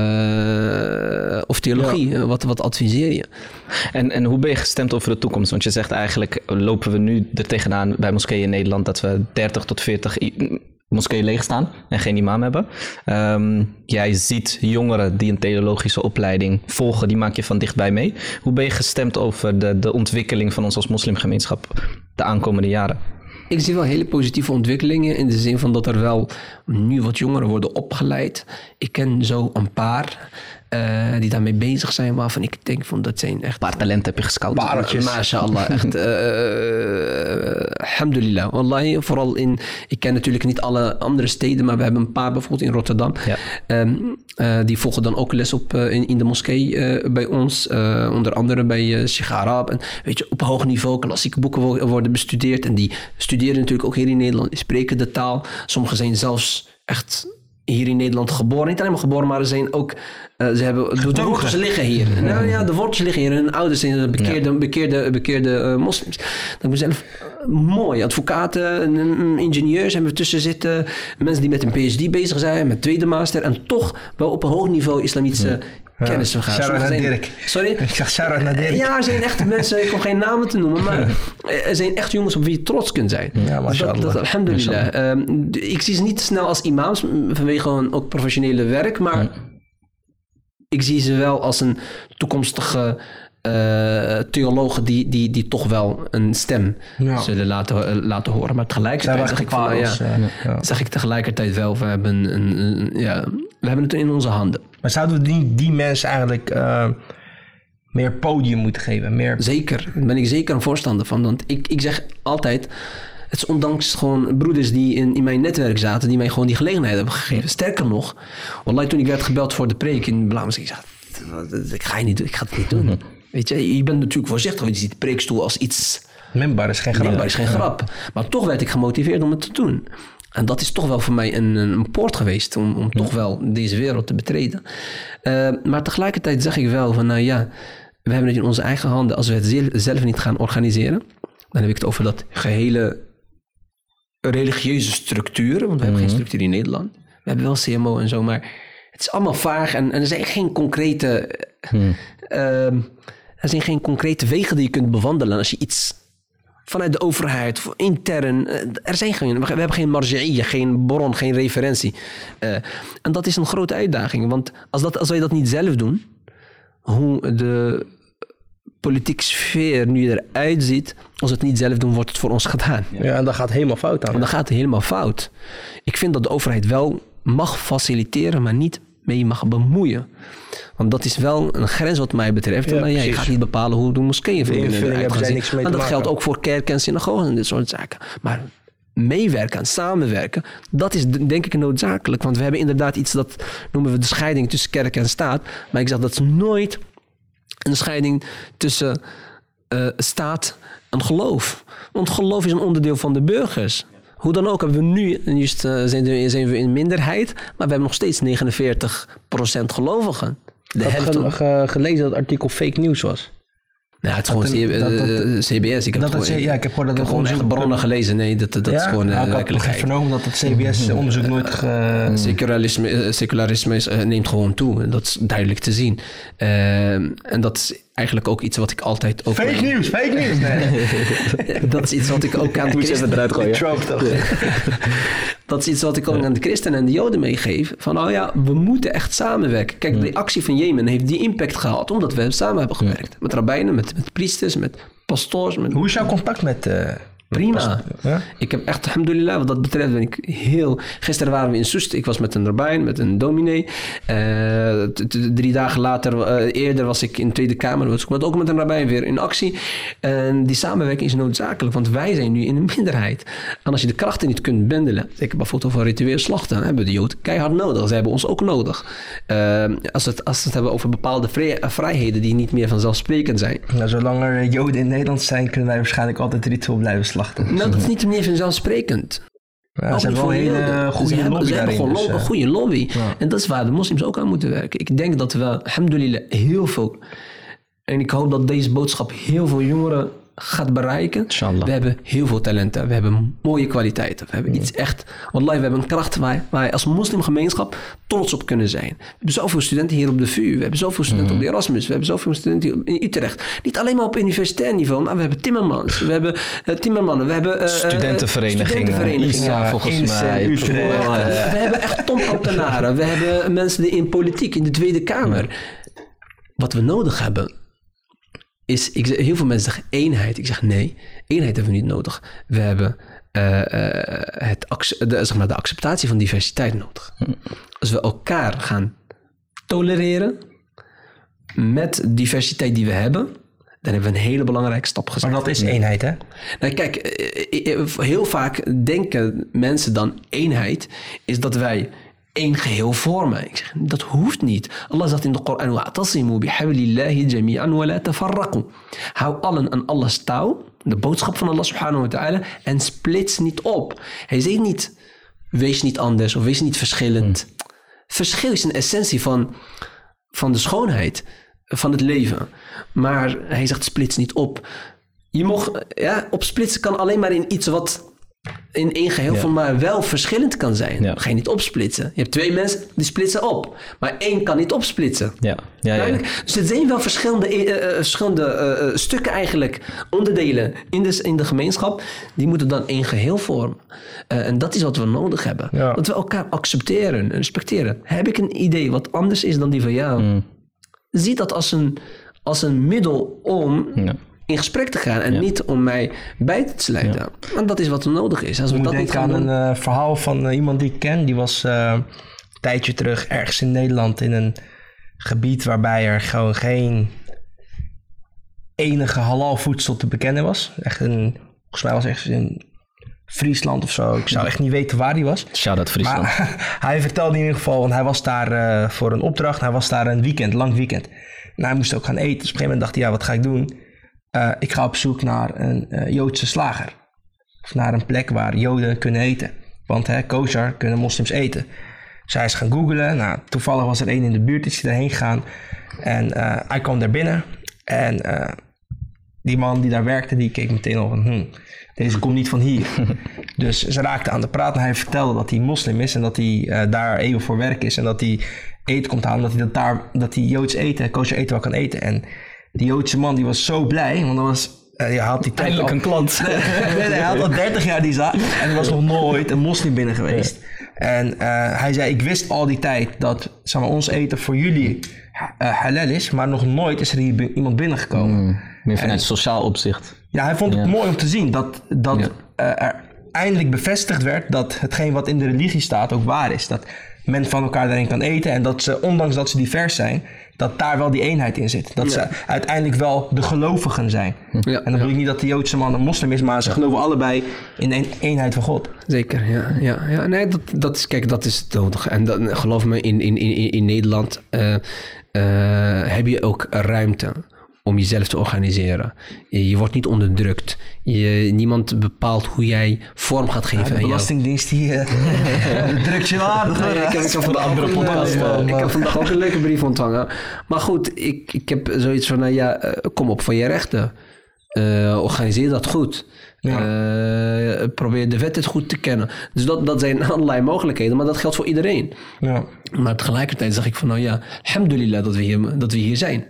uh, of theologie. Ja. Wat, wat adviseer je? En, en hoe ben je gestemd over de toekomst? Want je zegt eigenlijk, lopen we nu er tegenaan bij moskeeën in Nederland dat we dertig tot veertig moskeeën leeg staan en geen imam hebben. Um, jij ziet jongeren die een theologische opleiding volgen, die maak je van dichtbij mee. Hoe ben je gestemd over de, de ontwikkeling van ons als moslimgemeenschap de aankomende jaren? Ik zie wel hele positieve ontwikkelingen in de zin van dat er wel nu wat jongeren worden opgeleid. Ik ken zo een paar uh, die daarmee bezig zijn, waarvan ik denk van dat zijn echt... Een paar talenten heb je gescout. Pareltjes. Mashallah, echt. Uh, uh, alhamdulillah. Wallahi, vooral in... Ik ken natuurlijk niet alle andere steden, maar we hebben een paar bijvoorbeeld in Rotterdam. Ja. Um, uh, die volgen dan ook les op uh, in, in de moskee uh, bij ons. Uh, onder andere bij uh, Sheikh Arab. En weet je, op hoog niveau, klassieke boeken worden bestudeerd. En die studeren natuurlijk ook hier in Nederland. Die spreken de taal. Sommigen zijn zelfs echt hier in Nederland geboren. Niet alleen maar geboren, maar ze zijn ook... Uh, ze hebben, de, de wortels liggen hier. Ja. Nou ja, de wortels liggen hier. En hun ouders zijn bekeerde, ja. bekeerde, bekeerde uh, moslims. Dat is zelf uh, mooi. Advocaten, uh, ingenieurs hebben we tussen zitten. Mensen die met een P H D bezig zijn, met tweede master. En toch wel op een hoog niveau islamitische... Ja. Ja. Kennis van gaan. Shout-out naar Dirk. Sorry? Ik zeg shout-out naar Dirk. Ja, er zijn echt mensen, ik kom geen namen te noemen, maar er zijn echt jongens op wie je trots kunt zijn. Ja, mashallah. Dat, dat, alhamdulillah. Um, ik zie ze niet snel als imams, vanwege gewoon ook professionele werk, maar ja. ik zie ze wel als een toekomstige uh, theologen die, die, die toch wel een stem ja. zullen laten, uh, laten horen. Maar tegelijkertijd zeg ik, van, ja, ja. Ja. zeg ik tegelijkertijd wel, we hebben, een, een, ja, we hebben het in onze handen. Maar zouden we die, die mensen eigenlijk uh, meer podium moeten geven? Meer... Zeker, daar ben ik zeker een voorstander van. Want ik, ik zeg altijd, het is ondanks gewoon broeders die in, in mijn netwerk zaten, die mij gewoon die gelegenheid hebben gegeven. Sterker nog, wallahi, toen ik werd gebeld voor de preek in Blaamus, ik zeg, ik ga, je niet, ik ga het niet doen. Mm-hmm. Weet je, je bent natuurlijk voorzichtig, want je ziet de preekstoel als iets... Minbaar is geen grap. Minbaar is geen grap. Maar toch werd ik gemotiveerd om het te doen. En dat is toch wel voor mij een, een poort geweest om, om ja. toch wel deze wereld te betreden. Uh, maar tegelijkertijd zeg ik wel van, nou ja, we hebben het in onze eigen handen. Als we het zelf niet gaan organiseren, dan heb ik het over dat gehele religieuze structuur. Want we mm-hmm. hebben geen structuur in Nederland. We hebben wel C M O en zo, maar het is allemaal vaag. En, en er zijn geen concrete... Mm. Uh, er zijn geen concrete wegen die je kunt bewandelen als je iets... vanuit de overheid, intern. Er zijn geen, we hebben geen margeïe, geen bron, geen referentie. Uh, en dat is een grote uitdaging. Want als, dat, als wij dat niet zelf doen, hoe de politieke sfeer nu eruit ziet, als we het niet zelf doen, wordt het voor ons gedaan. Ja, en dat gaat helemaal fout aan. En dan gaat het helemaal fout. Ik vind dat de overheid wel mag faciliteren, maar niet mee mag bemoeien. Want dat is wel een grens wat mij betreft. Ja, nou, ja, je gaat niet bepalen hoe de moskeeën eruit gaan zien. En dat geldt ook voor kerken en synagogen en dit soort zaken. Maar meewerken en samenwerken, dat is denk ik noodzakelijk. Want we hebben inderdaad iets, dat noemen we de scheiding tussen kerk en staat. Maar ik zeg, dat is nooit een scheiding tussen uh, staat en geloof. Want geloof is een onderdeel van de burgers. Hoe dan ook hebben we nu, juist uh, zijn, we, zijn we in minderheid, maar we hebben nog steeds negenenveertig procent gelovigen. De ik heb ge- ge- gelezen dat het artikel fake news was. Nou, het is gewoon een, C- dat, dat, uh, C B S. Ik heb, dat gewoon, het, ja, ik heb, dat ik heb gewoon echt bronnen gelezen. Nee, dat, dat ja? is gewoon uh, nou, ik werkelijkheid. Ik heb vernomen dat het C B S-onderzoek nooit... Ge... Secularisme, secularisme is, uh, neemt gewoon toe. Dat is duidelijk te zien. Uh, en dat is eigenlijk ook iets wat ik altijd... Ook fake nieuws, fake nieuws! Nee. Dat is iets wat ik ook aan de christenen... eruit gooien. Trump toch? Dat is iets wat ik ook aan de christenen en de joden meegeef. Van, oh ja, we moeten echt samenwerken. Kijk, mm. de actie van Jemen heeft die impact gehad... omdat we samen hebben gewerkt. Mm. Met rabbijnen, met, met priesters, met pastoors. Met... Hoe is jouw contact met... Uh... Prima. Ja? Ik heb echt, alhamdulillah, wat dat betreft ben ik heel... Gisteren waren we in Soest. Ik was met een rabbijn, met een dominee. Uh, t- t- drie dagen later, uh, eerder was ik in de Tweede Kamer. Was ik ook met een rabbijn weer in actie. En die samenwerking is noodzakelijk, want wij zijn nu in een minderheid. En als je de krachten niet kunt bundelen... Ik bijvoorbeeld over ritueel slachten, hebben de Joden keihard nodig. Ze hebben ons ook nodig. Uh, als, we het, als we het hebben over bepaalde vrij, vrijheden die niet meer vanzelfsprekend zijn. Nou, zolang er Joden in Nederland zijn, kunnen wij waarschijnlijk altijd ritueel blijven slachten. Nou, dat is niet meer vanzelfsprekend. Ja, ze hebben wel een hele goede ze lobby hebben, ze daarin. hebben gewoon Dus, een goede lobby. Ja. En dat is waar de moslims ook aan moeten werken. Ik denk dat we, alhamdulillah, heel veel... En ik hoop dat deze boodschap heel veel jongeren gaat bereiken. Inshallah. We hebben heel veel talenten. We hebben mooie kwaliteiten. We hebben iets echt... Wallahi, we hebben een kracht waar wij als moslimgemeenschap trots op kunnen zijn. We hebben zoveel studenten hier op de V U. We hebben zoveel studenten mm-hmm. op de Erasmus. We hebben zoveel studenten in Utrecht. Niet alleen maar op universitair niveau, maar we hebben Timmermans. We hebben uh, Timmermannen. We hebben... Uh, studentenverenigingen. Studentenverenigingen. Ja, volgens mij. Uh, we hebben echt topambtenaren. We hebben mensen in politiek, in de Tweede Kamer. Ja. Wat we nodig hebben... is, ik zeg, heel veel mensen zeggen eenheid. Ik zeg nee, eenheid hebben we niet nodig. We hebben uh, uh, het, de, zeg maar, de acceptatie van diversiteit nodig. Als we elkaar gaan tolereren met diversiteit die we hebben, dan hebben we een hele belangrijke stap gezet. Maar dat is eenheid, hè? Nou, kijk, heel vaak denken mensen dan eenheid is dat wij één geheel vormen. Ik zeg, dat hoeft niet. Allah zegt in de Koran: wa'tasimu bihablillahi jami'an wa la tafarraqu. Hou allen aan Allah's touw, de boodschap van Allah subhanahu wa ta'ala, en splits niet op. Hij zegt niet, wees niet anders of wees niet verschillend. Hmm. Verschil is een essentie van, van de schoonheid van het leven. Maar hij zegt, splits niet op. Je mocht, ja, opsplitsen kan alleen maar in iets wat in één geheel ja. van maar wel verschillend kan zijn. Ja. Ga je niet opsplitsen. Je hebt twee mensen die splitsen op. Maar één kan niet opsplitsen. Ja. Ja, ja, ja. Dus er zijn wel verschillende, uh, verschillende uh, stukken eigenlijk, onderdelen in de, in de gemeenschap. Die moeten dan één geheel vormen. Uh, en dat is wat we nodig hebben. Ja. Dat we elkaar accepteren en respecteren. Heb ik een idee wat anders is dan die van jou? Mm. Zie dat als een, als een middel om... Ja. in gesprek te gaan en ja. niet om mij bij te sluiten. Ja. Want dat is wat er nodig is. Als we ik dat denk niet gaan aan doen... een uh, verhaal van uh, iemand die ik ken. Die was uh, een tijdje terug ergens in Nederland in een gebied waarbij er gewoon geen enige halal voedsel te bekennen was. Echt een, volgens mij was het echt in Friesland of zo. Ik zou echt niet weten waar hij was. Shout-out Friesland. Maar hij vertelde in ieder geval, want hij was daar uh, voor een opdracht. Hij was daar een weekend, lang weekend. En hij moest ook gaan eten. Dus op een gegeven moment dacht hij, ja, wat ga ik doen? Uh, ik ga op zoek naar een uh, Joodse slager. Of naar een plek waar Joden kunnen eten. Want hè, kosher kunnen moslims eten. Dus hij is gaan googlen. Nou, toevallig was er één in de buurt. Is hij daarheen gegaan. En uh, hij kwam daar binnen. En uh, die man die daar werkte, die keek meteen al van... Hm, deze komt niet van hier. Dus ze raakten aan de praat. En hij vertelde dat hij moslim is. En dat hij uh, daar even voor werk is. En dat hij eten komt halen. Dat hij, dat daar, dat hij Joods eten, kosher eten wel kan eten. En die Joodse man die was zo blij. Want dan was... Uh, ja, had die eindelijk al, een klant. Nee, hij had al dertig jaar die zaak. En er was nog nooit een moslim binnen geweest. Ja. En uh, hij zei, ik wist al die tijd dat zeg maar, ons eten voor jullie uh, halal is. Maar nog nooit is er hier b- iemand binnengekomen. Mm, meer vanuit en, sociaal opzicht. Ja, hij vond het ja. mooi om te zien dat, dat ja. uh, er eindelijk bevestigd werd dat hetgeen wat in de religie staat ook waar is. Dat men van elkaar daarin kan eten. En dat ze, ondanks dat ze divers zijn, dat daar wel die eenheid in zit. Dat ja. ze uiteindelijk wel de gelovigen zijn. Ja, en dan bedoel ja. ik niet dat de Joodse man een moslim is, maar ze ja. geloven allebei in de een, eenheid van God. Zeker, ja. ja, ja. Nee, dat, dat is, kijk, dat is nodig. En dat, geloof me, in, in, in, in Nederland, uh, uh, heb je ook ruimte om jezelf te organiseren. Je, je wordt niet onderdrukt. Je, niemand bepaalt hoe jij vorm gaat geven. Ja, de Belastingdienst die uh, drukt je aan. Nee, ik heb, ik heb vandaag andere podcast. Uh, ik heb vandaag ook een leuke brief ontvangen. Maar goed, ik, ik heb zoiets van, nou ja, uh, kom op van je rechten. Uh, organiseer dat goed. Ja. Uh, probeer de wet het goed te kennen. Dus dat, dat zijn allerlei mogelijkheden, maar dat geldt voor iedereen. Ja. Maar tegelijkertijd zag ik van, nou ja, alhamdulillah dat we hier, dat we hier zijn.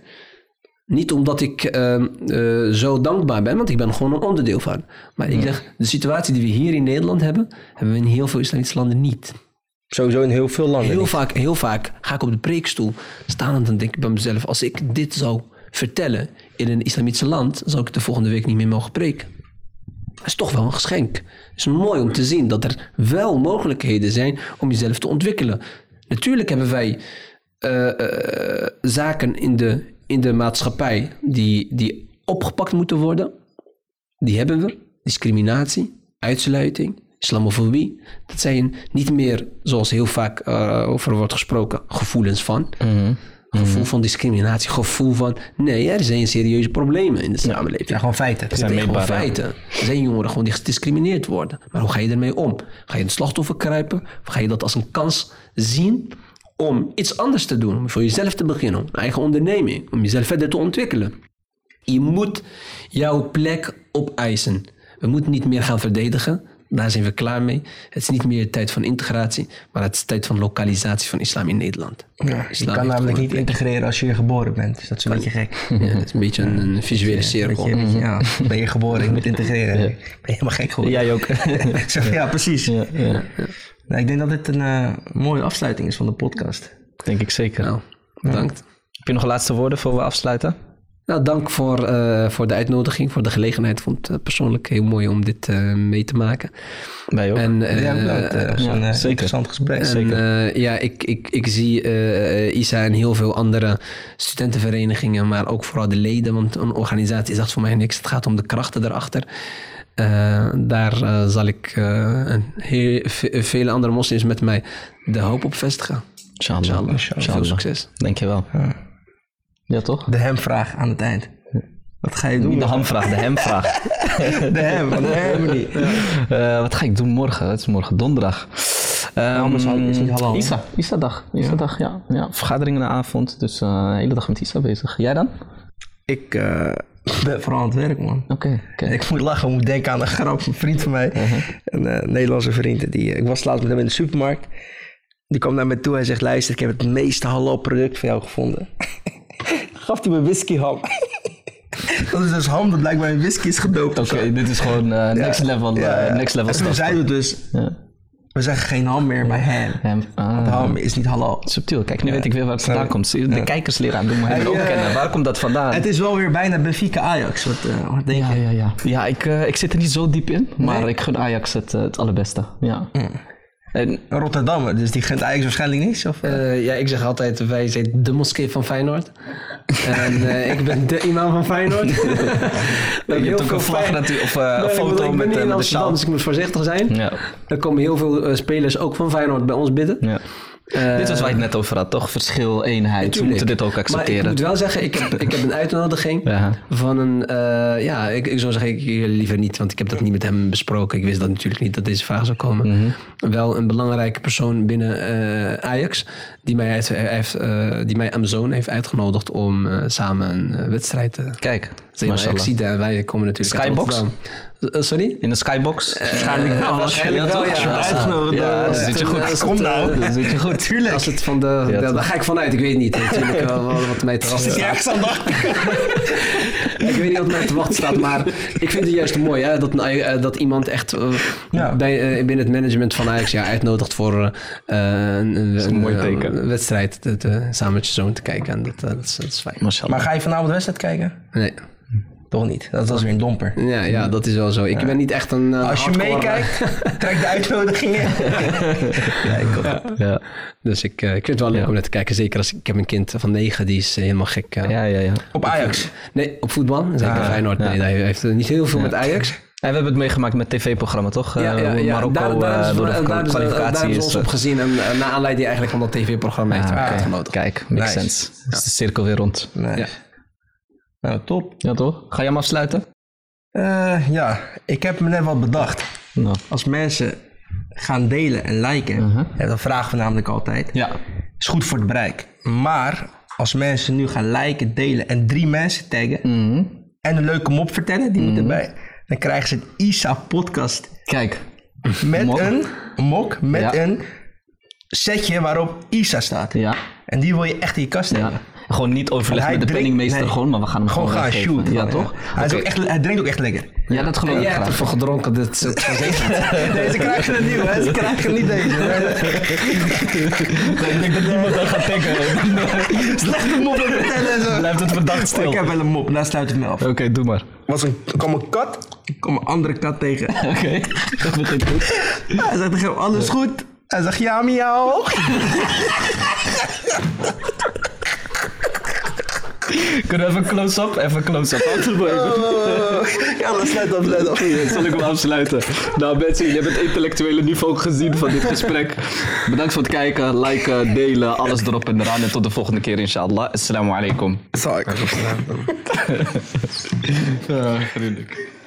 Niet omdat ik uh, uh, zo dankbaar ben, want ik ben er gewoon een onderdeel van. Maar ja. ik zeg, de situatie die we hier in Nederland hebben, hebben we in heel veel islamitische landen niet. Sowieso in heel veel landen heel niet. Vaak, heel vaak ga ik op de preekstoel staan en dan denk ik bij mezelf, als ik dit zou vertellen in een islamitische land, zou ik de volgende week niet meer mogen preken. Dat is toch wel een geschenk. Het is mooi om te zien dat er wel mogelijkheden zijn om jezelf te ontwikkelen. Natuurlijk hebben wij uh, uh, zaken in de, in de maatschappij die, die opgepakt moeten worden. Die hebben we. Discriminatie, uitsluiting, islamofobie. Dat zijn niet meer, zoals heel vaak uh, over wordt gesproken, gevoelens van. Mm-hmm. Gevoel mm-hmm. van discriminatie, gevoel van... Nee, er zijn serieuze problemen in de samenleving. Ja, gewoon feiten. Het zijn gewoon feiten. Er zijn jongeren gewoon die gediscrimineerd worden. Maar hoe ga je ermee om? Ga je in het slachtoffer kruipen? Of ga je dat als een kans zien om iets anders te doen? Om voor jezelf te beginnen. Een eigen onderneming. Om jezelf verder te ontwikkelen. Je moet jouw plek opeisen. We moeten niet meer gaan verdedigen. Daar zijn we klaar mee. Het is niet meer tijd van integratie, maar het is tijd van lokalisatie van islam in Nederland. Ja, islam je kan namelijk niet integreren als je hier geboren bent. Dus dat is een beetje gek. Ja, dat is een beetje een, een visuele cirkel. Beetje, beetje, ja, ben je geboren, je moet integreren. Ja. Ben je helemaal gek geworden. Jij ook. Ja, precies. Ja, ja. Ja. Nou, ik denk dat dit een uh, mooie afsluiting is van de podcast. Denk ik zeker. Nou, bedankt. Ja. Heb je nog laatste woorden voor we afsluiten? Nou, dank voor, uh, voor de uitnodiging, voor de gelegenheid. Ik vond het uh, persoonlijk heel mooi om dit uh, mee te maken. Wij ook. En, uh, ja, bedankt. Uh, ja, een uh, interessant gesprek. En, zeker. Uh, ja, ik, ik, ik zie uh, Isa en heel veel andere studentenverenigingen, maar ook vooral de leden, want een organisatie is echt voor mij niks. Het gaat om de krachten daarachter. Uh, daar uh, zal ik uh, en heel, ve- vele andere moslims met mij de hoop op vestigen. Inshallah. Inshallah. Inshallah. Veel succes. Denk je wel. Ja. Ja, toch? De hem-vraag aan het eind. Wat ga je doen? Niet de hamvraag, de hem-vraag. De hem, de hem niet. Ja. Uh, wat ga ik doen morgen? Het is morgen donderdag. Um, um, is niet halal. Isa, Isa-dag. Isa-dag, ja. ja. Vergaderingen in de avond, dus uh, de hele dag met Isa bezig. Jij dan? Ik uh, ben vooral aan het werk, man. Oké. Okay, okay. Ik moet lachen, ik moet denken aan een grap van een vriend van mij. Uh-huh. Een uh, Nederlandse vriend. Die, ik was laatst met hem in de supermarkt. Die kwam naar me toe en zegt, luister, ik heb het meeste halal product van jou gevonden. Gaf hij me whiskyham. Dat is dus ham dat blijkbaar in whisky is gedoopt. Oké, okay, dit is gewoon uh, next ja. level, uh, ja, ja. next level stuff. En toen zeiden we dus, ja. we zeggen geen ham meer, maar ham. ham. Ah. Want ham is niet halal. Subtiel, kijk, nu ja. weet ik weer waar het vandaan komt. De ja. kijkers leren aan doen, maar hij wil ook kennen. Waar komt dat vandaan? Het is wel weer bijna Benfica Ajax. Wat, uh, wat denk ja, je? Ja, ja, ja. ik, uh, ik zit er niet zo diep in, maar nee. ik gun Ajax het, uh, het allerbeste. Ja. Mm. En Rotterdammer, dus die gunt Ajax waarschijnlijk niets? Of? Uh, ja, ik zeg altijd, wij zijn de moskee van Feyenoord. En uh, ik ben de imam van Feyenoord. Je hebt ook een vlag natuurlijk, of uh, een foto ik met, uh, met de sjaal. Dus ik moet voorzichtig zijn. Ja. Er komen heel veel uh, spelers ook van Feyenoord bij ons bidden. Ja. Uh, dit is waar je het net over had, toch? Verschil, eenheid. We moeten dit ook accepteren. Maar ik moet wel zeggen, ik heb, ik heb een uitnodiging ja. van een... Uh, ja, ik, ik zou zeggen, ik liever niet, want ik heb dat niet met hem besproken. Ik wist dat natuurlijk niet dat deze vraag zou komen. Mm-hmm. Wel een belangrijke persoon binnen uh, Ajax, die mij, heeft, heeft, uh, die mij aan mijn zoon heeft uitgenodigd om uh, samen een uh, wedstrijd te... Kijk, Ajax ziet en wij komen natuurlijk... Skybox? Uh, sorry? In de skybox? Uh, waarschijnlijk wel. Waarschijnlijk wel, ja. Uitgenodigd. Ja, dat zit je goed. Kom nou. Dat zit je goed. Tuurlijk. Als het van de, ja, de, daar ga ik vanuit. Ik weet niet natuurlijk wel wat mij te wachten staat. Zit je ergens aan Ik weet niet wat mij te wachten staat, maar ik vind het juist mooi hè, dat, uh, dat iemand echt uh, ja. bij, uh, binnen het management van Ajax ja, uitnodigt voor uh, een, een, een, mooi teken. een wedstrijd te, te, samen met je zoon te kijken. En dat, uh, dat, is, dat is fijn. Mashallah. Maar ga je vanavond de wedstrijd kijken? Nee. Toch niet? Dat was weer een domper. Ja, ja, dat is wel zo. Ik ja. ben niet echt een... Uh, Als je meekijkt, trek de uitnodigingen. ja, ik ja. ja. Dus ik, uh, ik vind het wel leuk ja. om naar te kijken. Zeker als ik, ik heb een kind van negen, die is uh, helemaal gek. Uh, ja, ja, ja. Op Ajax? Nee, op voetbal. Zeker ah, Feyenoord. Ja. Nee, hij heeft niet heel veel ja. met Ajax. En we hebben het meegemaakt met tv-programma, toch? Ja, ja, ja. Marokko daar, daar is, door de daar, kwalificatie daar hebben is... ze ons op gezien. En uh, na aanleiding eigenlijk van dat tv-programma heeft Ah, hij okay. Kijk, makes nice. sense. Ja. Is de cirkel weer rond. Nice. Ja. Nou, top. Ja, toch? Ga je hem afsluiten? Uh, ja, ik heb me net wat bedacht. No. Als mensen gaan delen en liken, uh-huh. ja, dat vragen we namelijk altijd. Ja. Is goed voor het bereik. Maar als mensen nu gaan liken, delen en drie mensen taggen... Uh-huh. en een leuke mop vertellen, die uh-huh. moet erbij... dan krijgen ze een Isa podcast. Kijk. Met mok. een mok, met ja. een setje waarop Isa staat. Ja. En die wil je echt in je kast hebben. Ja. Gewoon niet overleggen met de drinkt, penningmeester, nee. gewoon, maar we gaan hem gewoon, gewoon gaan shooten. Ja, ja, toch? Hij, okay. echt, hij drinkt ook echt lekker. Ja, dat geloof ik. Jij hebt ervoor gedronken, dit is gezegend. Nee, ze krijgen een nieuw, hè? Ze krijgen niet deze. Nee, ik denk dat niemand dat gaat taggen. Slechte moppen vertellen en zo. Blijft het verdacht stil. Oh, ik heb wel een mop, daar sluit het me af. Oké, okay, doe maar. Was een, er kwam een kat, er kwam een andere kat tegen. Oké, okay. Dat begint goed. Hij zegt tegen hem, alles ja. goed? Hij zegt, ja, miauw. Kunnen we even een close-up? Even een close-up. Oh, ja, dan sluit af, sluit af. Zal ik hem afsluiten? Nou mensen, jullie hebben het intellectuele niveau gezien van dit gesprek. Bedankt voor het kijken, liken, delen, alles erop en eraan. En tot de volgende keer inshallah. Assalamu alaikum. Assalamu alaikum. Ja, vriendelijk.